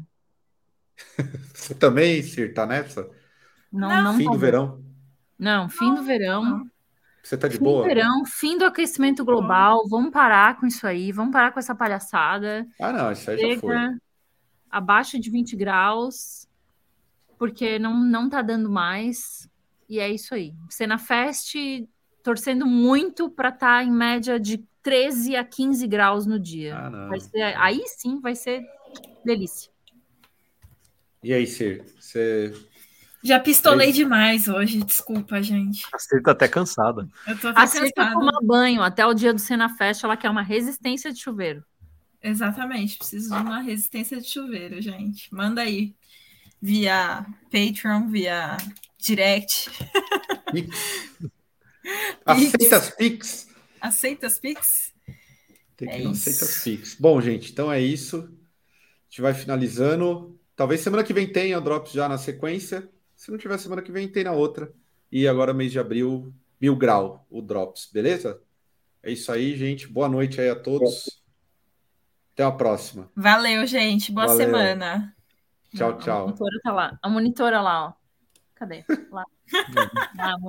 Speaker 1: Você também, Cir, tá nessa?
Speaker 3: Não,
Speaker 4: Não.
Speaker 3: não
Speaker 1: Fim do
Speaker 3: tá bom.
Speaker 1: verão?
Speaker 3: Não, fim do verão.
Speaker 4: Não.
Speaker 1: Você tá de
Speaker 3: Fim do
Speaker 1: boa?
Speaker 3: verão, fim do aquecimento global. Vamos parar com isso aí. Vamos parar com essa palhaçada.
Speaker 1: Ah, não, isso aí já foi.
Speaker 3: Chega abaixo de vinte graus, porque não, não tá dando mais. E é isso aí. Cena Fest torcendo muito para estar em média de treze a quinze graus no dia.
Speaker 1: Ah, não.
Speaker 3: Vai ser, aí sim vai ser delícia.
Speaker 1: E aí, Cir? Você...
Speaker 4: Já pistolei
Speaker 1: Três-
Speaker 4: demais hoje, desculpa, gente.
Speaker 2: A Cir tá até cansada.
Speaker 4: Eu tô até
Speaker 3: Aceita
Speaker 4: cansada.
Speaker 3: tomar banho até o dia do Cena Fest, ela quer uma resistência de chuveiro.
Speaker 4: Exatamente, preciso de uma resistência de chuveiro, gente. Manda aí via Patreon, via Direct.
Speaker 1: Pix. Aceita as Pix?
Speaker 4: Aceita as Pix?
Speaker 1: Tem que
Speaker 4: É
Speaker 1: não
Speaker 4: isso.
Speaker 1: aceita as Pix. Bom, gente, então é isso. A gente vai finalizando. Talvez semana que vem tenha o Drops já na sequência. Se não tiver semana que vem, tem na outra. E agora, mês de abril, mil grau o Drops, beleza? É isso aí, gente. Boa noite aí a todos. Até a próxima.
Speaker 4: Valeu, gente. Boa
Speaker 1: Valeu.
Speaker 4: semana.
Speaker 1: Tchau,
Speaker 3: A
Speaker 1: tchau.
Speaker 3: monitora tá lá. A monitora lá, ó. Cadê? Lá. lá a